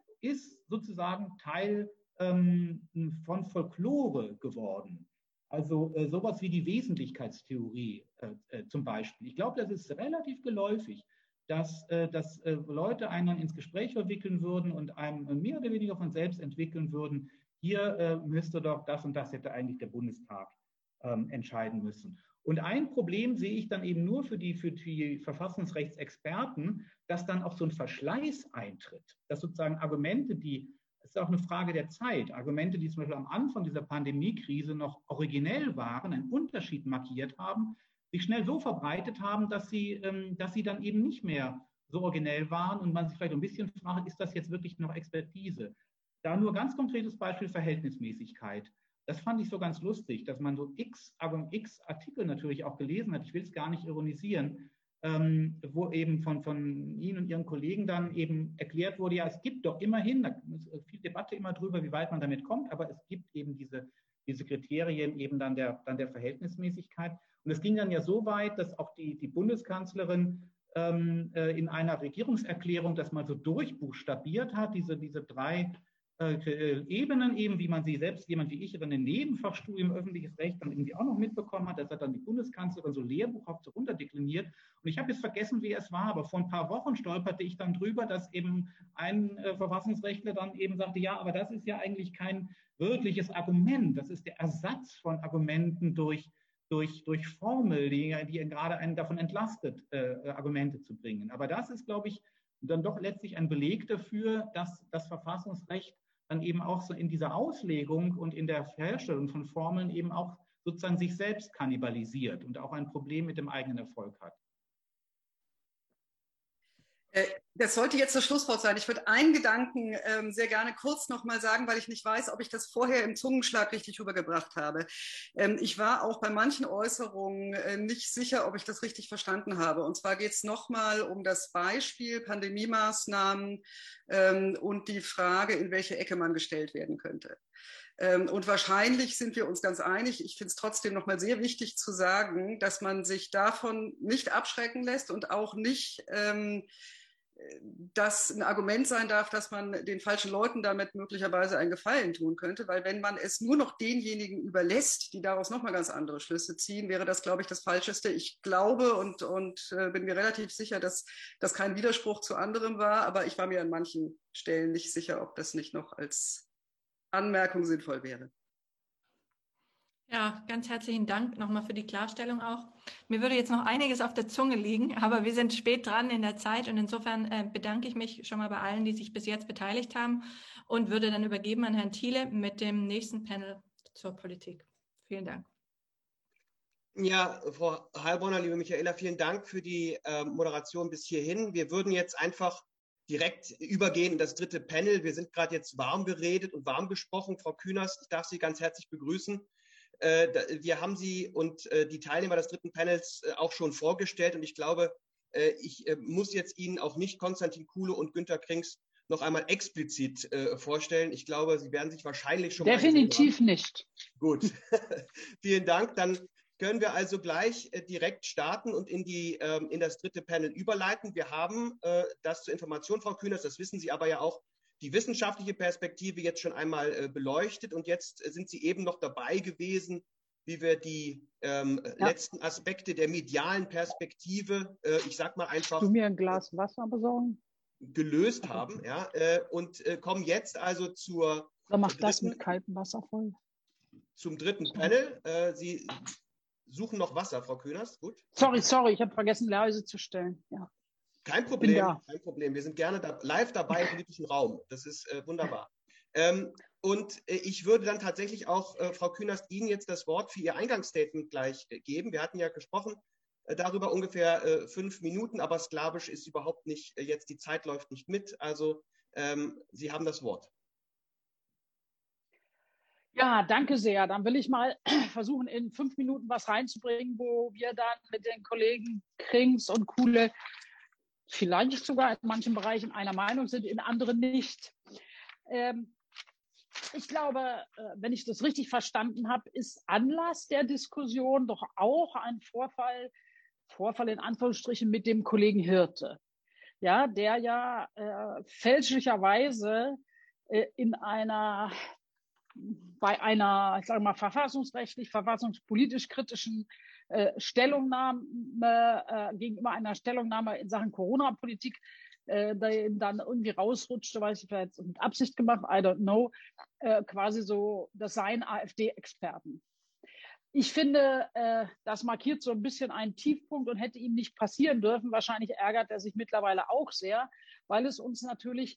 ist sozusagen Teil ähm, von Folklore geworden. Also äh, sowas wie die Wesentlichkeitstheorie äh, äh, zum Beispiel. Ich glaube, das ist relativ geläufig, dass, äh, dass äh, Leute einen dann ins Gespräch verwickeln würden und einem mehr oder weniger von selbst entwickeln würden, hier äh, müsste doch das und das hätte eigentlich der Bundestag ähm, entscheiden müssen. Und ein Problem sehe ich dann eben nur für die, für die Verfassungsrechtsexperten, dass dann auch so ein Verschleiß eintritt, dass sozusagen Argumente, die, es ist auch eine Frage der Zeit, Argumente, die zum Beispiel am Anfang dieser Pandemiekrise noch originell waren, einen Unterschied markiert haben, sich schnell so verbreitet haben, dass sie, ähm, dass sie dann eben nicht mehr so originell waren und man sich vielleicht ein bisschen fragt, ist das jetzt wirklich noch Expertise? Da nur ganz konkretes Beispiel Verhältnismäßigkeit. Das fand ich so ganz lustig, dass man so x, x Artikel natürlich auch gelesen hat, ich will es gar nicht ironisieren, ähm, wo eben von, von Ihnen und Ihren Kollegen dann eben erklärt wurde, ja, es gibt doch immerhin, da ist viel Debatte immer drüber, wie weit man damit kommt, aber es gibt eben diese, diese Kriterien eben dann der, dann der Verhältnismäßigkeit. Und es ging dann ja so weit, dass auch die, die Bundeskanzlerin ähm, äh, in einer Regierungserklärung das mal so durchbuchstabiert hat, diese, diese drei Äh, Ebenen eben, wie man sie selbst, jemand wie ich, dann ein Nebenfachstudium öffentliches Recht dann irgendwie auch noch mitbekommen hat. Das hat dann die Bundeskanzlerin so lehrbuchhaft so runterdekliniert. Und ich habe jetzt vergessen, wie es war, aber vor ein paar Wochen stolperte ich dann drüber, dass eben ein äh, Verfassungsrechtler dann eben sagte, ja, aber das ist ja eigentlich kein wirkliches Argument. Das ist der Ersatz von Argumenten durch, durch, durch Formel, die, die gerade einen davon entlastet, äh, Argumente zu bringen. Aber das ist, glaube ich, dann doch letztlich ein Beleg dafür, dass das Verfassungsrecht dann eben auch so in dieser Auslegung und in der Herstellung von Formeln eben auch sozusagen sich selbst kannibalisiert und auch ein Problem mit dem eigenen Erfolg hat. Das sollte jetzt das Schlusswort sein. Ich würde einen Gedanken ähm, sehr gerne kurz nochmal sagen, weil ich nicht weiß, ob ich das vorher im Zungenschlag richtig rübergebracht habe. Ähm, ich war auch bei manchen Äußerungen äh, nicht sicher, ob ich das richtig verstanden habe. Und zwar geht es nochmal um das Beispiel Pandemie-Maßnahmen ähm, und die Frage, in welche Ecke man gestellt werden könnte. Ähm, und wahrscheinlich sind wir uns ganz einig. Ich finde es trotzdem nochmal sehr wichtig zu sagen, dass man sich davon nicht abschrecken lässt und auch nicht ähm, das ein Argument sein darf, dass man den falschen Leuten damit möglicherweise einen Gefallen tun könnte, weil wenn man es nur noch denjenigen überlässt, die daraus nochmal ganz andere Schlüsse ziehen, wäre das, glaube ich, das Falscheste. Ich glaube und, und äh, bin mir relativ sicher, dass das kein Widerspruch zu anderem war, aber ich war mir an manchen Stellen nicht sicher, ob das nicht noch als Anmerkung sinnvoll wäre. Ja, ganz herzlichen Dank nochmal für die Klarstellung auch. Mir würde jetzt noch einiges auf der Zunge liegen, aber wir sind spät dran in der Zeit und insofern äh, bedanke ich mich schon mal bei allen, die sich bis jetzt beteiligt haben und würde dann übergeben an Herrn Thiele mit dem nächsten Panel zur Politik. Vielen Dank. Ja, Frau Heilbronner, liebe Michaela, vielen Dank für die äh, Moderation bis hierhin. Wir würden jetzt einfach direkt übergehen in das dritte Panel. Wir sind gerade jetzt warm geredet und warm gesprochen. Frau Künast, ich darf Sie ganz herzlich begrüßen. Wir haben Sie und die Teilnehmer des dritten Panels auch schon vorgestellt und ich glaube, ich muss jetzt Ihnen auch nicht Konstantin Kuhle und Günter Krings noch einmal explizit vorstellen. Ich glaube, Sie werden sich wahrscheinlich schon definitiv mal nicht. Gut, vielen Dank. Dann können wir also gleich direkt starten und in, die, in das dritte Panel überleiten. Wir haben das zur Information, Frau Künast, das wissen Sie aber ja auch, die wissenschaftliche Perspektive jetzt schon einmal äh, beleuchtet und jetzt äh, sind Sie eben noch dabei gewesen, wie wir die ähm, ja. letzten Aspekte der medialen Perspektive, äh, ich sag mal einfach, du mir ein Glas Wasser besorgen? gelöst haben, ja, äh, und äh, kommen jetzt also zur Oder macht das mit kaltem Wasser voll? Zum dritten Panel. Äh, Sie suchen noch Wasser, Frau Künast, gut? Sorry, sorry, ich habe vergessen, leise zu stellen. Ja. Kein Problem, kein Problem. Wir sind gerne da, live dabei im politischen Raum. Das ist äh, wunderbar. Ähm, und äh, ich würde dann tatsächlich auch, äh, Frau Künast, Ihnen jetzt das Wort für Ihr Eingangsstatement gleich äh, geben. Wir hatten ja gesprochen äh, darüber ungefähr äh, fünf Minuten, aber sklavisch ist überhaupt nicht, äh, jetzt die Zeit läuft nicht mit. Also ähm, Sie haben das Wort. Ja, danke sehr. Dann will ich mal versuchen, in fünf Minuten was reinzubringen, wo wir dann mit den Kollegen Krings und Kuhle vielleicht sogar in manchen Bereichen einer Meinung sind, in anderen nicht. Ähm, ich glaube, wenn ich das richtig verstanden habe, ist Anlass der Diskussion doch auch ein Vorfall, Vorfall in Anführungsstrichen mit dem Kollegen Hirte, ja, der ja äh, fälschlicherweise äh, in einer bei einer, ich sage mal, verfassungsrechtlich, verfassungspolitisch kritischen äh, Stellungnahme äh, gegenüber einer Stellungnahme in Sachen Corona-Politik äh, dann irgendwie rausrutschte, weiß ich, vielleicht mit Absicht gemacht, I don't know, äh, quasi so, das seien AfD-Experten. Ich finde, äh, das markiert so ein bisschen einen Tiefpunkt und hätte ihm nicht passieren dürfen. Wahrscheinlich ärgert er sich mittlerweile auch sehr, weil es uns natürlich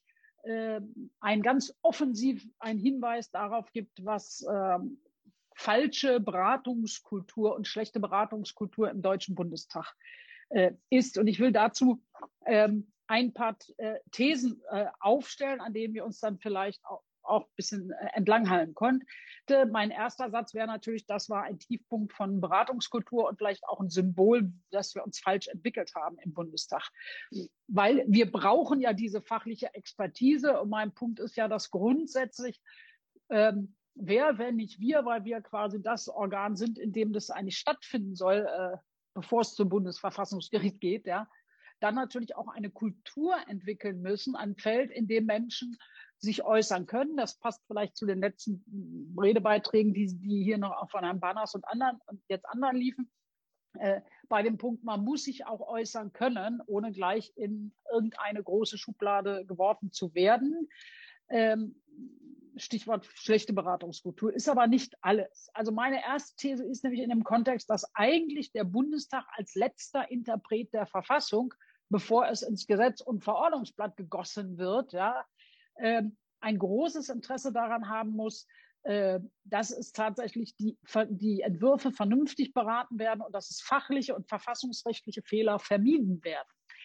ein ganz offensiv ein Hinweis darauf gibt, was ähm, falsche Beratungskultur und schlechte Beratungskultur im Deutschen Bundestag äh, ist. Und ich will dazu ähm, ein paar äh, Thesen äh, aufstellen, an denen wir uns dann vielleicht auch, auch ein bisschen äh, entlanghalten konnten. Mein erster Satz wäre natürlich, das war ein Tiefpunkt von Beratungskultur und vielleicht auch ein Symbol, dass wir uns falsch entwickelt haben im Bundestag. Weil wir brauchen ja diese fachliche Expertise. Und mein Punkt ist ja, dass grundsätzlich, ähm, wer, wenn nicht wir, weil wir quasi das Organ sind, in dem das eigentlich stattfinden soll, äh, bevor es zum Bundesverfassungsgericht geht, ja, dann natürlich auch eine Kultur entwickeln müssen, ein Feld, in dem Menschen sich äußern können. Das passt vielleicht zu den letzten Redebeiträgen, die, die hier noch auch von Herrn Banners und anderen und jetzt anderen liefen. Äh, bei dem Punkt, man muss sich auch äußern können, ohne gleich in irgendeine große Schublade geworfen zu werden. Ähm, Stichwort schlechte Beratungskultur, ist aber nicht alles. Also meine erste These ist nämlich in dem Kontext, dass eigentlich der Bundestag als letzter Interpret der Verfassung, bevor es ins Gesetz- und Verordnungsblatt gegossen wird, ja, äh, ein großes Interesse daran haben muss, äh, dass es tatsächlich die, die Entwürfe vernünftig beraten werden und dass es fachliche und verfassungsrechtliche Fehler vermieden werden.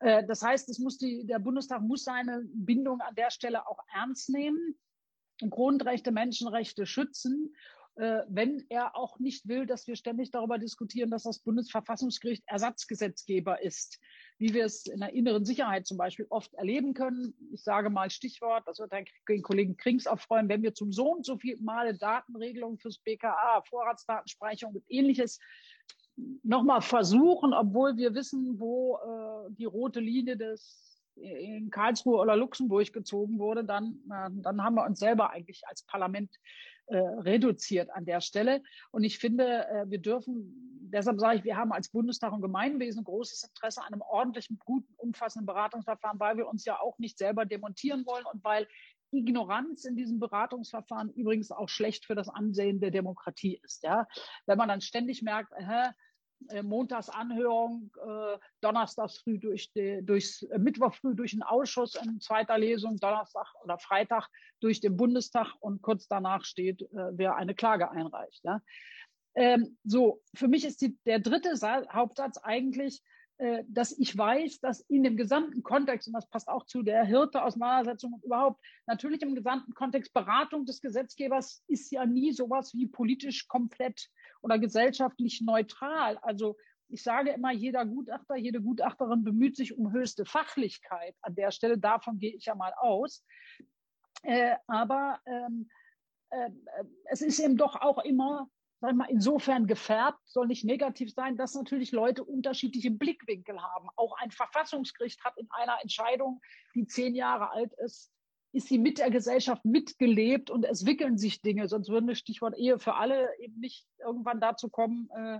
Äh, das heißt, es muss die, der Bundestag muss seine Bindung an der Stelle auch ernst nehmen, Grundrechte, Menschenrechte schützen, äh, wenn er auch nicht will, dass wir ständig darüber diskutieren, dass das Bundesverfassungsgericht Ersatzgesetzgeber ist, wie wir es in der inneren Sicherheit zum Beispiel oft erleben können. Ich sage mal Stichwort, das wird den Kollegen Krings auch freuen, wenn wir zum so und so viel Male Datenregelungen fürs B K A, Vorratsdatenspeicherung und Ähnliches nochmal versuchen, obwohl wir wissen, wo äh, die rote Linie des in Karlsruhe oder Luxemburg gezogen wurde, dann, äh, dann haben wir uns selber eigentlich als Parlament äh, reduziert an der Stelle. Und ich finde, äh, wir dürfen, deshalb sage ich, wir haben als Bundestag und Gemeinwesen großes Interesse an einem ordentlichen, guten, umfassenden Beratungsverfahren, weil wir uns ja auch nicht selber demontieren wollen und weil Ignoranz in diesem Beratungsverfahren übrigens auch schlecht für das Ansehen der Demokratie ist. Ja? Wenn man dann ständig merkt, äh, Montagsanhörung, äh, Donnerstags früh durch die, durchs äh, Mittwoch früh durch den Ausschuss in zweiter Lesung, Donnerstag oder Freitag durch den Bundestag und kurz danach steht, äh, wer eine Klage einreicht. Ja? Ähm, so, für mich ist die, der dritte Sa- Hauptsatz eigentlich, äh, dass ich weiß, dass in dem gesamten Kontext, und das passt auch zu der Hirte-Auseinandersetzung und überhaupt, natürlich im gesamten Kontext Beratung des Gesetzgebers ist ja nie sowas wie politisch komplett oder gesellschaftlich neutral. Also ich sage immer, jeder Gutachter, jede Gutachterin bemüht sich um höchste Fachlichkeit. An der Stelle, davon gehe ich ja mal aus. Äh, aber ähm, äh, es ist eben doch auch immer, sag ich mal, insofern gefärbt, soll nicht negativ sein, dass natürlich Leute unterschiedliche Blickwinkel haben. Auch ein Verfassungsgericht hat in einer Entscheidung, die zehn Jahre alt ist, ist sie mit der Gesellschaft mitgelebt und es wickeln sich Dinge. Sonst würde das Stichwort Ehe für alle eben nicht irgendwann dazu kommen, äh,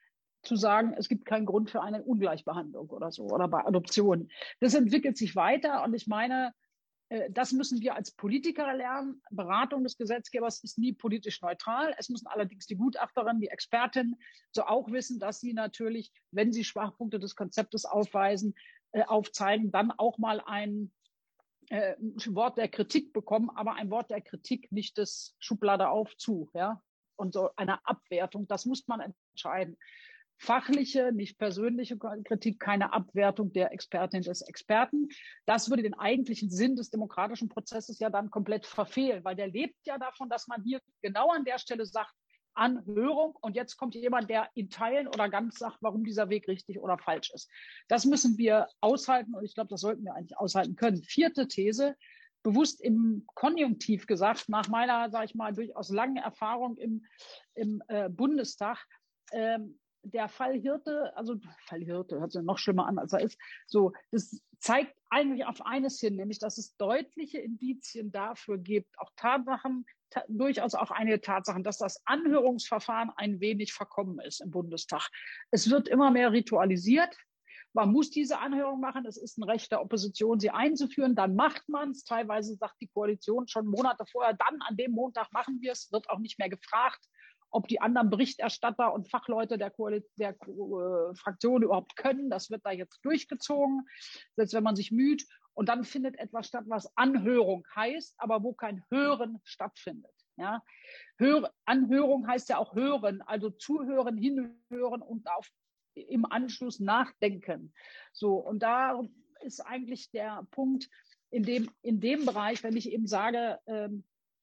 zu sagen, es gibt keinen Grund für eine Ungleichbehandlung oder so oder bei Adoption. Das entwickelt sich weiter und ich meine, äh, das müssen wir als Politiker lernen. Beratung des Gesetzgebers ist nie politisch neutral. Es müssen allerdings die Gutachterin, die Expertin so auch wissen, dass sie natürlich, wenn sie Schwachpunkte des Konzeptes aufweisen, äh, aufzeigen, dann auch mal ein Äh, ein Wort der Kritik bekommen, aber ein Wort der Kritik, nicht des Schublade auf zu, ja, und so eine Abwertung, das muss man entscheiden. Fachliche, nicht persönliche Kritik, keine Abwertung der Expertin des Experten. Das würde den eigentlichen Sinn des demokratischen Prozesses ja dann komplett verfehlen, weil der lebt ja davon, dass man hier genau an der Stelle sagt, Anhörung und jetzt kommt jemand, der in Teilen oder ganz sagt, warum dieser Weg richtig oder falsch ist. Das müssen wir aushalten und ich glaube, das sollten wir eigentlich aushalten können. Vierte These, bewusst im Konjunktiv gesagt, nach meiner, sage ich mal, durchaus langen Erfahrung im, im äh, Bundestag, ähm, der Fall Hirte, also Fall Hirte hört sich noch schlimmer an, als er ist, so, das zeigt eigentlich auf eines hin, nämlich, dass es deutliche Indizien dafür gibt, auch Tatsachen, ta- durchaus auch einige Tatsachen, dass das Anhörungsverfahren ein wenig verkommen ist im Bundestag. Es wird immer mehr ritualisiert. Man muss diese Anhörung machen. Es ist ein Recht der Opposition, sie einzuführen. Dann macht man es. Teilweise sagt die Koalition schon Monate vorher, dann an dem Montag machen wir es. Wird auch nicht mehr gefragt, ob die anderen Berichterstatter und Fachleute der, Koalition, der äh, Fraktion überhaupt können. Das wird da jetzt durchgezogen, selbst wenn man sich müht. Und dann findet etwas statt, was Anhörung heißt, aber wo kein Hören stattfindet. Ja? Hör, Anhörung heißt ja auch hören, also zuhören, hinhören und auf, im Anschluss nachdenken. So, und da ist eigentlich der Punkt, in dem, in dem Bereich, wenn ich eben sage, ähm,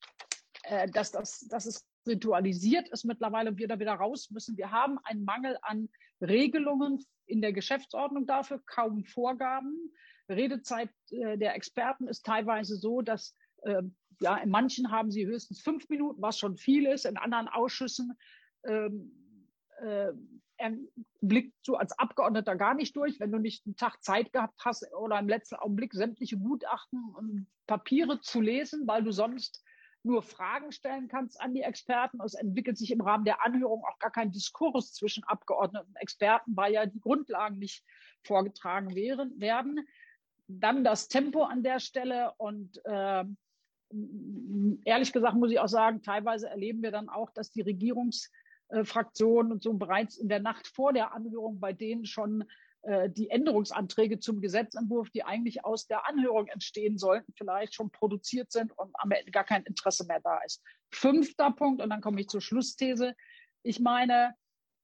äh, dass, das, dass es ritualisiert ist mittlerweile und wir da wieder raus müssen. Wir haben einen Mangel an Regelungen in der Geschäftsordnung dafür, kaum Vorgaben. Redezeit äh, der Experten ist teilweise so, dass äh, ja, in manchen haben sie höchstens fünf Minuten, was schon viel ist, in anderen Ausschüssen ähm, äh, er blickt so als Abgeordneter gar nicht durch, wenn du nicht einen Tag Zeit gehabt hast oder im letzten Augenblick sämtliche Gutachten und Papiere zu lesen, weil du sonst nur Fragen stellen kannst an die Experten. Es entwickelt sich im Rahmen der Anhörung auch gar kein Diskurs zwischen Abgeordneten und Experten, weil ja die Grundlagen nicht vorgetragen wären, werden. Dann das Tempo an der Stelle und äh, ehrlich gesagt muss ich auch sagen, teilweise erleben wir dann auch, dass die Regierungsfraktionen und so bereits in der Nacht vor der Anhörung bei denen schon die Änderungsanträge zum Gesetzentwurf, die eigentlich aus der Anhörung entstehen sollten, vielleicht schon produziert sind und am Ende gar kein Interesse mehr da ist. Fünfter Punkt, und dann komme ich zur Schlussthese. Ich meine,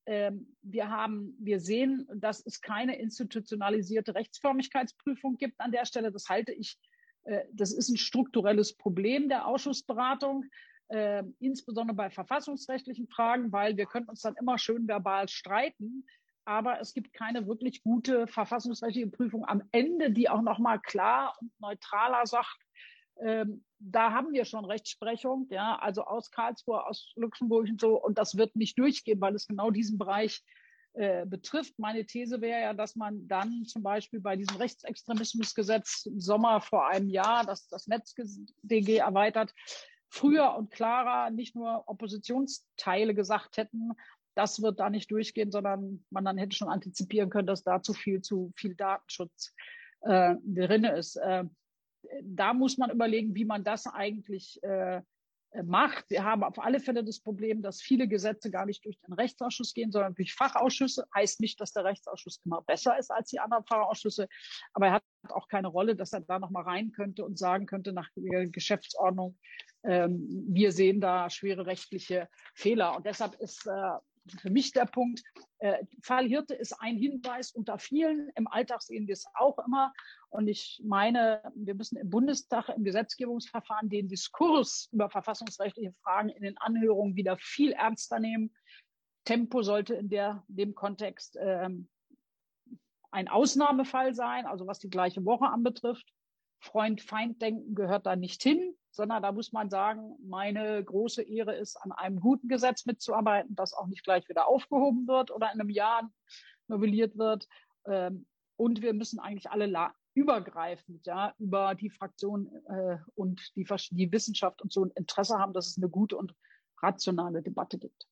Ähm, wir haben, wir sehen, dass es keine institutionalisierte Rechtsförmigkeitsprüfung gibt an der Stelle. Das halte ich, äh, das ist ein strukturelles Problem der Ausschussberatung, äh, insbesondere bei verfassungsrechtlichen Fragen, weil wir können uns dann immer schön verbal streiten, aber es gibt keine wirklich gute verfassungsrechtliche Prüfung am Ende, die auch nochmal klar und neutraler sagt, ähm, da haben wir schon Rechtsprechung, ja, also aus Karlsruhe, aus Luxemburg und so, und das wird nicht durchgehen, weil es genau diesen Bereich äh, betrifft. Meine These wäre ja, dass man dann zum Beispiel bei diesem Rechtsextremismusgesetz im Sommer vor einem Jahr, das das NetzDG G erweitert, früher und klarer nicht nur Oppositionsteile gesagt hätten, das wird da nicht durchgehen, sondern man dann hätte schon antizipieren können, dass da zu viel, zu viel Datenschutz äh, drin ist. Äh, Da muss man überlegen, wie man das eigentlich äh, macht. Wir haben auf alle Fälle das Problem, dass viele Gesetze gar nicht durch den Rechtsausschuss gehen, sondern durch Fachausschüsse. Heißt nicht, dass der Rechtsausschuss immer besser ist als die anderen Fachausschüsse, aber er hat auch keine Rolle, dass er da noch mal rein könnte und sagen könnte nach der Geschäftsordnung, ähm, wir sehen da schwere rechtliche Fehler. Und deshalb ist äh, für mich der Punkt, äh, Fall Hirte ist ein Hinweis unter vielen. Im Alltag sehen wir es auch immer. Und ich meine, wir müssen im Bundestag, im Gesetzgebungsverfahren den Diskurs über verfassungsrechtliche Fragen in den Anhörungen wieder viel ernster nehmen. Tempo sollte in der, dem Kontext ähm, ein Ausnahmefall sein, also was die gleiche Woche anbetrifft. Freund-Feind-Denken gehört da nicht hin, sondern da muss man sagen, meine große Ehre ist, an einem guten Gesetz mitzuarbeiten, das auch nicht gleich wieder aufgehoben wird oder in einem Jahr novelliert wird. Und wir müssen eigentlich alle übergreifend, ja, über die Fraktion äh, und die, die Wissenschaft und so ein Interesse haben, dass es eine gute und rationale Debatte gibt.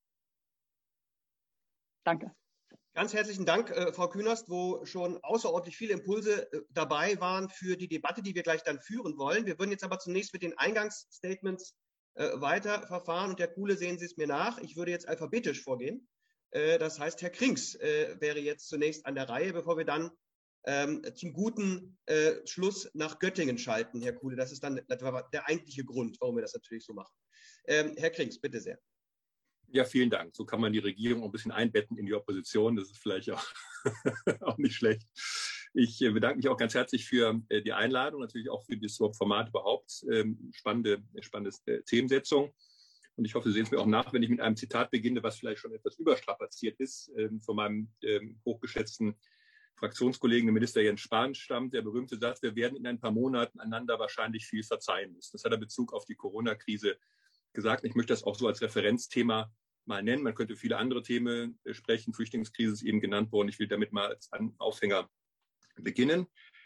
Danke. Ganz herzlichen Dank, äh, Frau Künast, wo schon außerordentlich viele Impulse äh, dabei waren für die Debatte, die wir gleich dann führen wollen. Wir würden jetzt aber zunächst mit den Eingangsstatements äh, weiterverfahren. Und Herr Kuhle, sehen Sie es mir nach. Ich würde jetzt alphabetisch vorgehen. Äh, das heißt, Herr Krings äh, wäre jetzt zunächst an der Reihe, bevor wir dann ähm, zum guten äh, Schluss nach Göttingen schalten, Herr Kuhle. Das ist dann der eigentliche Grund, warum wir das natürlich so machen. Ähm, Herr Krings, bitte sehr. Ja, vielen Dank. So kann man die Regierung auch ein bisschen einbetten in die Opposition. Das ist vielleicht auch, auch nicht schlecht. Ich bedanke mich auch ganz herzlich für die Einladung, natürlich auch für das Format überhaupt. Spannende, spannende Themensetzung. Und ich hoffe, Sie sehen es mir auch nach, wenn ich mit einem Zitat beginne, was vielleicht schon etwas überstrapaziert ist, von meinem hochgeschätzten Fraktionskollegen, dem Minister Jens Spahn, stammt der berühmte Satz, wir werden in ein paar Monaten einander wahrscheinlich viel verzeihen müssen. Das hat er Bezug auf die Corona-Krise gesagt. Ich möchte das auch so als Referenzthema mal nennen. Man könnte viele andere Themen sprechen. Flüchtlingskrise ist eben genannt worden. Ich will damit mal als Aufhänger beginnen.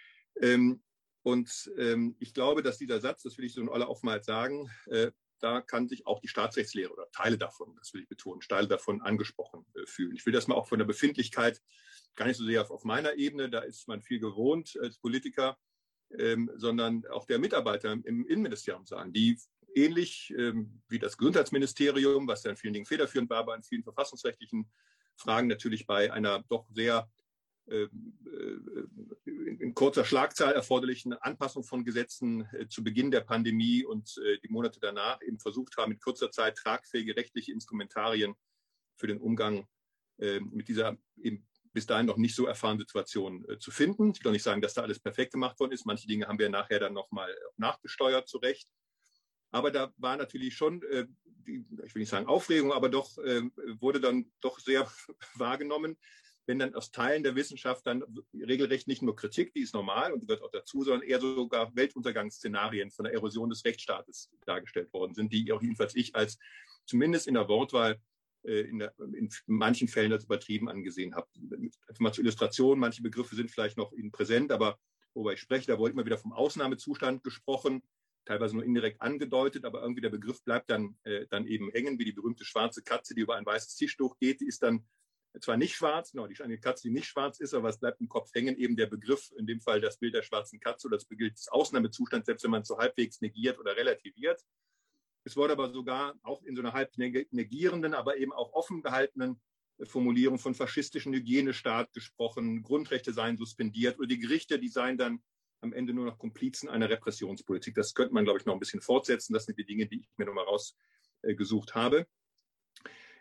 Und ich glaube, dass dieser Satz, das will ich so in aller Offenheit sagen, da kann sich auch die Staatsrechtslehre oder Teile davon, das will ich betonen, Teile davon angesprochen fühlen. Ich will das mal auch von der Befindlichkeit gar nicht so sehr auf meiner Ebene, da ist man viel gewohnt als Politiker, sondern auch der Mitarbeiter im Innenministerium sagen, die ähnlich ähm, wie das Gesundheitsministerium, was ja in vielen Dingen federführend war, aber in vielen verfassungsrechtlichen Fragen natürlich bei einer doch sehr äh, äh, in kurzer Schlagzahl erforderlichen Anpassung von Gesetzen äh, zu Beginn der Pandemie und äh, die Monate danach eben versucht haben, in kurzer Zeit tragfähige rechtliche Instrumentarien für den Umgang äh, mit dieser eben bis dahin noch nicht so erfahrenen Situation äh, zu finden. Ich will doch nicht sagen, dass da alles perfekt gemacht worden ist. Manche Dinge haben wir nachher dann nochmal nachgesteuert, zu Recht. Aber da war natürlich schon, äh, die, ich will nicht sagen Aufregung, aber doch äh, wurde dann doch sehr wahrgenommen, wenn dann aus Teilen der Wissenschaft dann regelrecht nicht nur Kritik, die ist normal und gehört auch dazu, sondern eher sogar Weltuntergangsszenarien von der Erosion des Rechtsstaates dargestellt worden sind, die auch jedenfalls ich als zumindest in der Wortwahl äh, in, der, in manchen Fällen als übertrieben angesehen habe. Also mal zur Illustration, manche Begriffe sind vielleicht noch Ihnen präsent, aber worüber ich spreche, da wurde immer wieder vom Ausnahmezustand gesprochen, teilweise nur indirekt angedeutet, aber irgendwie der Begriff bleibt dann, äh, dann eben hängen, wie die berühmte schwarze Katze, die über ein weißes Tischtuch geht. Die ist dann zwar nicht schwarz, genau, die eine Katze, die nicht schwarz ist, aber es bleibt im Kopf hängen, eben der Begriff, in dem Fall das Bild der schwarzen Katze oder das Bild des Ausnahmezustands, selbst wenn man es so halbwegs negiert oder relativiert. Es wurde aber sogar auch in so einer halb negierenden, aber eben auch offen gehaltenen Formulierung von faschistischen Hygienestaat gesprochen, Grundrechte seien suspendiert oder die Gerichte, die seien dann am Ende nur noch Komplizen einer Repressionspolitik. Das könnte man, glaube ich, noch ein bisschen fortsetzen. Das sind die Dinge, die ich mir nochmal rausgesucht habe.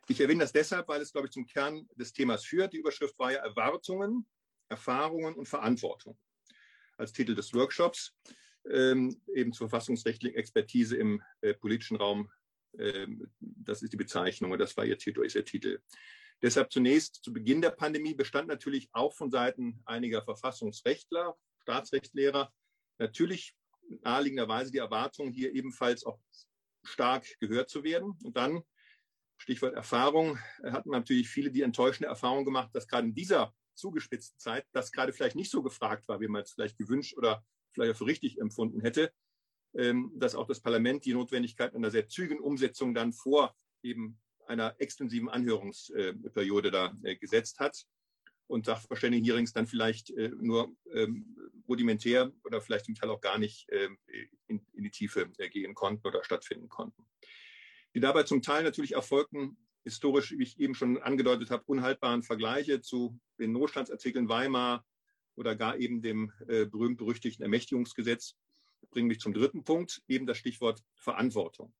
Ich erwähne das deshalb, weil es, glaube ich, zum Kern des Themas führt. Die Überschrift war ja Erwartungen, Erfahrungen und Verantwortung als Titel des Workshops, ähm, eben zur verfassungsrechtlichen Expertise im äh, politischen Raum. Ähm, das ist die Bezeichnung und das war ihr Titel, ist ihr Titel. Deshalb zunächst, zu Beginn der Pandemie bestand natürlich auch von Seiten einiger Verfassungsrechtler, Staatsrechtslehrer, natürlich naheliegenderweise die Erwartung, hier ebenfalls auch stark gehört zu werden. Und dann, Stichwort Erfahrung, hatten natürlich viele die enttäuschende Erfahrung gemacht, dass gerade in dieser zugespitzten Zeit das gerade vielleicht nicht so gefragt war, wie man es vielleicht gewünscht oder vielleicht für richtig empfunden hätte, dass auch das Parlament die Notwendigkeit einer sehr zügigen Umsetzung dann vor eben einer extensiven Anhörungsperiode da gesetzt hat und Sachverständigen-Hearings dann vielleicht nur rudimentär oder vielleicht zum Teil auch gar nicht in, in die Tiefe gehen konnten oder stattfinden konnten. Die dabei zum Teil natürlich erfolgten, historisch, wie ich eben schon angedeutet habe, unhaltbaren Vergleiche zu den Notstandsartikeln Weimar oder gar eben dem äh, berühmt-berüchtigten Ermächtigungsgesetz bringen mich zum dritten Punkt, eben das Stichwort Verantwortung.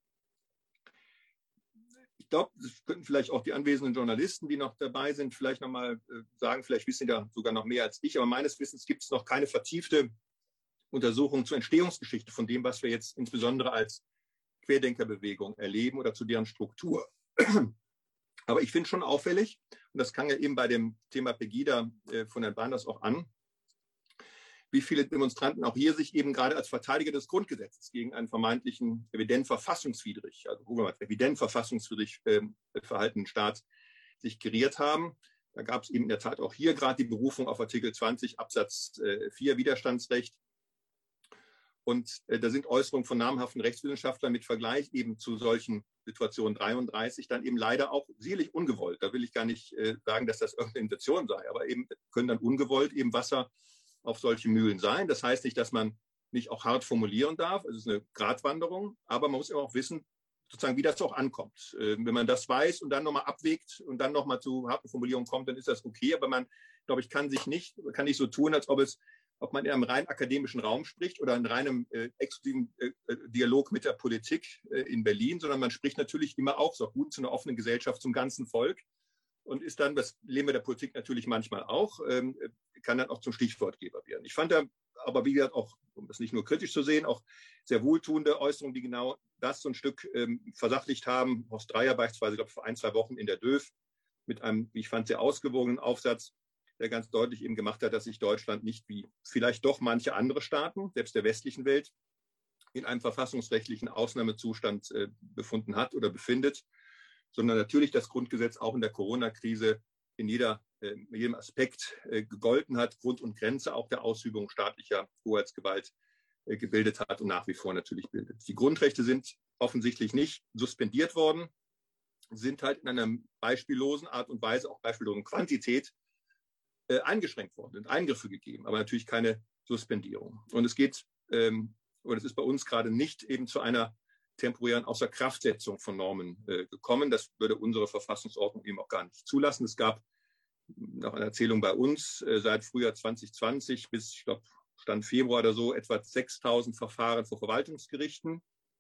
Ich glaube, das könnten vielleicht auch die anwesenden Journalisten, die noch dabei sind, vielleicht noch mal äh, sagen, vielleicht wissen ja sogar noch mehr als ich, aber meines Wissens gibt es noch keine vertiefte Untersuchung zur Entstehungsgeschichte von dem, was wir jetzt insbesondere als Querdenkerbewegung erleben oder zu deren Struktur. Aber ich finde schon auffällig, und das kam ja eben bei dem Thema Pegida äh, von Herrn Barnders auch an, wie viele Demonstranten auch hier sich eben gerade als Verteidiger des Grundgesetzes gegen einen vermeintlichen evident verfassungswidrig, also evident verfassungswidrig äh, verhaltenen Staat sich geriert haben. Da gab es eben in der Tat auch hier gerade die Berufung auf Artikel zwanzig Absatz äh, vier Widerstandsrecht. Und äh, da sind Äußerungen von namhaften Rechtswissenschaftlern mit Vergleich eben zu solchen Situationen dreiunddreißig dann eben leider auch sicherlich ungewollt. Da will ich gar nicht äh, sagen, dass das irgendeine Intention sei, aber eben können dann ungewollt eben Wasser auf solche Mühlen sein. Das heißt nicht, dass man nicht auch hart formulieren darf. Es ist eine Gratwanderung, aber man muss eben auch wissen, sozusagen, wie das auch ankommt. Äh, wenn man das weiß und dann nochmal abwägt und dann nochmal zu harten Formulierungen kommt, dann ist das okay. Aber man, glaube ich, kann sich nicht, kann nicht so tun, als ob es ob man in einem rein akademischen Raum spricht oder in reinem äh, exklusiven äh, Dialog mit der Politik äh, in Berlin, sondern man spricht natürlich immer auch so gut zu einer offenen Gesellschaft, zum ganzen Volk und ist dann, das leben wir der Politik natürlich manchmal auch, ähm, kann dann auch zum Stichwortgeber werden. Ich fand da aber, wie gesagt, auch, um das nicht nur kritisch zu sehen, auch sehr wohltuende Äußerungen, die genau das so ein Stück ähm, versachlicht haben. Horst Dreier beispielsweise, glaube ich, vor ein, zwei Wochen in der D Ö F mit einem, wie ich fand, sehr ausgewogenen Aufsatz, der ganz deutlich eben gemacht hat, dass sich Deutschland nicht wie vielleicht doch manche andere Staaten, selbst der westlichen Welt, in einem verfassungsrechtlichen Ausnahmezustand äh, befunden hat oder befindet, sondern natürlich das Grundgesetz auch in der Corona-Krise in jeder, äh, in jedem Aspekt äh, gegolten hat, Grund und Grenze auch der Ausübung staatlicher Hoheitsgewalt äh, gebildet hat und nach wie vor natürlich bildet. Die Grundrechte sind offensichtlich nicht suspendiert worden, sind halt in einer beispiellosen Art und Weise, auch beispiellosen Quantität, Äh, eingeschränkt worden, sind Eingriffe gegeben, aber natürlich keine Suspendierung. Und es geht, ähm, oder es ist bei uns gerade nicht eben zu einer temporären Außerkraftsetzung von Normen äh, gekommen. Das würde unsere Verfassungsordnung eben auch gar nicht zulassen. Es gab nach einer Erzählung bei uns äh, seit Frühjahr zwanzig zwanzig bis, ich glaube, Stand Februar oder so, etwa sechstausend Verfahren vor Verwaltungsgerichten,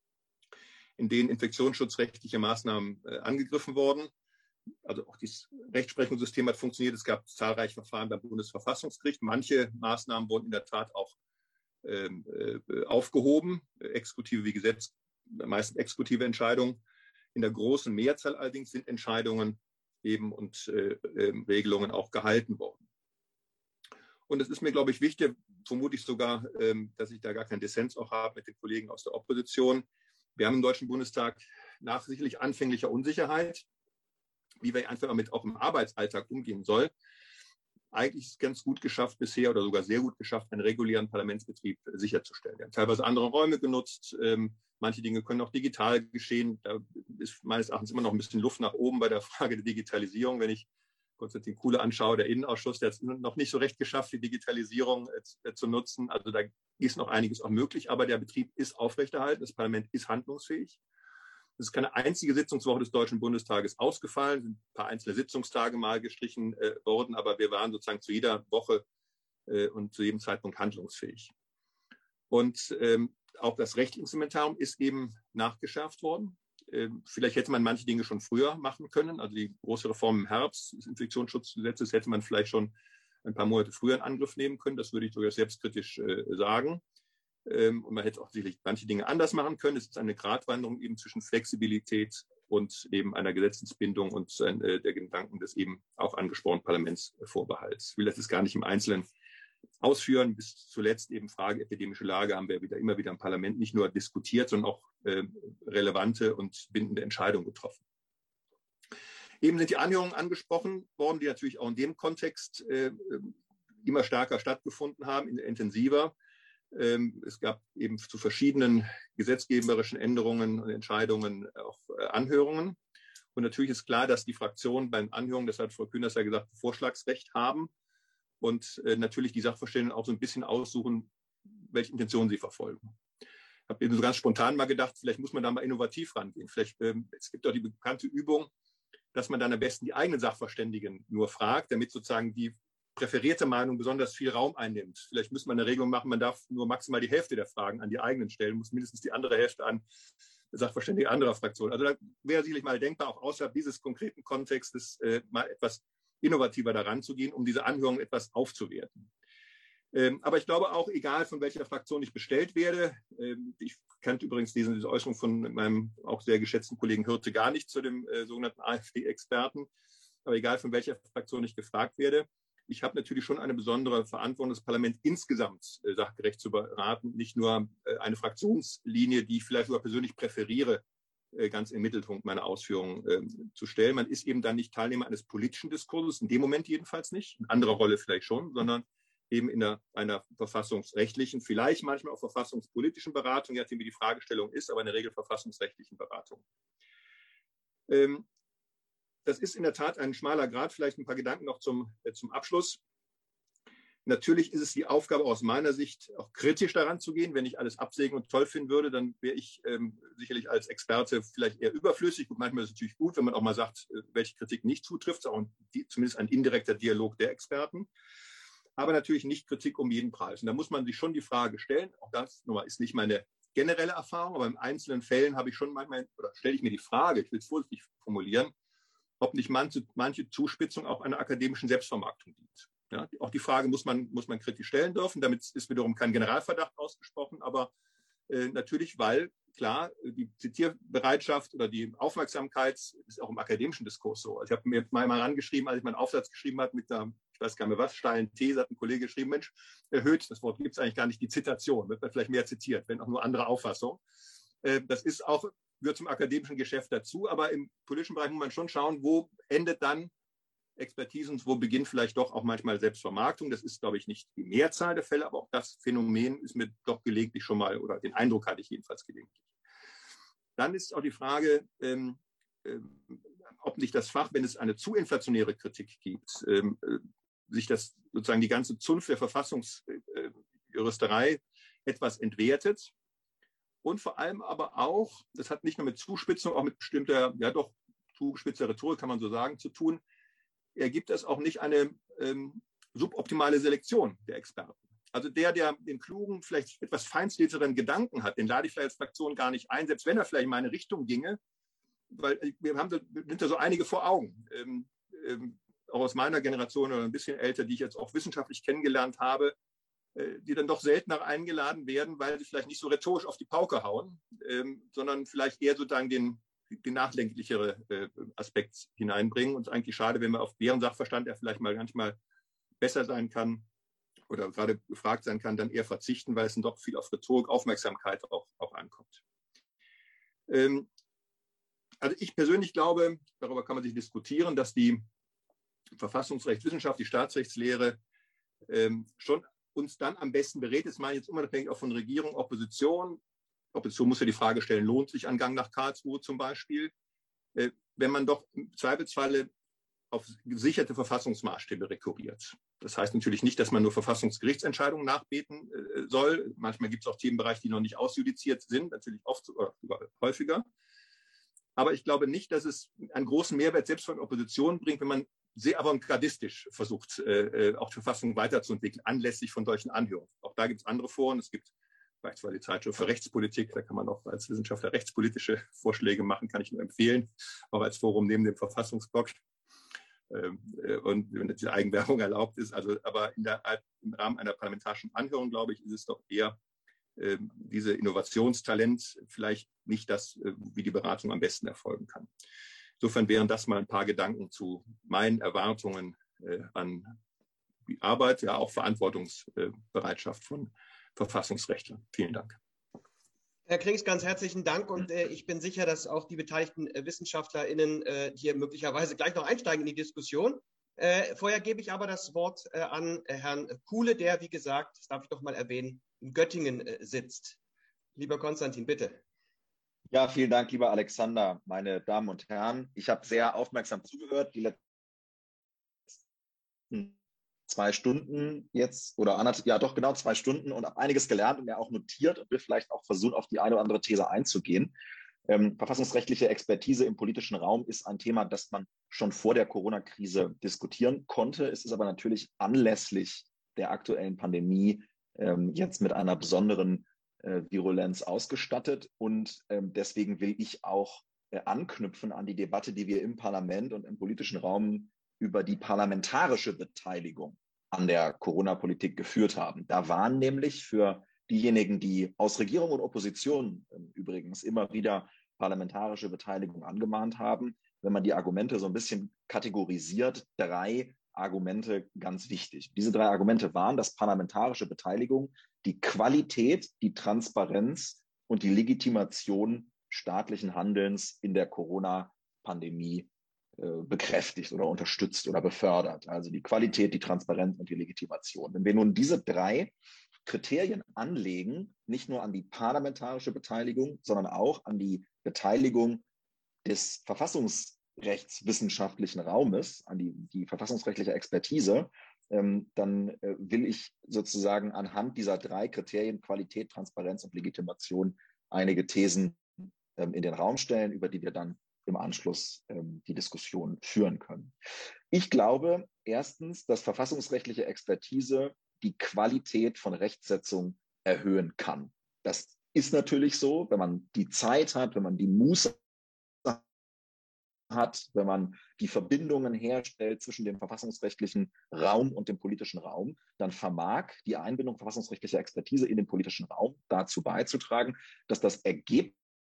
in denen infektionsschutzrechtliche Maßnahmen äh, angegriffen wurden. Also auch dieses Rechtsprechungssystem hat funktioniert. Es gab zahlreiche Verfahren beim Bundesverfassungsgericht. Manche Maßnahmen wurden in der Tat auch ähm, äh, aufgehoben. Exekutive wie Gesetz, meistens exekutive Entscheidungen. In der großen Mehrzahl allerdings sind Entscheidungen eben und äh, äh, Regelungen auch gehalten worden. Und es ist mir, glaube ich, wichtig, vermute ich sogar, ähm, dass ich da gar keinen Dissens auch habe mit den Kollegen aus der Opposition. Wir haben im Deutschen Bundestag nach sicherlich anfänglicher Unsicherheit, wie wir einfach damit auch im Arbeitsalltag umgehen soll, eigentlich ist es ganz gut geschafft bisher oder sogar sehr gut geschafft, einen regulären Parlamentsbetrieb sicherzustellen. Wir haben teilweise andere Räume genutzt. Ähm, manche Dinge können auch digital geschehen. Da ist meines Erachtens immer noch ein bisschen Luft nach oben bei der Frage der Digitalisierung. Wenn ich Konstantin Kuhle anschaue, der Innenausschuss, der hat es noch nicht so recht geschafft, die Digitalisierung äh, zu nutzen. Also da ist noch einiges auch möglich, aber der Betrieb ist aufrechterhalten. Das Parlament ist handlungsfähig. Es ist keine einzige Sitzungswoche des Deutschen Bundestages ausgefallen. Es sind ein paar einzelne Sitzungstage mal gestrichen äh, worden, aber wir waren sozusagen zu jeder Woche äh, und zu jedem Zeitpunkt handlungsfähig. Und ähm, auch das Rechtsinstrumentarium ist eben nachgeschärft worden. Vielleicht hätte man manche Dinge schon früher machen können. Also die große Reform im Herbst des Infektionsschutzgesetzes hätte man vielleicht schon ein paar Monate früher in Angriff nehmen können. Das würde ich sogar selbstkritisch sagen. Und man hätte auch sicherlich manche Dinge anders machen können. Es ist eine Gratwanderung eben zwischen Flexibilität und eben einer Gesetzesbindung und der Gedanken des eben auch angesprochenen Parlamentsvorbehalts. Ich will das jetzt gar nicht im Einzelnen ausführen. Bis zuletzt eben Frage epidemische Lage haben wir wieder immer wieder im Parlament nicht nur diskutiert, sondern auch äh, relevante und bindende Entscheidungen getroffen. Eben sind die Anhörungen angesprochen worden, die natürlich auch in dem Kontext äh, immer stärker stattgefunden haben, intensiver. Ähm, es gab eben zu verschiedenen gesetzgeberischen Änderungen und Entscheidungen auch äh, Anhörungen. Und natürlich ist klar, dass die Fraktionen beim Anhörungen, das hat Frau Kühners ja gesagt, Vorschlagsrecht haben und äh, natürlich die Sachverständigen auch so ein bisschen aussuchen, welche Intentionen sie verfolgen. Ich habe eben so ganz spontan mal gedacht, vielleicht muss man da mal innovativ rangehen. Vielleicht, ähm, es gibt auch die bekannte Übung, dass man dann am besten die eigenen Sachverständigen nur fragt, damit sozusagen die präferierte Meinung besonders viel Raum einnimmt. Vielleicht müsste man eine Regelung machen, man darf nur maximal die Hälfte der Fragen an die eigenen stellen, muss mindestens die andere Hälfte an Sachverständige anderer Fraktionen. Also da wäre sicherlich mal denkbar, auch außerhalb dieses konkreten Kontextes äh, mal etwas innovativer daran zu gehen, um diese Anhörung etwas aufzuwerten. Ähm, aber ich glaube auch, egal von welcher Fraktion ich bestellt werde, ähm, ich kannte übrigens diese, diese Äußerung von meinem auch sehr geschätzten Kollegen Hirte gar nicht zu dem äh, sogenannten AfD-Experten, aber egal von welcher Fraktion ich gefragt werde, ich habe natürlich schon eine besondere Verantwortung, das Parlament insgesamt äh, sachgerecht zu beraten, nicht nur äh, eine Fraktionslinie, die ich vielleicht sogar persönlich präferiere, äh, ganz im Mittelpunkt meiner Ausführungen äh, zu stellen. Man ist eben dann nicht Teilnehmer eines politischen Diskurses, in dem Moment jedenfalls nicht, in anderer Rolle vielleicht schon, sondern eben in einer, einer verfassungsrechtlichen, vielleicht manchmal auch verfassungspolitischen Beratung, je nachdem wie die Fragestellung ist, aber in der Regel verfassungsrechtlichen Beratung. Ähm, Das ist in der Tat ein schmaler Grat. Vielleicht ein paar Gedanken noch zum, äh, zum Abschluss. Natürlich ist es die Aufgabe aus meiner Sicht, auch kritisch daran zu gehen. Wenn ich alles absägen und toll finden würde, dann wäre ich ähm, sicherlich als Experte vielleicht eher überflüssig. Und manchmal ist es natürlich gut, wenn man auch mal sagt, welche Kritik nicht zutrifft. Das ist auch ein, die, zumindest ein indirekter Dialog der Experten. Aber natürlich nicht Kritik um jeden Preis. Und da muss man sich schon die Frage stellen, auch das nochmal, ist nicht meine generelle Erfahrung, aber in einzelnen Fällen habe ich schon manchmal, oder stelle ich mir die Frage, ich will es vorsichtig formulieren, ob nicht manche, manche Zuspitzung auch einer akademischen Selbstvermarktung dient. Ja, auch die Frage muss man, muss man kritisch stellen dürfen. Damit ist wiederum kein Generalverdacht ausgesprochen, aber äh, natürlich, weil, klar, die Zitierbereitschaft oder die Aufmerksamkeit ist auch im akademischen Diskurs so. Also ich habe mir mal, mal rangeschrieben, als ich meinen Aufsatz geschrieben habe mit der, ich weiß gar nicht mehr was, steilen These, hat ein Kollege geschrieben, Mensch, erhöht, das Wort gibt es eigentlich gar nicht, die Zitation, wird man vielleicht mehr zitiert, wenn auch nur andere Auffassung. Äh, das ist auch gehört zum akademischen Geschäft dazu, aber im politischen Bereich muss man schon schauen, wo endet dann Expertise und wo beginnt vielleicht doch auch manchmal Selbstvermarktung. Das ist, glaube ich, nicht die Mehrzahl der Fälle, aber auch das Phänomen ist mir doch gelegentlich schon mal, oder den Eindruck hatte ich jedenfalls gelegentlich. Dann ist auch die Frage, ähm, ähm, ob nicht das Fach, wenn es eine zu inflationäre Kritik gibt, ähm, äh, sich das sozusagen die ganze Zunft der Verfassungsjuristerei äh, etwas entwertet. Und vor allem aber auch, das hat nicht nur mit Zuspitzung, auch mit bestimmter, ja doch, zugespitzter Rhetorik, kann man so sagen, zu tun, ergibt es auch nicht eine ähm, suboptimale Selektion der Experten. Also der, der den klugen, vielleicht etwas feinstlicheren Gedanken hat, den lade ich vielleicht als Fraktion gar nicht ein, selbst wenn er vielleicht in meine Richtung ginge, weil wir haben sind da so einige vor Augen, ähm, ähm, auch aus meiner Generation oder ein bisschen älter, die ich jetzt auch wissenschaftlich kennengelernt habe, die dann doch seltener eingeladen werden, weil sie vielleicht nicht so rhetorisch auf die Pauke hauen, ähm, sondern vielleicht eher sozusagen den, den nachdenklichere äh, Aspekt hineinbringen. Und es ist eigentlich schade, wenn man auf deren Sachverstand, der vielleicht mal manchmal besser sein kann oder gerade gefragt sein kann, dann eher verzichten, weil es dann doch viel auf Rhetorik, Aufmerksamkeit auch, auch ankommt. Ähm, also ich persönlich glaube, darüber kann man sich diskutieren, dass die Verfassungsrechtswissenschaft, die Staatsrechtslehre ähm, schon uns dann am besten berät, das meine ich jetzt unabhängig auch von Regierung, Opposition. Opposition muss ja die Frage stellen, lohnt sich ein Gang nach Karlsruhe zum Beispiel, äh, wenn man doch im Zweifelsfalle auf gesicherte Verfassungsmaßstäbe rekurriert. Das heißt natürlich nicht, dass man nur Verfassungsgerichtsentscheidungen nachbeten äh, soll. Manchmal gibt es auch Themenbereiche, die noch nicht ausjudiziert sind, natürlich oft oder häufiger. Aber ich glaube nicht, dass es einen großen Mehrwert selbst von Opposition bringt, wenn man sehr avantgardistisch versucht, äh, auch die Verfassung weiterzuentwickeln, anlässlich von solchen Anhörungen. Auch da gibt es andere Foren. Es gibt beispielsweise die Zeitschrift für Rechtspolitik, da kann man auch als Wissenschaftler rechtspolitische Vorschläge machen, kann ich nur empfehlen, auch als Forum neben dem Verfassungsblog. Und wenn diese Eigenwerbung erlaubt ist, also aber in der, im Rahmen einer parlamentarischen Anhörung, glaube ich, ist es doch eher äh, diese Innovationstalent vielleicht nicht das, äh, wie die Beratung am besten erfolgen kann. Insofern wären das mal ein paar Gedanken zu meinen Erwartungen äh, an die Arbeit, ja auch Verantwortungsbereitschaft von Verfassungsrechtlern. Vielen Dank. Herr Krings, ganz herzlichen Dank und äh, ich bin sicher, dass auch die beteiligten äh, WissenschaftlerInnen äh, hier möglicherweise gleich noch einsteigen in die Diskussion. Äh, vorher gebe ich aber das Wort äh, an äh, Herrn Kuhle, der, wie gesagt, das darf ich doch mal erwähnen, in Göttingen äh, sitzt. Lieber Konstantin, bitte. Ja, vielen Dank, lieber Alexander, meine Damen und Herren. Ich habe sehr aufmerksam zugehört, die letzten zwei Stunden jetzt oder anderthalb, ja doch genau zwei Stunden und habe einiges gelernt und mir auch notiert und will vielleicht auch versuchen, auf die eine oder andere These einzugehen. Ähm, verfassungsrechtliche Expertise im politischen Raum ist ein Thema, das man schon vor der Corona-Krise diskutieren konnte. Es ist aber natürlich anlässlich der aktuellen Pandemie ähm, jetzt mit einer besonderen äh, Virulenz ausgestattet und ähm, deswegen will ich auch äh, anknüpfen an die Debatte, die wir im Parlament und im politischen Raum über die parlamentarische Beteiligung an der Corona-Politik geführt haben. Da waren nämlich für diejenigen, die aus Regierung und Opposition äh, übrigens immer wieder parlamentarische Beteiligung angemahnt haben, wenn man die Argumente so ein bisschen kategorisiert, drei Argumente ganz wichtig. Diese drei Argumente waren, dass parlamentarische Beteiligung die Qualität, die Transparenz und die Legitimation staatlichen Handelns in der Corona-Pandemie bekräftigt oder unterstützt oder befördert. Also die Qualität, die Transparenz und die Legitimation. Wenn wir nun diese drei Kriterien anlegen, nicht nur an die parlamentarische Beteiligung, sondern auch an die Beteiligung des verfassungsrechtswissenschaftlichen Raumes, an die, die verfassungsrechtliche Expertise, ähm, dann äh, will ich sozusagen anhand dieser drei Kriterien Qualität, Transparenz und Legitimation einige Thesen ähm, in den Raum stellen, über die wir dann im Anschluss ähm, die Diskussion führen können. Ich glaube erstens, dass verfassungsrechtliche Expertise die Qualität von Rechtsetzung erhöhen kann. Das ist natürlich so, wenn man die Zeit hat, wenn man die Muße hat, wenn man die Verbindungen herstellt zwischen dem verfassungsrechtlichen Raum und dem politischen Raum, dann vermag die Einbindung verfassungsrechtlicher Expertise in den politischen Raum dazu beizutragen, dass das Ergebnis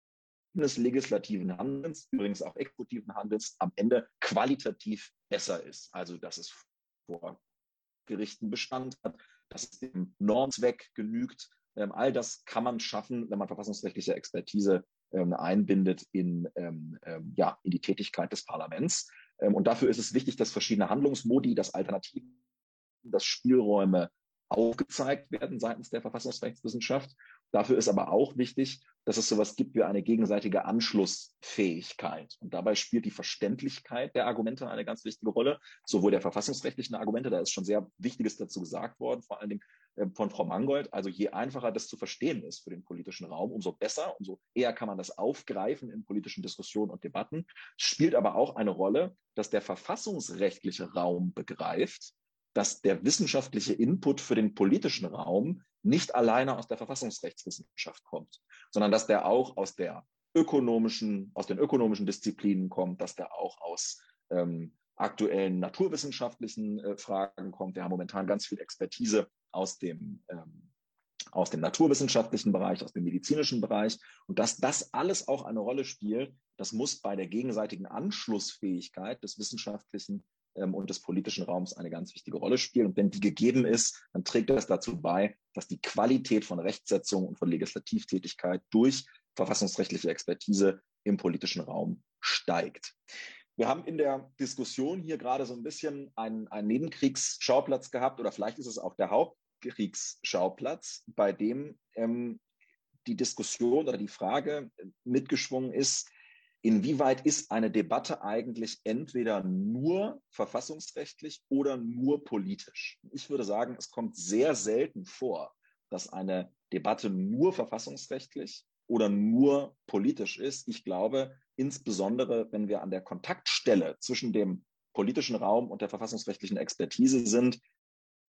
des legislativen Handelns, übrigens auch exekutiven Handelns, am Ende qualitativ besser ist. Also, dass es vor Gerichten Bestand hat, dass es dem Normzweck genügt. Ähm, all das kann man schaffen, wenn man verfassungsrechtliche Expertise ähm, einbindet in, ähm, ähm, ja, in die Tätigkeit des Parlaments. Ähm, und dafür ist es wichtig, dass verschiedene Handlungsmodi, dass Alternativen, dass Spielräume aufgezeigt werden seitens der Verfassungsrechtswissenschaft. Dafür ist aber auch wichtig, dass es sowas gibt wie eine gegenseitige Anschlussfähigkeit. Und dabei spielt die Verständlichkeit der Argumente eine ganz wichtige Rolle, sowohl der verfassungsrechtlichen Argumente, da ist schon sehr Wichtiges dazu gesagt worden, vor allen Dingen äh, von Frau Mangold. Also je einfacher das zu verstehen ist für den politischen Raum, umso besser, umso eher kann man das aufgreifen in politischen Diskussionen und Debatten. Es spielt aber auch eine Rolle, dass der verfassungsrechtliche Raum begreift, dass der wissenschaftliche Input für den politischen Raum nicht alleine aus der Verfassungsrechtswissenschaft kommt, sondern dass der auch aus der ökonomischen, aus den ökonomischen Disziplinen kommt, dass der auch aus ähm, aktuellen naturwissenschaftlichen äh, Fragen kommt. Wir haben momentan ganz viel Expertise aus dem, ähm, aus dem naturwissenschaftlichen Bereich, aus dem medizinischen Bereich. Und dass das alles auch eine Rolle spielt, das muss bei der gegenseitigen Anschlussfähigkeit des wissenschaftlichen und des politischen Raums eine ganz wichtige Rolle spielen. Und wenn die gegeben ist, dann trägt das dazu bei, dass die Qualität von Rechtsetzung und von Legislativtätigkeit durch verfassungsrechtliche Expertise im politischen Raum steigt. Wir haben in der Diskussion hier gerade so ein bisschen einen, einen Nebenkriegsschauplatz gehabt, oder vielleicht ist es auch der Hauptkriegsschauplatz, bei dem ähm, die Diskussion oder die Frage mitgeschwungen ist, inwieweit ist eine Debatte eigentlich entweder nur verfassungsrechtlich oder nur politisch? Ich würde sagen, es kommt sehr selten vor, dass eine Debatte nur verfassungsrechtlich oder nur politisch ist. Ich glaube, insbesondere, wenn wir an der Kontaktstelle zwischen dem politischen Raum und der verfassungsrechtlichen Expertise sind,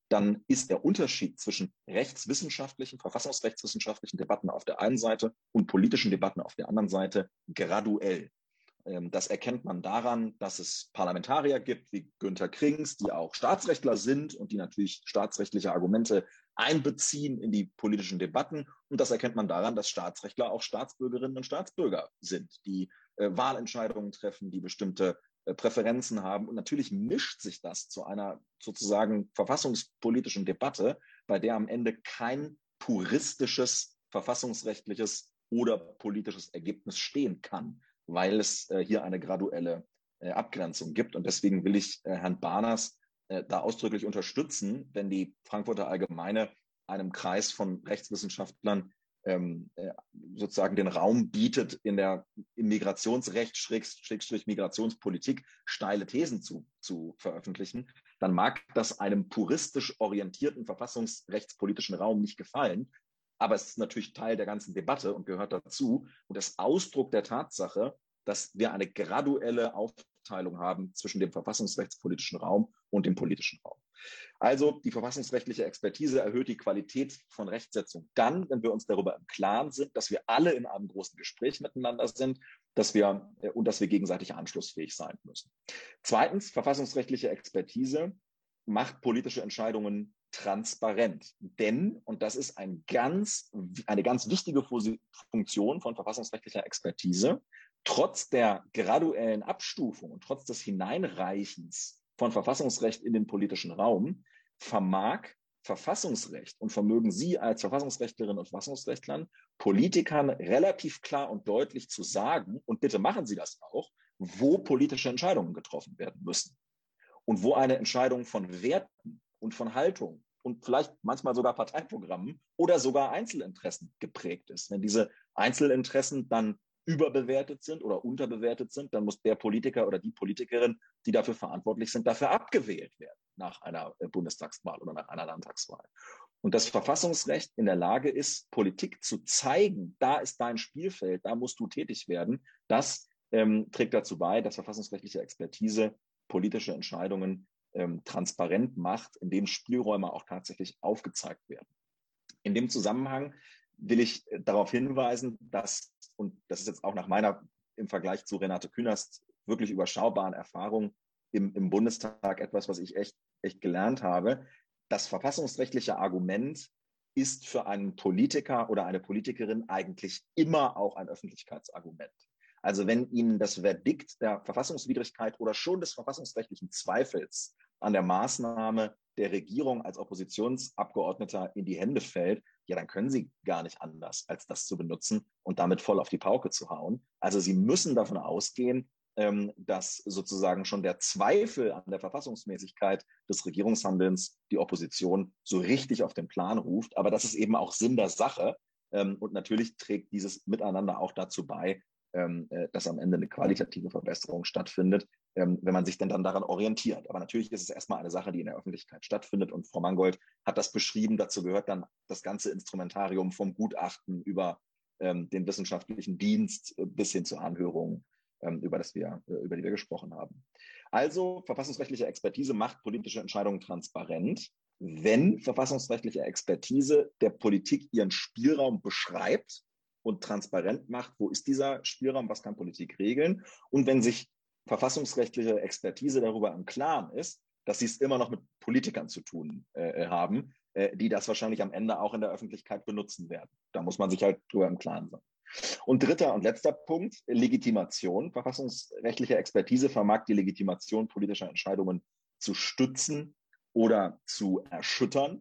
dann ist der Unterschied zwischen rechtswissenschaftlichen, verfassungsrechtswissenschaftlichen Debatten auf der einen Seite und politischen Debatten auf der anderen Seite graduell. Das erkennt man daran, dass es Parlamentarier gibt wie Günter Krings, die auch Staatsrechtler sind und die natürlich staatsrechtliche Argumente einbeziehen in die politischen Debatten. Und das erkennt man daran, dass Staatsrechtler auch Staatsbürgerinnen und Staatsbürger sind, die äh, Wahlentscheidungen treffen, die bestimmte äh, Präferenzen haben. Und natürlich mischt sich das zu einer sozusagen verfassungspolitischen Debatte, bei der am Ende kein puristisches, verfassungsrechtliches oder politisches Ergebnis stehen kann, weil es äh, hier eine graduelle äh, Abgrenzung gibt. Und deswegen will ich äh, Herrn Barners äh, da ausdrücklich unterstützen, wenn die Frankfurter Allgemeine einem Kreis von Rechtswissenschaftlern ähm, äh, sozusagen den Raum bietet, in der im Migrationsrecht, Schrägstrich Migrationspolitik steile Thesen zu, zu veröffentlichen, dann mag das einem puristisch orientierten verfassungsrechtspolitischen Raum nicht gefallen. Aber es ist natürlich Teil der ganzen Debatte und gehört dazu und ist Ausdruck der Tatsache, dass wir eine graduelle Aufteilung haben zwischen dem verfassungsrechtspolitischen Raum und dem politischen Raum. Also die verfassungsrechtliche Expertise erhöht die Qualität von Rechtsetzung dann, wenn wir uns darüber im Klaren sind, dass wir alle in einem großen Gespräch miteinander sind, dass wir, und dass wir gegenseitig anschlussfähig sein müssen. Zweitens, verfassungsrechtliche Expertise macht politische Entscheidungen transparent. Denn, und das ist ein ganz, eine ganz wichtige Funktion von verfassungsrechtlicher Expertise, trotz der graduellen Abstufung und trotz des Hineinreichens von Verfassungsrecht in den politischen Raum, vermag Verfassungsrecht und vermögen Sie als Verfassungsrechtlerinnen und Verfassungsrechtlern, Politikern relativ klar und deutlich zu sagen, und bitte machen Sie das auch, wo politische Entscheidungen getroffen werden müssen. Und wo eine Entscheidung von Werten und von Haltung und vielleicht manchmal sogar Parteiprogrammen oder sogar Einzelinteressen geprägt ist. Wenn diese Einzelinteressen dann überbewertet sind oder unterbewertet sind, dann muss der Politiker oder die Politikerin, die dafür verantwortlich sind, dafür abgewählt werden nach einer Bundestagswahl oder nach einer Landtagswahl. Und das Verfassungsrecht in der Lage ist, Politik zu zeigen, da ist dein Spielfeld, da musst du tätig werden, das ähm, trägt dazu bei, dass verfassungsrechtliche Expertise politische Entscheidungen ähm, transparent macht, indem Spielräume auch tatsächlich aufgezeigt werden. In dem Zusammenhang will ich äh, darauf hinweisen, dass, und das ist jetzt auch nach meiner im Vergleich zu Renate Künast wirklich überschaubaren Erfahrung im, im Bundestag etwas, was ich echt, echt gelernt habe, das verfassungsrechtliche Argument ist für einen Politiker oder eine Politikerin eigentlich immer auch ein Öffentlichkeitsargument. Also wenn Ihnen das Verdikt der Verfassungswidrigkeit oder schon des verfassungsrechtlichen Zweifels an der Maßnahme der Regierung als Oppositionsabgeordneter in die Hände fällt, ja, dann können Sie gar nicht anders, als das zu benutzen und damit voll auf die Pauke zu hauen. Also Sie müssen davon ausgehen, dass sozusagen schon der Zweifel an der Verfassungsmäßigkeit des Regierungshandelns die Opposition so richtig auf den Plan ruft. Aber das ist eben auch Sinn der Sache. Und natürlich trägt dieses Miteinander auch dazu bei, dass am Ende eine qualitative Verbesserung stattfindet, wenn man sich denn dann daran orientiert. Aber natürlich ist es erstmal eine Sache, die in der Öffentlichkeit stattfindet. Und Frau Mangold hat das beschrieben. Dazu gehört dann das ganze Instrumentarium vom Gutachten über den wissenschaftlichen Dienst bis hin zur Anhörung, über, das wir, über die wir gesprochen haben. Also verfassungsrechtliche Expertise macht politische Entscheidungen transparent, wenn verfassungsrechtliche Expertise der Politik ihren Spielraum beschreibt und transparent macht, wo ist dieser Spielraum, was kann Politik regeln, und wenn sich verfassungsrechtliche Expertise darüber im Klaren ist, dass sie es immer noch mit Politikern zu tun äh, haben, äh, die das wahrscheinlich am Ende auch in der Öffentlichkeit benutzen werden. Da muss man sich halt drüber im Klaren sein. Und dritter und letzter Punkt, Legitimation. Verfassungsrechtliche Expertise vermag die Legitimation politischer Entscheidungen zu stützen oder zu erschüttern.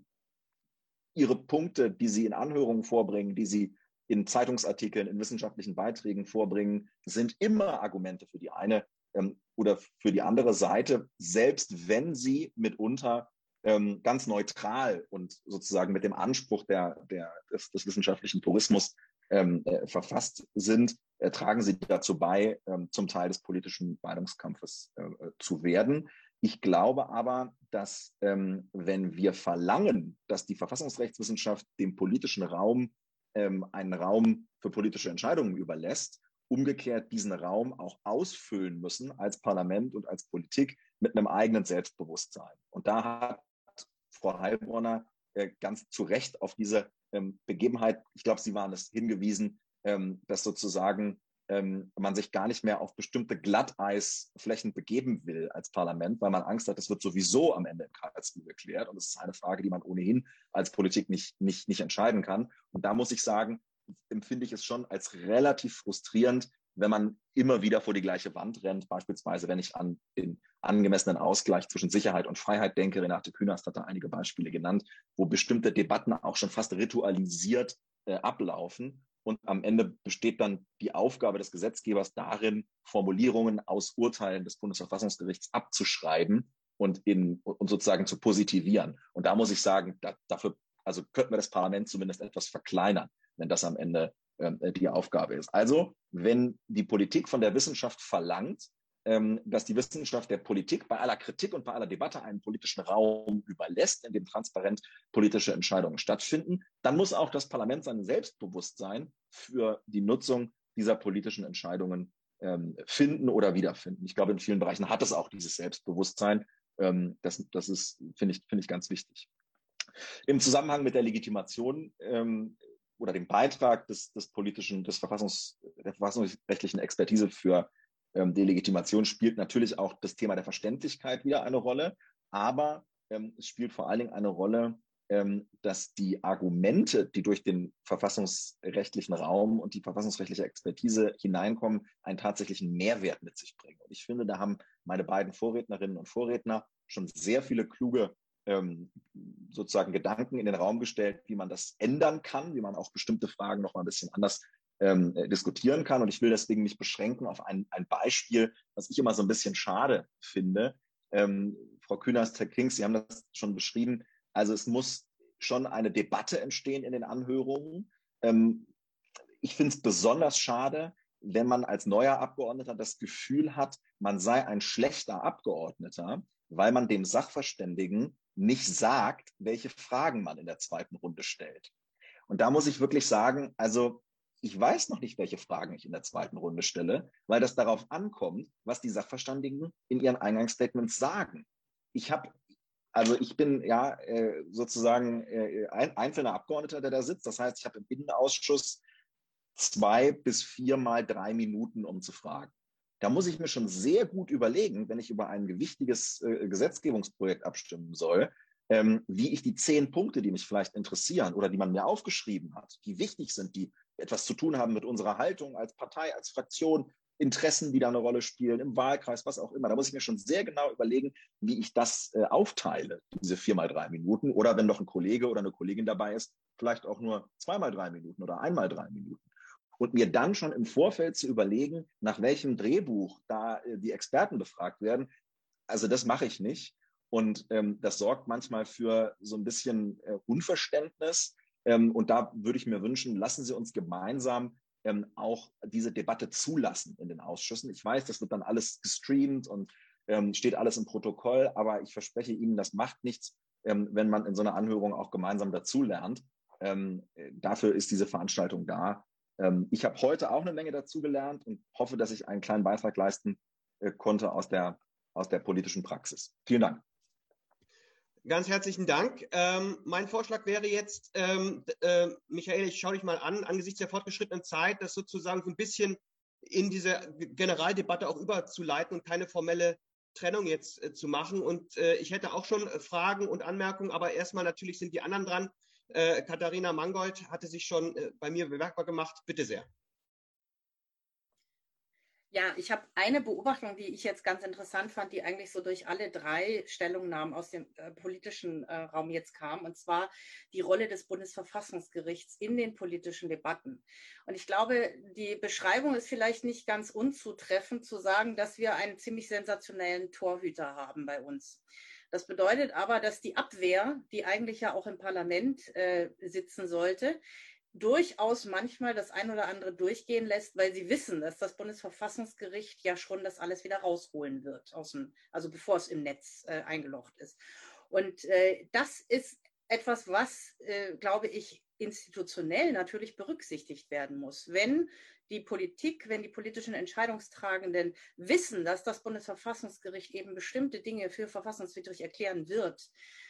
Ihre Punkte, die Sie in Anhörungen vorbringen, die Sie in Zeitungsartikeln, in wissenschaftlichen Beiträgen vorbringen, sind immer Argumente für die eine ähm, oder für die andere Seite, selbst wenn sie mitunter ähm, ganz neutral und sozusagen mit dem Anspruch der, der, des, des wissenschaftlichen Purismus ähm, äh, verfasst sind, äh, tragen sie dazu bei, ähm, zum Teil des politischen Meinungskampfes äh, zu werden. Ich glaube aber, dass ähm, wenn wir verlangen, dass die Verfassungsrechtswissenschaft dem politischen Raum einen Raum für politische Entscheidungen überlässt, umgekehrt diesen Raum auch ausfüllen müssen als Parlament und als Politik mit einem eigenen Selbstbewusstsein. Und da hat Frau Heilbronner äh, ganz zu Recht auf diese ähm, Begebenheit, ich glaube, Sie waren es, hingewiesen, ähm, dass sozusagen ähm, man sich gar nicht mehr auf bestimmte Glatteisflächen begeben will als Parlament, weil man Angst hat, das wird sowieso am Ende in Karlsruhe geklärt. Und es ist eine Frage, die man ohnehin als Politik nicht, nicht, nicht entscheiden kann. Und da muss ich sagen, empfinde ich es schon als relativ frustrierend, wenn man immer wieder vor die gleiche Wand rennt, beispielsweise wenn ich an den angemessenen Ausgleich zwischen Sicherheit und Freiheit denke. Renate Künast hat da einige Beispiele genannt, wo bestimmte Debatten auch schon fast ritualisiert äh, ablaufen. Und am Ende besteht dann die Aufgabe des Gesetzgebers darin, Formulierungen aus Urteilen des Bundesverfassungsgerichts abzuschreiben und, in, und sozusagen zu positivieren. Und da muss ich sagen, da, dafür also könnten wir das Parlament zumindest etwas verkleinern, wenn das am Ende äh, die Aufgabe ist. Also, wenn die Politik von der Wissenschaft verlangt, ähm, dass die Wissenschaft der Politik bei aller Kritik und bei aller Debatte einen politischen Raum überlässt, in dem transparent politische Entscheidungen stattfinden, dann muss auch das Parlament sein Selbstbewusstsein für die Nutzung dieser politischen Entscheidungen ähm, finden oder wiederfinden. Ich glaube, in vielen Bereichen hat es auch dieses Selbstbewusstsein. Ähm, das, das ist, finde ich, finde ich ganz wichtig. Im Zusammenhang mit der Legitimation ähm, oder dem Beitrag des, des politischen, des Verfassungs, der verfassungsrechtlichen Expertise für ähm, Delegitimation spielt natürlich auch das Thema der Verständlichkeit wieder eine Rolle. Aber ähm, es spielt vor allen Dingen eine Rolle, ähm, dass die Argumente, die durch den verfassungsrechtlichen Raum und die verfassungsrechtliche Expertise hineinkommen, einen tatsächlichen Mehrwert mit sich bringen. Und ich finde, da haben meine beiden Vorrednerinnen und Vorredner schon sehr viele kluge ähm, sozusagen Gedanken in den Raum gestellt, wie man das ändern kann, wie man auch bestimmte Fragen noch mal ein bisschen anders ähm, diskutieren kann. Und ich will deswegen mich beschränken auf ein, ein Beispiel, was ich immer so ein bisschen schade finde. Ähm, Frau Künast, Herr Krings, Sie haben das schon beschrieben. Also es muss schon eine Debatte entstehen in den Anhörungen. Ähm, ich finde es besonders schade, wenn man als neuer Abgeordneter das Gefühl hat, man sei ein schlechter Abgeordneter, weil man dem Sachverständigen nicht sagt, welche Fragen man in der zweiten Runde stellt. Und da muss ich wirklich sagen, also ich weiß noch nicht, welche Fragen ich in der zweiten Runde stelle, weil das darauf ankommt, was die Sachverständigen in ihren Eingangsstatements sagen. Ich habe, also ich bin ja äh, sozusagen äh, ein einzelner Abgeordneter, der da sitzt. Das heißt, ich habe im Innenausschuss zwei bis viermal drei Minuten, um zu fragen. Da muss ich mir schon sehr gut überlegen, wenn ich über ein gewichtiges äh, Gesetzgebungsprojekt abstimmen soll, ähm, wie ich die zehn Punkte, die mich vielleicht interessieren oder die man mir aufgeschrieben hat, die wichtig sind, die etwas zu tun haben mit unserer Haltung als Partei, als Fraktion, Interessen, die da eine Rolle spielen, im Wahlkreis, was auch immer. Da muss ich mir schon sehr genau überlegen, wie ich das äh, aufteile, diese viermal drei Minuten. Oder wenn noch ein Kollege oder eine Kollegin dabei ist, vielleicht auch nur zweimal drei Minuten oder einmal drei Minuten. Und mir dann schon im Vorfeld zu überlegen, nach welchem Drehbuch da äh, die Experten befragt werden, also das mache ich nicht. Und ähm, das sorgt manchmal für so ein bisschen äh, Unverständnis. Ähm, und da würde ich mir wünschen, lassen Sie uns gemeinsam ähm, auch diese Debatte zulassen in den Ausschüssen. Ich weiß, das wird dann alles gestreamt und ähm, steht alles im Protokoll, aber ich verspreche Ihnen, das macht nichts, ähm, wenn man in so einer Anhörung auch gemeinsam dazulernt. Ähm, äh, dafür ist diese Veranstaltung da. Ich habe heute auch eine Menge dazugelernt und hoffe, dass ich einen kleinen Beitrag leisten äh, konnte aus der, aus der politischen Praxis. Vielen Dank. Ganz herzlichen Dank. Ähm, mein Vorschlag wäre jetzt, ähm, äh, Michael, ich schaue dich mal an, angesichts der fortgeschrittenen Zeit, das sozusagen so ein bisschen in diese Generaldebatte auch überzuleiten und keine formelle Trennung jetzt äh, zu machen. Und äh, ich hätte auch schon Fragen und Anmerkungen, aber erstmal natürlich sind die anderen dran. Äh, Katharina Mangold hatte sich schon äh, bei mir bemerkbar gemacht. Bitte sehr. Ja, ich habe eine Beobachtung, die ich jetzt ganz interessant fand, die eigentlich so durch alle drei Stellungnahmen aus dem äh, politischen äh, Raum jetzt kam, und zwar die Rolle des Bundesverfassungsgerichts in den politischen Debatten. Und ich glaube, die Beschreibung ist vielleicht nicht ganz unzutreffend, zu sagen, dass wir einen ziemlich sensationellen Torhüter haben bei uns. Das bedeutet aber, dass die Abwehr, die eigentlich ja auch im Parlament äh, sitzen sollte, durchaus manchmal das ein oder andere durchgehen lässt, weil sie wissen, dass das Bundesverfassungsgericht ja schon das alles wieder rausholen wird, aus dem, also bevor es im Netz äh, eingelocht ist. Und äh, das ist etwas, was, äh, glaube ich, institutionell natürlich berücksichtigt werden muss. Wenn die Politik, wenn die politischen Entscheidungstragenden wissen, dass das Bundesverfassungsgericht eben bestimmte Dinge für verfassungswidrig erklären wird,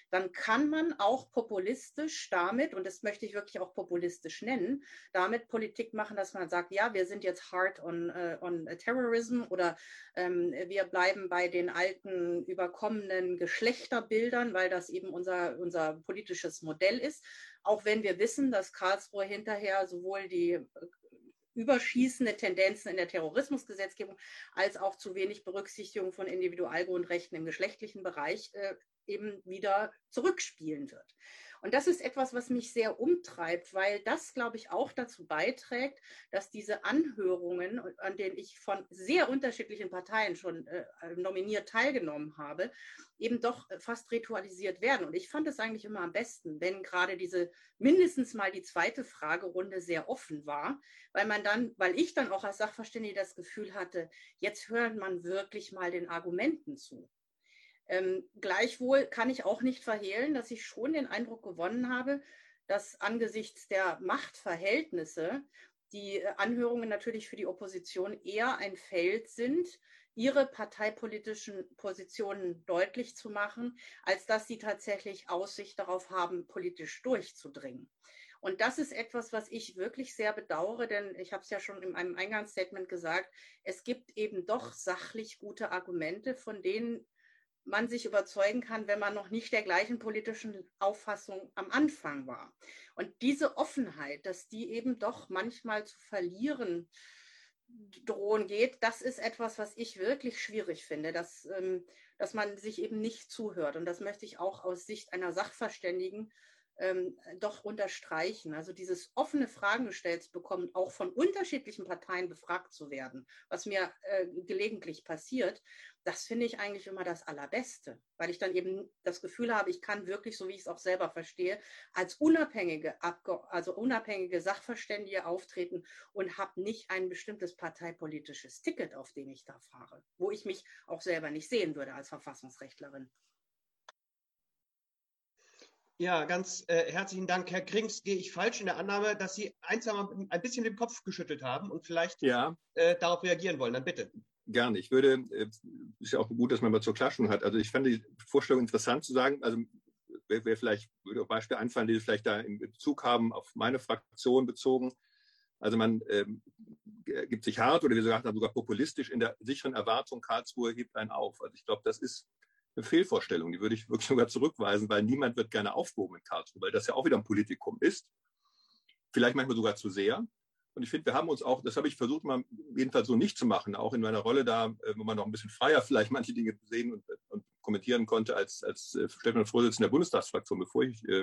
dann kann man auch populistisch damit, und das möchte ich wirklich auch populistisch nennen, damit Politik machen, dass man sagt, ja, wir sind jetzt hard on, uh, on terrorism oder ähm, wir bleiben bei den alten überkommenen Geschlechterbildern, weil das eben unser, unser politisches Modell ist. Auch wenn wir wissen, dass Karlsruhe hinterher sowohl die überschießende Tendenzen in der Terrorismusgesetzgebung als auch zu wenig Berücksichtigung von Individualgrundrechten im geschlechtlichen Bereich äh, eben wieder zurückspielen wird. Und das ist etwas, was mich sehr umtreibt, weil das, glaube ich, auch dazu beiträgt, dass diese Anhörungen, an denen ich von sehr unterschiedlichen Parteien schon äh, nominiert teilgenommen habe, eben doch fast ritualisiert werden. Und ich fand es eigentlich immer am besten, wenn gerade diese mindestens mal die zweite Fragerunde sehr offen war, weil man dann, weil ich dann auch als Sachverständige das Gefühl hatte, jetzt hört man wirklich mal den Argumenten zu. Ähm, gleichwohl kann ich auch nicht verhehlen, dass ich schon den Eindruck gewonnen habe, dass angesichts der Machtverhältnisse die Anhörungen natürlich für die Opposition eher ein Feld sind, ihre parteipolitischen Positionen deutlich zu machen, als dass sie tatsächlich Aussicht darauf haben, politisch durchzudringen. Und das ist etwas, was ich wirklich sehr bedauere, denn ich habe es ja schon in einem Eingangsstatement gesagt, es gibt eben doch sachlich gute Argumente, von denen man sich überzeugen kann, wenn man noch nicht der gleichen politischen Auffassung am Anfang war. Und diese Offenheit, dass die eben doch manchmal zu verlieren drohen geht, das ist etwas, was ich wirklich schwierig finde, dass, ähm, dass man sich eben nicht zuhört. Und das möchte ich auch aus Sicht einer Sachverständigen ähm, doch unterstreichen. Also dieses offene Fragen gestellt zu bekommen, auch von unterschiedlichen Parteien befragt zu werden, was mir äh, gelegentlich passiert, das finde ich eigentlich immer das Allerbeste, weil ich dann eben das Gefühl habe, ich kann wirklich, so wie ich es auch selber verstehe, als unabhängige, Abge- also unabhängige Sachverständige auftreten und habe nicht ein bestimmtes parteipolitisches Ticket, auf dem ich da fahre, wo ich mich auch selber nicht sehen würde als Verfassungsrechtlerin. Ja, ganz äh, herzlichen Dank, Herr Krings. Gehe ich falsch in der Annahme, dass Sie einsam ein bisschen den Kopf geschüttelt haben und vielleicht ja. äh, darauf reagieren wollen? Dann bitte. Gerne. Ich würde, äh, ist ja auch gut, dass man mal zur Klarstellung hat. Also ich fand die Vorstellung interessant zu sagen, also wer, wer vielleicht, würde auch Beispiele einfallen, die vielleicht da in Bezug haben, auf meine Fraktion bezogen. Also man ähm, gibt sich hart oder wie Sie gesagt haben, sogar populistisch in der sicheren Erwartung, Karlsruhe hebt einen auf. Also ich glaube, das ist eine Fehlvorstellung, die würde ich wirklich sogar zurückweisen, weil niemand wird gerne aufgehoben in Karlsruhe, weil das ja auch wieder ein Politikum ist. Vielleicht manchmal sogar zu sehr. Und ich finde, wir haben uns auch, das habe ich versucht, mal jedenfalls so nicht zu machen, auch in meiner Rolle da, wo man noch ein bisschen freier vielleicht manche Dinge sehen und, und kommentieren konnte als, als stellvertretender Vorsitzender der Bundestagsfraktion, bevor ich äh,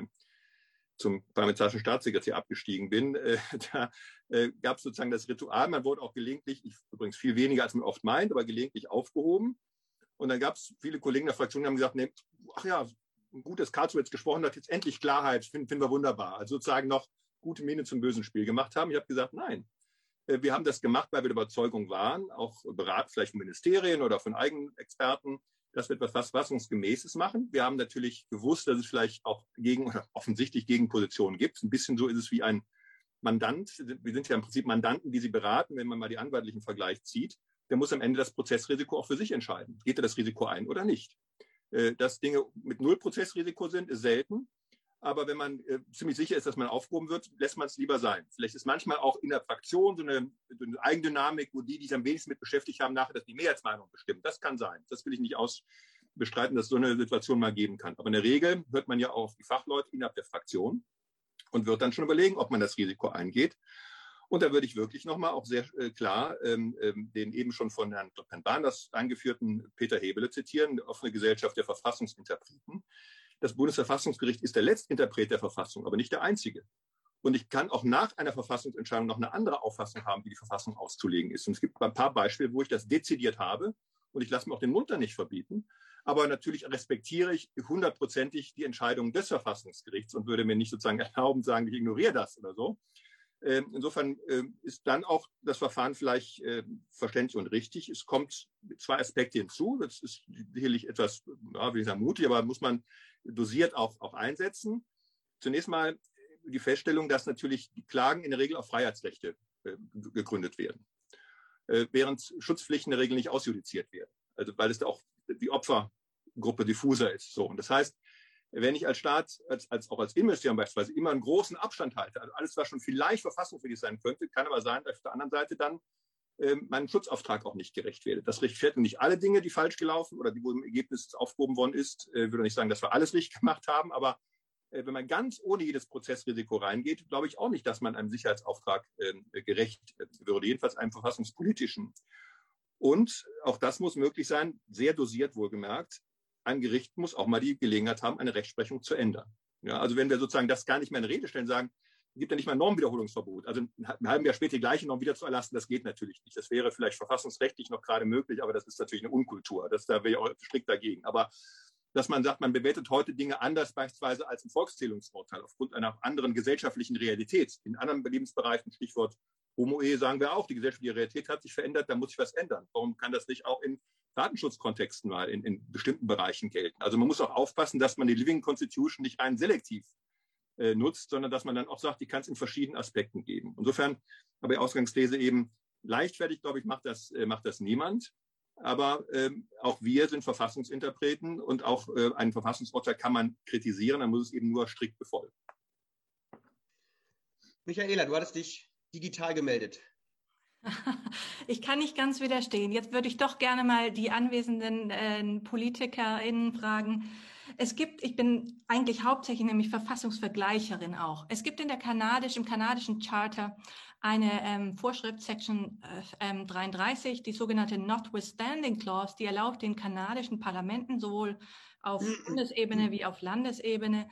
zum parlamentarischen Staatssekretär abgestiegen bin. Äh, da äh, gab es sozusagen das Ritual, man wurde auch gelegentlich, ich, übrigens viel weniger, als man oft meint, aber gelegentlich aufgehoben. Und dann gab es viele Kollegen der Fraktion, die haben gesagt, nee, ach ja, gut, dass Karlsruhe jetzt gesprochen hat, jetzt endlich Klarheit, finden find wir wunderbar. Also sozusagen noch gute Miene zum bösen Spiel gemacht haben. Ich habe gesagt, nein, wir haben das gemacht, weil wir der Überzeugung waren, auch beraten vielleicht von Ministerien oder von eigenen Experten, dass wir etwas Verfassungsgemäßes machen. Wir haben natürlich gewusst, dass es vielleicht auch gegen oder offensichtlich Gegenpositionen gibt. Ein bisschen so ist es wie ein Mandant. Wir sind ja im Prinzip Mandanten, die Sie beraten, wenn man mal die anwaltlichen Vergleich zieht. Der muss am Ende das Prozessrisiko auch für sich entscheiden. Geht er das Risiko ein oder nicht? Dass Dinge mit null Prozessrisiko sind, ist selten. Aber wenn man äh, ziemlich sicher ist, dass man aufgehoben wird, lässt man es lieber sein. Vielleicht ist manchmal auch in der Fraktion so eine, so eine Eigendynamik, wo die, die sich am wenigsten mit beschäftigt haben, nachher das die Mehrheitsmeinung bestimmt. Das kann sein. Das will ich nicht ausbestreiten, dass es so eine Situation mal geben kann. Aber in der Regel hört man ja auch auf die Fachleute innerhalb der Fraktion und wird dann schon überlegen, ob man das Risiko eingeht. Und da würde ich wirklich nochmal auch sehr äh, klar ähm, ähm, den eben schon von Herrn Doktor Barners eingeführten Peter Hebele zitieren, die offene Gesellschaft der Verfassungsinterpreten. Das Bundesverfassungsgericht ist der Letztinterpret der Verfassung, aber nicht der einzige. Und ich kann auch nach einer Verfassungsentscheidung noch eine andere Auffassung haben, wie die Verfassung auszulegen ist. Und es gibt ein paar Beispiele, wo ich das dezidiert habe. Und ich lasse mir auch den Mund da nicht verbieten. Aber natürlich respektiere ich hundertprozentig die Entscheidung des Verfassungsgerichts und würde mir nicht sozusagen erlauben, sagen, ich ignoriere das oder so. Insofern ist dann auch das Verfahren vielleicht verständlich und richtig. Es kommt zwei Aspekte hinzu. Das ist sicherlich etwas, ja, wie ich sagen, mutig, aber muss man dosiert auch, auch einsetzen. Zunächst mal die Feststellung, dass natürlich die Klagen in der Regel auf Freiheitsrechte gegründet werden, während Schutzpflichten in der Regel nicht ausjudiziert werden. Also weil es da auch die Opfergruppe diffuser ist. So. Und das heißt, Wenn ich als Staat, als, als auch als Innenministerium beispielsweise immer einen großen Abstand halte, also alles, was schon vielleicht verfassungswidrig sein könnte, kann aber sein, dass auf der anderen Seite dann äh, meinem Schutzauftrag auch nicht gerecht werde. Das rechtfertigt nicht alle Dinge, die falsch gelaufen oder die, wo im Ergebnis aufgehoben worden ist. Ich äh, würde nicht sagen, dass wir alles richtig gemacht haben, aber äh, wenn man ganz ohne jedes Prozessrisiko reingeht, glaube ich auch nicht, dass man einem Sicherheitsauftrag äh, gerecht würde, jedenfalls einem verfassungspolitischen. Und auch das muss möglich sein, sehr dosiert wohlgemerkt. Ein Gericht muss auch mal die Gelegenheit haben, eine Rechtsprechung zu ändern. Ja, also wenn wir sozusagen das gar nicht mehr in Rede stellen, sagen, es gibt ja nicht mal ein Normwiederholungsverbot. Also ein halben Jahr später die gleiche Norm wieder zu erlassen, das geht natürlich nicht. Das wäre vielleicht verfassungsrechtlich noch gerade möglich, aber das ist natürlich eine Unkultur. Das, da wäre ich auch strikt dagegen. Aber dass man sagt, man bewertet heute Dinge anders beispielsweise als ein Volkszählungsurteil aufgrund einer anderen gesellschaftlichen Realität. In anderen Lebensbereichen, Stichwort Homo-Ehe, sagen wir auch, die gesellschaftliche Realität hat sich verändert, da muss sich was ändern. Warum kann das nicht auch in Datenschutzkontexten mal in, in bestimmten Bereichen gelten? Also man muss auch aufpassen, dass man die Living Constitution nicht rein selektiv äh, nutzt, sondern dass man dann auch sagt, die kann es in verschiedenen Aspekten geben. Insofern habe ich Ausgangslese eben leichtfertig, glaube ich, macht das, äh, macht das niemand. Aber ähm, auch wir sind Verfassungsinterpreten und auch äh, ein Verfassungsurteil kann man kritisieren, dann muss es eben nur strikt befolgen. Michaela, du hattest dich digital gemeldet. Ich kann nicht ganz widerstehen. Jetzt würde ich doch gerne mal die anwesenden äh, PolitikerInnen fragen. Es gibt, ich bin eigentlich hauptsächlich nämlich Verfassungsvergleicherin auch. Es gibt in der kanadisch, im kanadischen Charter eine ähm, Vorschrift, Section äh, dreiunddreißig, die sogenannte Notwithstanding Clause, die erlaubt den kanadischen Parlamenten sowohl auf Bundesebene wie auf Landesebene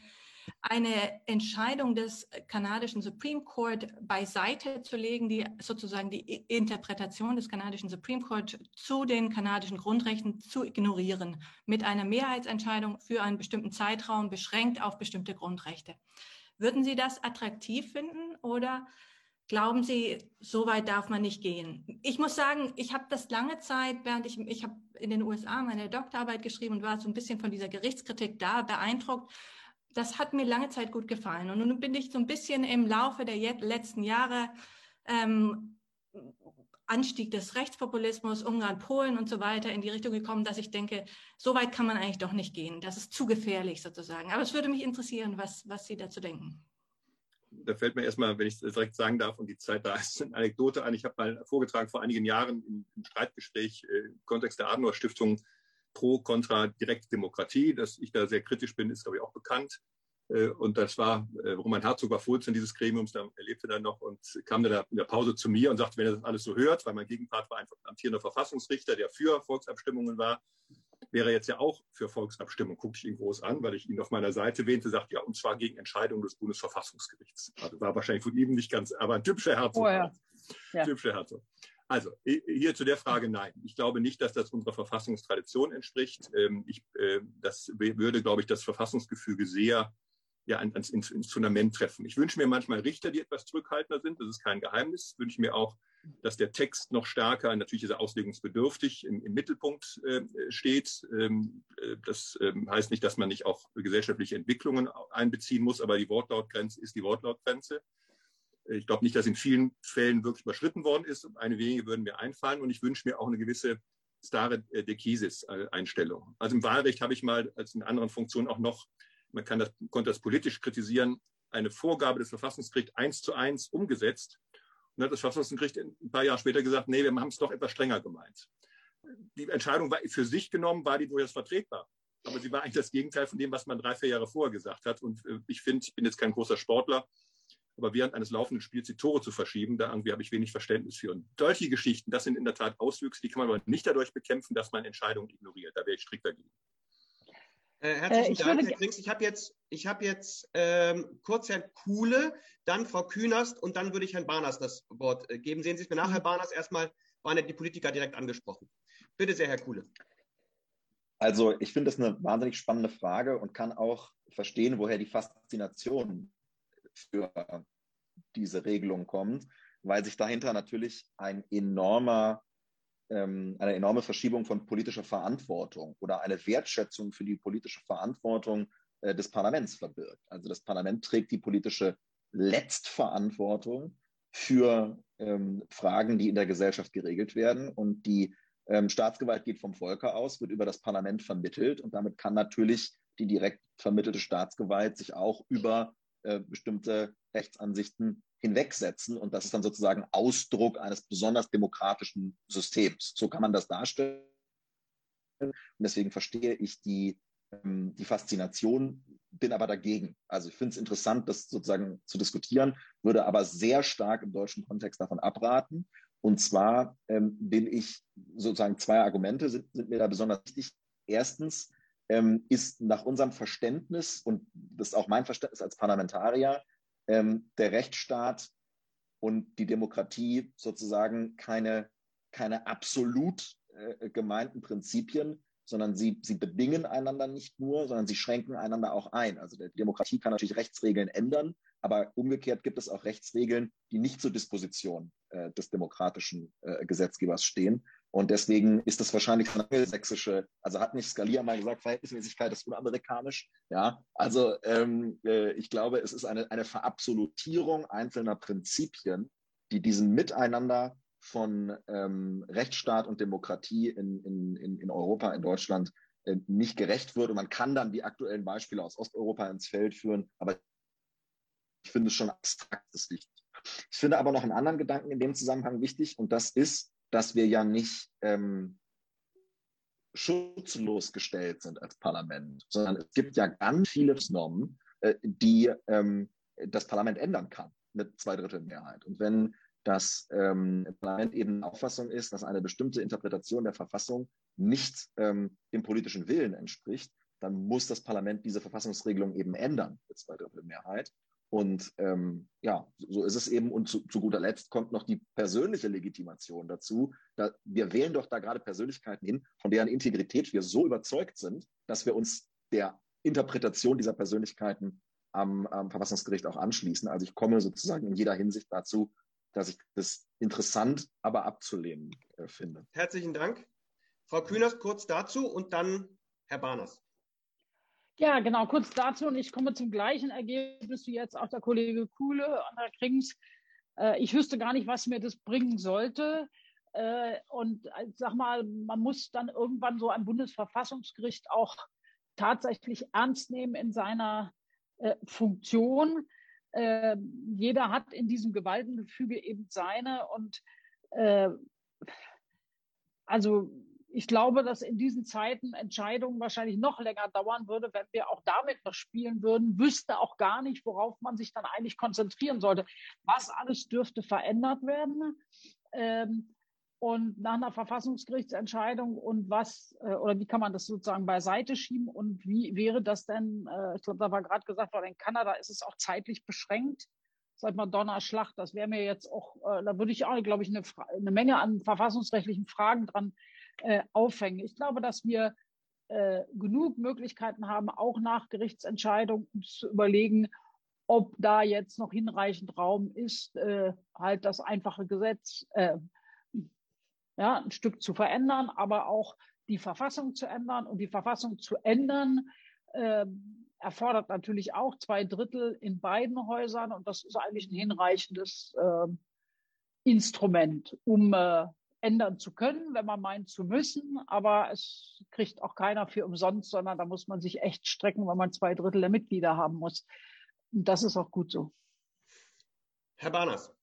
eine Entscheidung des kanadischen Supreme Court beiseite zu legen, die sozusagen die Interpretation des kanadischen Supreme Court zu den kanadischen Grundrechten zu ignorieren, mit einer Mehrheitsentscheidung für einen bestimmten Zeitraum beschränkt auf bestimmte Grundrechte. Würden Sie das attraktiv finden oder glauben Sie, so weit darf man nicht gehen? Ich muss sagen, ich habe das lange Zeit, während ich, ich habe in den U S A meine Doktorarbeit geschrieben und war so ein bisschen von dieser Gerichtskritik da beeindruckt. Das hat mir lange Zeit gut gefallen. Und nun bin ich so ein bisschen im Laufe der letzten Jahre ähm, Anstieg des Rechtspopulismus, Ungarn, Polen und so weiter in die Richtung gekommen, dass ich denke, so weit kann man eigentlich doch nicht gehen. Das ist zu gefährlich sozusagen. Aber es würde mich interessieren, was, was Sie dazu denken. Da fällt mir erstmal, wenn ich es direkt sagen darf und die Zeit da ist, eine Anekdote ein. Ich habe mal vorgetragen vor einigen Jahren im, im Streitgespräch äh, im Kontext der Adenauer-Stiftung pro, kontra Direktdemokratie. Dass ich da sehr kritisch bin, ist, glaube ich, auch bekannt. Und das war, Roman Herzog war Vorsitzender dieses Gremiums, da erlebte dann noch und kam dann in der Pause zu mir und sagte, wenn er das alles so hört, weil mein Gegenpart war einfach ein amtierender Verfassungsrichter, der für Volksabstimmungen war, wäre er jetzt ja auch für Volksabstimmung. Guckte ich ihn groß an, weil ich ihn auf meiner Seite wähnte, sagte, ja, und zwar gegen Entscheidungen des Bundesverfassungsgerichts. Also war wahrscheinlich von ihm nicht ganz, aber ein typischer Herzog. Oh ja. Ja. Typischer Herzog. Also, hier zu der Frage, nein. Ich glaube nicht, dass das unserer Verfassungstradition entspricht. Ich, das würde, glaube ich, das Verfassungsgefüge sehr ja, ins, ins, ins Fundament treffen. Ich wünsche mir manchmal Richter, die etwas zurückhaltender sind. Das ist kein Geheimnis. Ich wünsche mir auch, dass der Text noch stärker, natürlich ist er auslegungsbedürftig, im, im Mittelpunkt äh, steht. Ähm, das ähm, heißt nicht, dass man nicht auch gesellschaftliche Entwicklungen einbeziehen muss, aber die Wortlautgrenze ist die Wortlautgrenze. Ich glaube nicht, dass in vielen Fällen wirklich überschritten worden ist. Eine wenige würden mir einfallen. Und ich wünsche mir auch eine gewisse Stare Decisis-Einstellung. Also im Wahlrecht habe ich mal als in anderen Funktionen auch noch, man kann das, konnte das politisch kritisieren, eine Vorgabe des Verfassungsgerichts eins zu eins umgesetzt. Und dann hat das Verfassungsgericht ein paar Jahre später gesagt, nee, wir haben es doch etwas strenger gemeint. Die Entscheidung war für sich genommen, war die durchaus vertretbar. Aber sie war eigentlich das Gegenteil von dem, was man drei, vier Jahre vorher gesagt hat. Und ich finde, ich bin jetzt kein großer Sportler, aber während eines laufenden Spiels die Tore zu verschieben, da irgendwie habe ich wenig Verständnis für. Und solche Geschichten, das sind in der Tat Auswüchse, die kann man aber nicht dadurch bekämpfen, dass man Entscheidungen ignoriert. Da wäre ich strikt dagegen. Äh, herzlichen äh, Dank, Herr Krings. Ich habe jetzt, ich hab jetzt ähm, kurz Herrn Kuhle, dann Frau Künast und dann würde ich Herrn Barnas das Wort äh, geben. Sehen Sie es mir nach, Herr Barnas. Erstmal waren ja die Politiker direkt angesprochen. Bitte sehr, Herr Kuhle. Also ich finde das eine wahnsinnig spannende Frage und kann auch verstehen, woher die Faszination für diese Regelung kommt, weil sich dahinter natürlich ein enormer eine enorme Verschiebung von politischer Verantwortung oder eine Wertschätzung für die politische Verantwortung äh, des Parlaments verbirgt. Also das Parlament trägt die politische Letztverantwortung für ähm, Fragen, die in der Gesellschaft geregelt werden. Und die ähm, Staatsgewalt geht vom Volke aus, wird über das Parlament vermittelt. Und damit kann natürlich die direkt vermittelte Staatsgewalt sich auch über äh, bestimmte Rechtsansichten hinwegsetzen. Und das ist dann sozusagen Ausdruck eines besonders demokratischen Systems. So kann man das darstellen. Und deswegen verstehe ich die, ähm, die Faszination, bin aber dagegen. Also ich finde es interessant, das sozusagen zu diskutieren, würde aber sehr stark im deutschen Kontext davon abraten. Und zwar ähm, bin ich sozusagen, zwei Argumente sind, sind mir da besonders wichtig. Erstens ähm, ist nach unserem Verständnis, und das ist auch mein Verständnis als Parlamentarier, ähm, der Rechtsstaat und die Demokratie sozusagen keine, keine absolut äh, gemeinten Prinzipien, sondern sie, sie bedingen einander nicht nur, sondern sie schränken einander auch ein. Also die Demokratie kann natürlich Rechtsregeln ändern, aber umgekehrt gibt es auch Rechtsregeln, die nicht zur Disposition äh, des demokratischen äh, Gesetzgebers stehen. Und deswegen ist das wahrscheinlich eine angelsächsische, also hat nicht Scalia mal gesagt, Verhältnismäßigkeit ist unamerikanisch. Ja, also ähm, äh, ich glaube, es ist eine, eine Verabsolutierung einzelner Prinzipien, die diesem Miteinander von ähm, Rechtsstaat und Demokratie in, in, in, in Europa, in Deutschland äh, nicht gerecht wird. Und man kann dann die aktuellen Beispiele aus Osteuropa ins Feld führen, aber ich finde es schon abstraktes wichtig. Ich finde aber noch einen anderen Gedanken in dem Zusammenhang wichtig, und das ist, dass wir ja nicht ähm, schutzlos gestellt sind als Parlament, sondern es gibt ja ganz viele Normen, äh, die ähm, das Parlament ändern kann mit Zweidrittelmehrheit. Und wenn das ähm, Parlament eben eine Auffassung ist, dass eine bestimmte Interpretation der Verfassung nicht ähm, dem politischen Willen entspricht, dann muss das Parlament diese Verfassungsregelung eben ändern mit Zweidrittelmehrheit. Und ähm, ja, so ist es eben. Und zu, zu guter Letzt kommt noch die persönliche Legitimation dazu. Da, wir wählen doch da gerade Persönlichkeiten hin, von deren Integrität wir so überzeugt sind, dass wir uns der Interpretation dieser Persönlichkeiten am, am Verfassungsgericht auch anschließen. Also ich komme sozusagen in jeder Hinsicht dazu, dass ich das interessant, aber abzulehnen äh, finde. Herzlichen Dank. Frau Künast, kurz dazu und dann Herr Barners. Ja, genau, kurz dazu, und ich komme zum gleichen Ergebnis wie jetzt auch der Kollege Kuhle und Herr Krings. Äh, ich wüsste gar nicht, was mir das bringen sollte. Äh, und ich sag mal, man muss dann irgendwann so ein Bundesverfassungsgericht auch tatsächlich ernst nehmen in seiner äh, Funktion. Äh, jeder hat in diesem Gewaltengefüge eben seine, und äh, also ich glaube, dass in diesen Zeiten Entscheidungen wahrscheinlich noch länger dauern würde, wenn wir auch damit noch spielen würden, wüsste auch gar nicht, worauf man sich dann eigentlich konzentrieren sollte. Was alles dürfte verändert werden? Ähm, und nach einer Verfassungsgerichtsentscheidung, und was, äh, oder wie kann man das sozusagen beiseite schieben, und wie wäre das denn, äh, ich glaube, da war gerade gesagt worden, in Kanada ist es auch zeitlich beschränkt. Seit Madonna Schlacht, das wäre mir jetzt auch, äh, da würde ich auch, glaube ich, eine, eine Menge an verfassungsrechtlichen Fragen dran äh, aufhängen. Ich glaube, dass wir äh, genug Möglichkeiten haben, auch nach Gerichtsentscheidungen zu überlegen, ob da jetzt noch hinreichend Raum ist, äh, halt das einfache Gesetz äh, ja, ein Stück zu verändern, aber auch die Verfassung zu ändern. Und die Verfassung zu ändern äh, erfordert natürlich auch zwei Drittel in beiden Häusern. Und das ist eigentlich ein hinreichendes äh, Instrument, um äh, ändern zu können, wenn man meint zu müssen. Aber es kriegt auch keiner für umsonst, sondern da muss man sich echt strecken, weil man zwei Drittel der Mitglieder haben muss. Und das ist auch gut so. Herr Barners.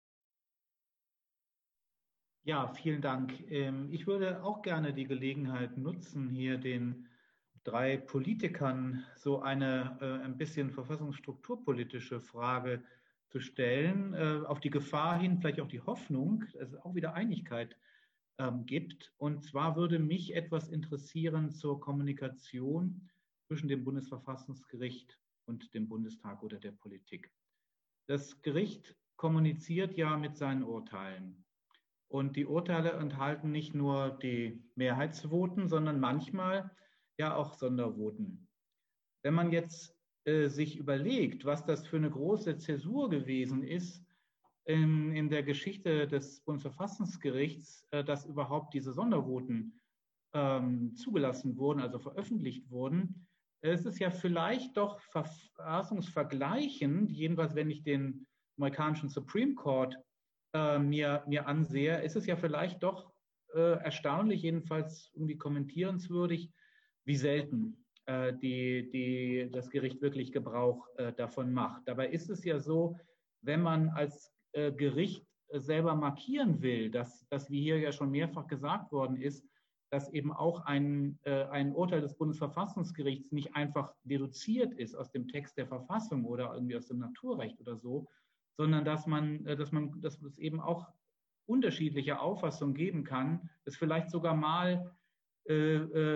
Ja, vielen Dank. Ich würde auch gerne die Gelegenheit nutzen, hier den drei Politikern so eine äh, ein bisschen verfassungsstrukturpolitische Frage zu stellen, äh, auf die Gefahr hin, vielleicht auch die Hoffnung, dass es auch wieder Einigkeit ähm, gibt. Und zwar würde mich etwas interessieren zur Kommunikation zwischen dem Bundesverfassungsgericht und dem Bundestag oder der Politik. Das Gericht kommuniziert ja mit seinen Urteilen. Und die Urteile enthalten nicht nur die Mehrheitsvoten, sondern manchmal ja auch Sondervoten. Wenn man jetzt äh, sich überlegt, was das für eine große Zäsur gewesen ist in, in der Geschichte des Bundesverfassungsgerichts, äh, dass überhaupt diese Sondervoten ähm, zugelassen wurden, also veröffentlicht wurden, es ist ja vielleicht doch verfassungsvergleichend, jedenfalls wenn ich den amerikanischen Supreme Court äh, mir, mir ansehe, ist es ja vielleicht doch äh, erstaunlich, jedenfalls irgendwie kommentierenswürdig, wie selten äh, die, die das Gericht wirklich Gebrauch äh, davon macht. Dabei ist es ja so, wenn man als äh, Gericht selber markieren will, dass, dass wie hier ja schon mehrfach gesagt worden ist, dass eben auch ein, äh, ein Urteil des Bundesverfassungsgerichts nicht einfach deduziert ist aus dem Text der Verfassung oder irgendwie aus dem Naturrecht oder so, sondern dass man, äh, dass man, dass es eben auch unterschiedliche Auffassungen geben kann, dass vielleicht sogar mal äh,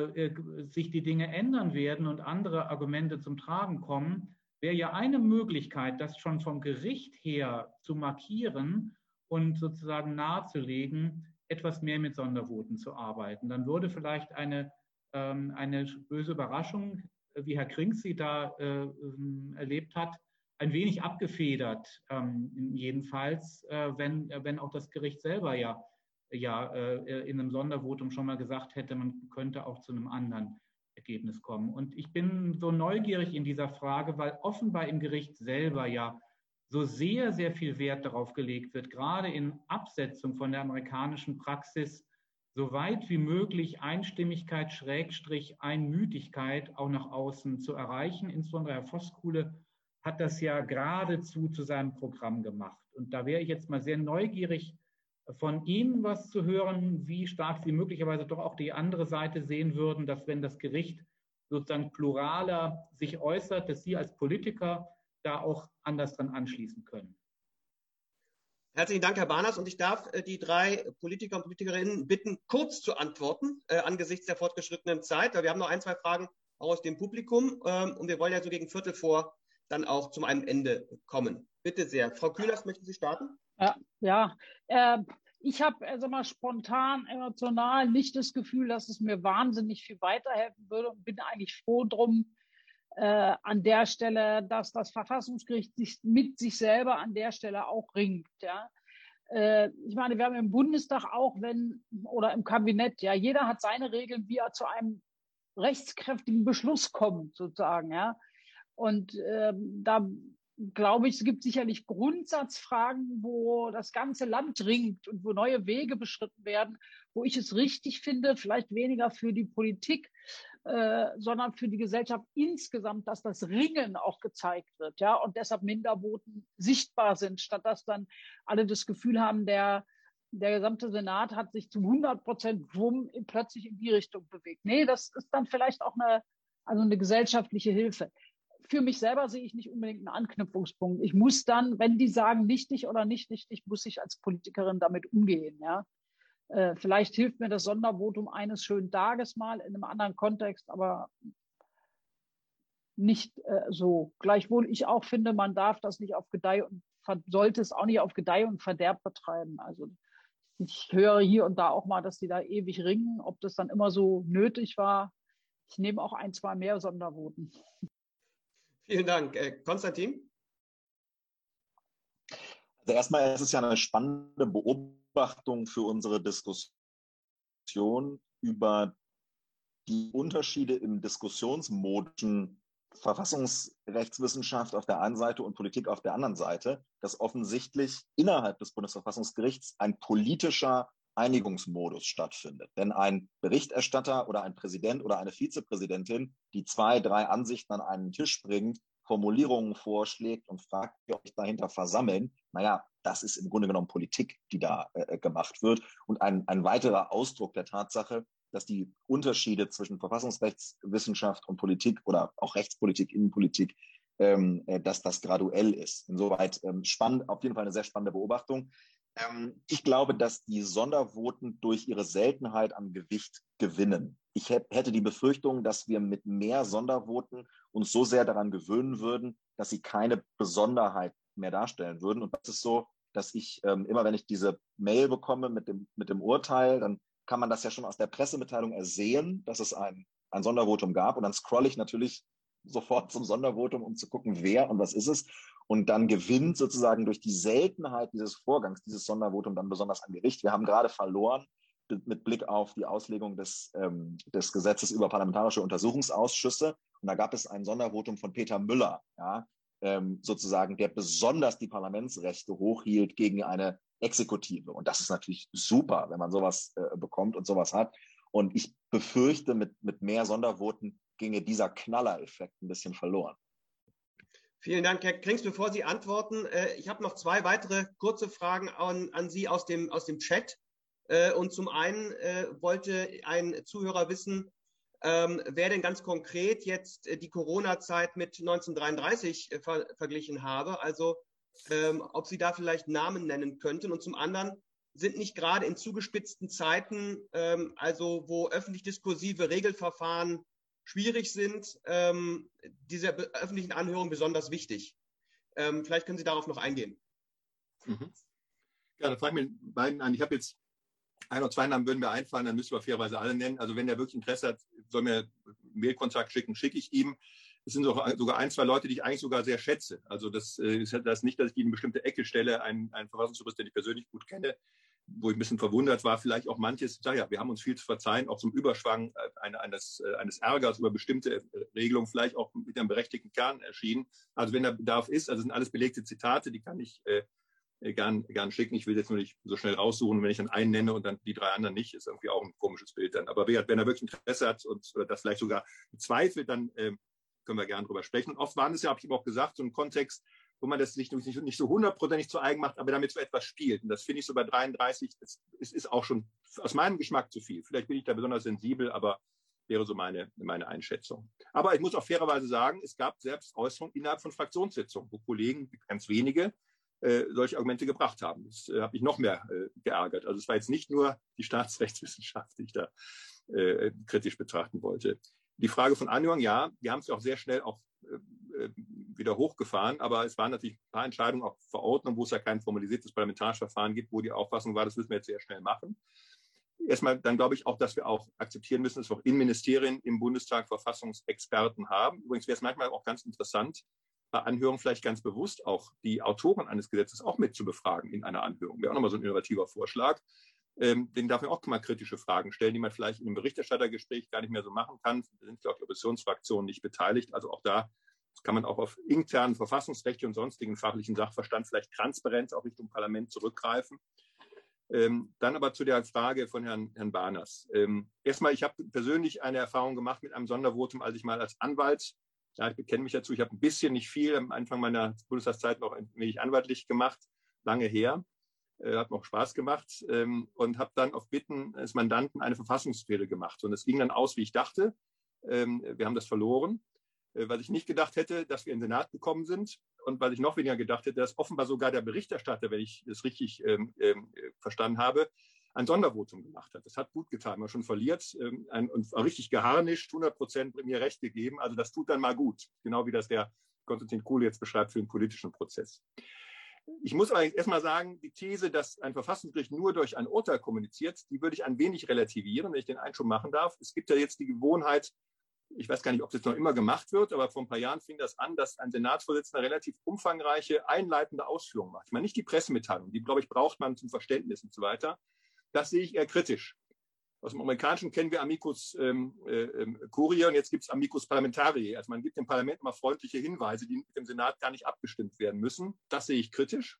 äh, sich die Dinge ändern werden und andere Argumente zum Tragen kommen, wäre ja eine Möglichkeit, das schon vom Gericht her zu markieren und sozusagen nahezulegen, etwas mehr mit Sondervoten zu arbeiten. Dann würde vielleicht eine, ähm, eine böse Überraschung, wie Herr Krings sie da äh, erlebt hat, ein wenig abgefedert, ähm, jedenfalls, äh, wenn, wenn auch das Gericht selber ja, ja äh, in einem Sondervotum schon mal gesagt hätte, man könnte auch zu einem anderen Ergebnis kommen. Und ich bin so neugierig in dieser Frage, weil offenbar im Gericht selber ja so sehr, sehr viel Wert darauf gelegt wird, gerade in Absetzung von der amerikanischen Praxis, so weit wie möglich Einstimmigkeit, Schrägstrich, Einmütigkeit auch nach außen zu erreichen. Insbesondere Herr Voskuhle hat das ja geradezu zu seinem Programm gemacht. Und da wäre ich jetzt mal sehr neugierig, von Ihnen was zu hören, wie stark Sie möglicherweise doch auch die andere Seite sehen würden, dass wenn das Gericht sozusagen pluraler sich äußert, dass Sie als Politiker da auch anders dran anschließen können. Herzlichen Dank, Herr Barnas. Und ich darf äh, die drei Politiker und Politikerinnen bitten, kurz zu antworten äh, angesichts der fortgeschrittenen Zeit. Wir haben noch ein, zwei Fragen auch aus dem Publikum ähm, und wir wollen ja so gegen Viertel vor dann auch zu einem Ende kommen. Bitte sehr. Frau Kühlers, möchten Sie starten? Ja, ja. Äh, ich habe also mal spontan, emotional nicht das Gefühl, dass es mir wahnsinnig viel weiterhelfen würde und bin eigentlich froh drum, Äh, an der Stelle, dass das Verfassungsgericht sich mit sich selber an der Stelle auch ringt. Ja. Äh, ich meine, wir haben im Bundestag auch, wenn, oder im Kabinett, ja, jeder hat seine Regeln, wie er zu einem rechtskräftigen Beschluss kommt, sozusagen. Ja. Und äh, da glaube ich, es gibt sicherlich Grundsatzfragen, wo das ganze Land ringt und wo neue Wege beschritten werden, wo ich es richtig finde, vielleicht weniger für die Politik, Äh, sondern für die Gesellschaft insgesamt, dass das Ringen auch gezeigt wird, ja, und deshalb Mindervoten sichtbar sind, statt dass dann alle das Gefühl haben, der, der gesamte Senat hat sich zu hundert Prozent wumm plötzlich in die Richtung bewegt. Nee, das ist dann vielleicht auch eine, also eine gesellschaftliche Hilfe. Für mich selber sehe ich nicht unbedingt einen Anknüpfungspunkt. Ich muss dann, wenn die sagen nichtig oder nicht nichtig, muss ich als Politikerin damit umgehen, ja. Äh, vielleicht hilft mir das Sondervotum eines schönen Tages mal in einem anderen Kontext, aber nicht äh, so. Gleichwohl ich auch finde, man darf das nicht auf Gedeih und sollte es auch nicht auf Gedeih und Verderb betreiben. Also ich höre hier und da auch mal, dass die da ewig ringen. Ob das dann immer so nötig war, ich nehme auch ein, zwei mehr Sondervoten. Vielen Dank. Äh, Konstantin? Also erstmal ist es ja eine spannende Beobachtung für unsere Diskussion über die Unterschiede im diskussionsmodischen Verfassungsrechtswissenschaft auf der einen Seite und Politik auf der anderen Seite, dass offensichtlich innerhalb des Bundesverfassungsgerichts ein politischer Einigungsmodus stattfindet. Wenn ein Berichterstatter oder ein Präsident oder eine Vizepräsidentin, die zwei, drei Ansichten an einen Tisch bringt, Formulierungen vorschlägt und fragt, wie euch dahinter versammeln, naja, das ist im Grunde genommen Politik, die da äh, gemacht wird. Und ein, ein weiterer Ausdruck der Tatsache, dass die Unterschiede zwischen Verfassungsrechtswissenschaft und Politik oder auch Rechtspolitik, Innenpolitik, ähm, äh, dass das graduell ist. Insoweit ähm, spannend, auf jeden Fall eine sehr spannende Beobachtung. Ähm, ich glaube, dass die Sondervoten durch ihre Seltenheit an Gewicht gewinnen. Ich hätte die Befürchtung, dass wir mit mehr Sondervoten uns so sehr daran gewöhnen würden, dass sie keine Besonderheit mehr darstellen würden. Und das ist so, dass ich ähm, immer, wenn ich diese Mail bekomme mit dem, mit dem Urteil, dann kann man das ja schon aus der Pressemitteilung ersehen, dass es ein, ein Sondervotum gab. Und dann scrolle ich natürlich sofort zum Sondervotum, um zu gucken, wer und was ist es. Und dann gewinnt sozusagen durch die Seltenheit dieses Vorgangs, dieses Sondervotum dann besonders an Gewicht. Wir haben gerade verloren mit Blick auf die Auslegung des, ähm, des Gesetzes über parlamentarische Untersuchungsausschüsse. Und da gab es ein Sondervotum von Peter Müller, ja, ähm, sozusagen, der besonders die Parlamentsrechte hochhielt gegen eine Exekutive. Und das ist natürlich super, wenn man sowas äh, bekommt und sowas hat. Und ich befürchte, mit, mit mehr Sondervoten ginge dieser Knallereffekt ein bisschen verloren. Vielen Dank, Herr Krings. Bevor Sie antworten, äh, ich habe noch zwei weitere kurze Fragen an, an Sie aus dem, aus dem Chat. Äh, und zum einen äh, wollte ein Zuhörer wissen, ähm, wer denn ganz konkret jetzt äh, die Corona-Zeit mit neunzehnhundertdreiunddreißig äh, ver verglichen habe. Also ähm, ob Sie da vielleicht Namen nennen könnten. Und zum anderen, sind nicht gerade in zugespitzten Zeiten, ähm, also wo öffentlich-diskursive Regelverfahren schwierig sind, ähm, diese öffentlichen Anhörungen besonders wichtig. Ähm, vielleicht können Sie darauf noch eingehen. Mhm. Ja, dann fangen wir mit beiden an. Ich habe jetzt ein oder zwei Namen würden mir einfallen, dann müssen wir fairerweise alle nennen. Also wenn der wirklich Interesse hat, soll mir Mailkontakt schicken, schicke ich ihm. Es sind sogar ein, zwei Leute, die ich eigentlich sogar sehr schätze. Also das ist das nicht, dass ich die in eine bestimmte Ecke stelle, einen, einen Verfassungsjurist, den ich persönlich gut kenne, wo ich ein bisschen verwundert war, vielleicht auch manches, sag ja, wir haben uns viel zu verzeihen, auch zum Überschwang eines, eines Ärgers über bestimmte Regelungen, vielleicht auch mit einem berechtigten Kern erschienen. Also wenn der Bedarf ist, also sind alles belegte Zitate, die kann ich äh, gern, gern schicken. Ich will jetzt nur nicht so schnell raussuchen, wenn ich dann einen nenne und dann die drei anderen nicht, ist irgendwie auch ein komisches Bild dann. Aber wenn er wirklich Interesse hat und das vielleicht sogar bezweifelt, dann äh, können wir gerne drüber sprechen. Und oft waren es ja, habe ich eben auch gesagt, so ein Kontext, wo man das nicht, nicht, nicht so hundertprozentig zu eigen macht, aber damit so etwas spielt. Und das finde ich so bei dreiunddreißig, es ist, ist auch schon aus meinem Geschmack zu viel. Vielleicht bin ich da besonders sensibel, aber wäre so meine, meine Einschätzung. Aber ich muss auch fairerweise sagen, es gab selbst Äußerungen innerhalb von Fraktionssitzungen, wo Kollegen, ganz wenige, äh, solche Argumente gebracht haben. Das äh, habe ich noch mehr äh, geärgert. Also es war jetzt nicht nur die Staatsrechtswissenschaft, die ich da äh, kritisch betrachten wollte. Die Frage von Anhörung, ja, wir haben es ja auch sehr schnell auch äh, wieder hochgefahren, aber es waren natürlich ein paar Entscheidungen, auch Verordnungen, wo es ja kein formalisiertes Parlamentarisches Verfahren gibt, wo die Auffassung war, das müssen wir jetzt sehr schnell machen. Erstmal dann glaube ich auch, dass wir auch akzeptieren müssen, dass wir auch in Ministerien im Bundestag Verfassungsexperten haben. Übrigens wäre es manchmal auch ganz interessant, bei Anhörungen vielleicht ganz bewusst auch die Autoren eines Gesetzes auch mit zu befragen in einer Anhörung. Wäre auch nochmal so ein innovativer Vorschlag. Ähm, den darf man auch mal kritische Fragen stellen, die man vielleicht in einem Berichterstattergespräch gar nicht mehr so machen kann. Da sind ja auch die Oppositionsfraktionen nicht beteiligt. Also auch da kann man auch auf internen Verfassungsrechte und sonstigen fachlichen Sachverstand vielleicht transparent auch Richtung Parlament zurückgreifen. Ähm, dann aber zu der Frage von Herrn, Herrn Barners. Ähm, erstmal, ich habe persönlich eine Erfahrung gemacht mit einem Sondervotum, als ich mal als Anwalt, ja, ich bekenne mich dazu, ich habe ein bisschen, nicht viel, am Anfang meiner Bundestagszeit noch ein wenig anwaltlich gemacht, lange her. Äh, hat mir auch Spaß gemacht ähm, und habe dann auf Bitten des Mandanten eine Verfassungsfehde gemacht. Und es ging dann aus, wie ich dachte. Ähm, wir haben das verloren, äh, weil ich nicht gedacht hätte, dass wir in den Senat gekommen sind und weil ich noch weniger gedacht hätte, dass offenbar sogar der Berichterstatter, wenn ich das richtig ähm, ähm, verstanden habe, ein Sondervotum gemacht hat. Das hat gut getan, man schon verliert ähm, ein, und war richtig geharnischt, hundert Prozent mir Recht gegeben. Also das tut dann mal gut, genau wie das der Konstantin Kuhle jetzt beschreibt für den politischen Prozess. Ich muss aber erstmal sagen, die These, dass ein Verfassungsgericht nur durch ein Urteil kommuniziert, die würde ich ein wenig relativieren, wenn ich den Einschub machen darf. Es gibt ja jetzt die Gewohnheit, ich weiß gar nicht, ob das noch immer gemacht wird, aber vor ein paar Jahren fing das an, dass ein Senatsvorsitzender relativ umfangreiche, einleitende Ausführungen macht. Ich meine nicht die Pressemitteilung, die, glaube ich, braucht man zum Verständnis und so weiter. Das sehe ich eher kritisch. Aus dem Amerikanischen kennen wir Amicus ähm, äh, Curiae und jetzt gibt es Amicus Parlamentariae. Also man gibt dem Parlament mal freundliche Hinweise, die mit dem Senat gar nicht abgestimmt werden müssen. Das sehe ich kritisch.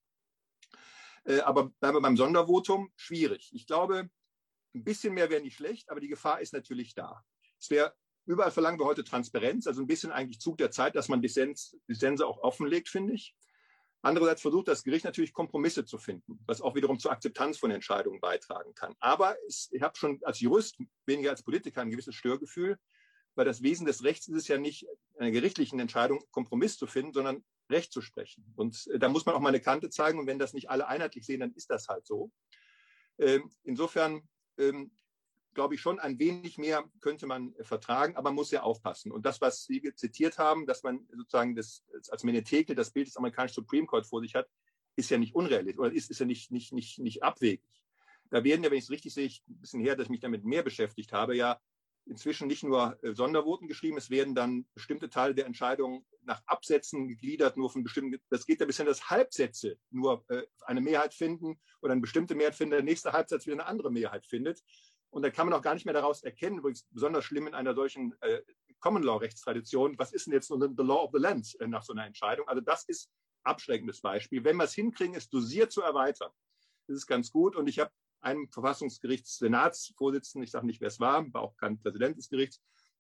Äh, aber beim Sondervotum schwierig. Ich glaube, ein bisschen mehr wäre nicht schlecht, aber die Gefahr ist natürlich da. Es wäre, überall verlangen wir heute Transparenz, also ein bisschen eigentlich Zug der Zeit, dass man Dissens, Dissense auch offenlegt, finde ich. Andererseits versucht das Gericht natürlich Kompromisse zu finden, was auch wiederum zur Akzeptanz von Entscheidungen beitragen kann. Aber es, ich habe schon als Jurist, weniger als Politiker, ein gewisses Störgefühl, weil das Wesen des Rechts ist es ja nicht, einer gerichtlichen Entscheidung Kompromiss zu finden, sondern Recht zu sprechen. Und äh, da muss man auch mal eine Kante zeigen. Und wenn das nicht alle einheitlich sehen, dann ist das halt so. Ähm, insofern ähm, glaube ich schon, ein wenig mehr könnte man vertragen, aber man muss ja aufpassen. Und das, was Sie zitiert haben, dass man sozusagen das, als Menetekel das Bild des amerikanischen Supreme Court vor sich hat, ist ja nicht unrealistisch oder ist, ist ja nicht, nicht, nicht, nicht abwegig. Da werden ja, wenn ich es richtig sehe, ein bisschen her, dass ich mich damit mehr beschäftigt habe, ja inzwischen nicht nur Sondervoten geschrieben, es werden dann bestimmte Teile der Entscheidungen nach Absätzen gegliedert, nur von bestimmten, das geht ja bis hin, dass Halbsätze nur äh, eine Mehrheit finden oder eine bestimmte Mehrheit findet, der nächste Halbsatz wieder eine andere Mehrheit findet. Und da kann man auch gar nicht mehr daraus erkennen, übrigens besonders schlimm in einer solchen äh, Common-Law-Rechtstradition, was ist denn jetzt nur the law of the land äh, nach so einer Entscheidung? Also das ist ein abschreckendes Beispiel. Wenn wir es hinkriegen, es dosiert zu erweitern, das ist ganz gut. Und ich habe einem Verfassungsgerichtssenatsvorsitzenden, ich sage nicht, wer es war, war auch kein Präsident des Gerichts,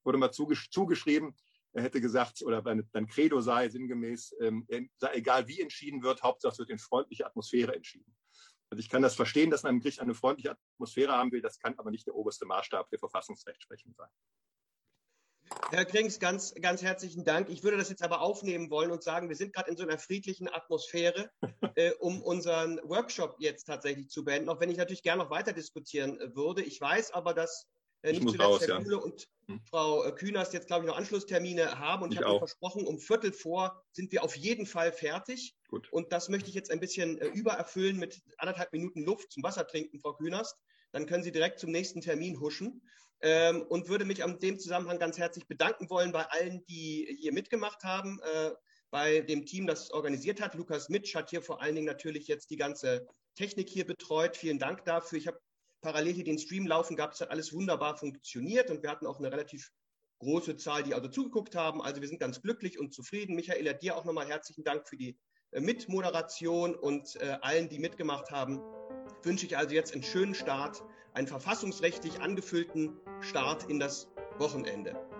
wurde mal zugesch zugeschrieben, er hätte gesagt, oder sein Credo sei sinngemäß, ähm, sei egal wie entschieden wird, Hauptsache es wird in freundlicher Atmosphäre entschieden. Also ich kann das verstehen, dass man im Gericht eine freundliche Atmosphäre haben will, das kann aber nicht der oberste Maßstab der Verfassungsrechtsprechung sein. Herr Krings, ganz, ganz herzlichen Dank. Ich würde das jetzt aber aufnehmen wollen und sagen, wir sind gerade in so einer friedlichen Atmosphäre, äh, um unseren Workshop jetzt tatsächlich zu beenden, auch wenn ich natürlich gerne noch weiter diskutieren äh, würde. Ich weiß aber, dass äh, nicht zuletzt raus, Herr Kühle ja. und hm. Frau äh, Künast jetzt, glaube ich, noch Anschlusstermine haben. Und ich, ich habe Ihnen versprochen, um Viertel vor sind wir auf jeden Fall fertig. Gut. Und das möchte ich jetzt ein bisschen äh, übererfüllen mit anderthalb Minuten Luft zum Wasser trinken, Frau Künast. Dann können Sie direkt zum nächsten Termin huschen. Ähm, und würde mich in dem Zusammenhang ganz herzlich bedanken wollen bei allen, die hier mitgemacht haben, äh, bei dem Team, das es organisiert hat. Lukas Mitsch hat hier vor allen Dingen natürlich jetzt die ganze Technik hier betreut. Vielen Dank dafür. Ich habe parallel hier den Stream laufen gehabt. Es hat alles wunderbar funktioniert und wir hatten auch eine relativ große Zahl, die also zugeguckt haben. Also wir sind ganz glücklich und zufrieden. Michaela, dir auch nochmal herzlichen Dank für die äh, Mitmoderation und äh, allen, die mitgemacht haben. Wünsche ich also jetzt einen schönen Start, einen verfassungsrechtlich angefüllten Start in das Wochenende.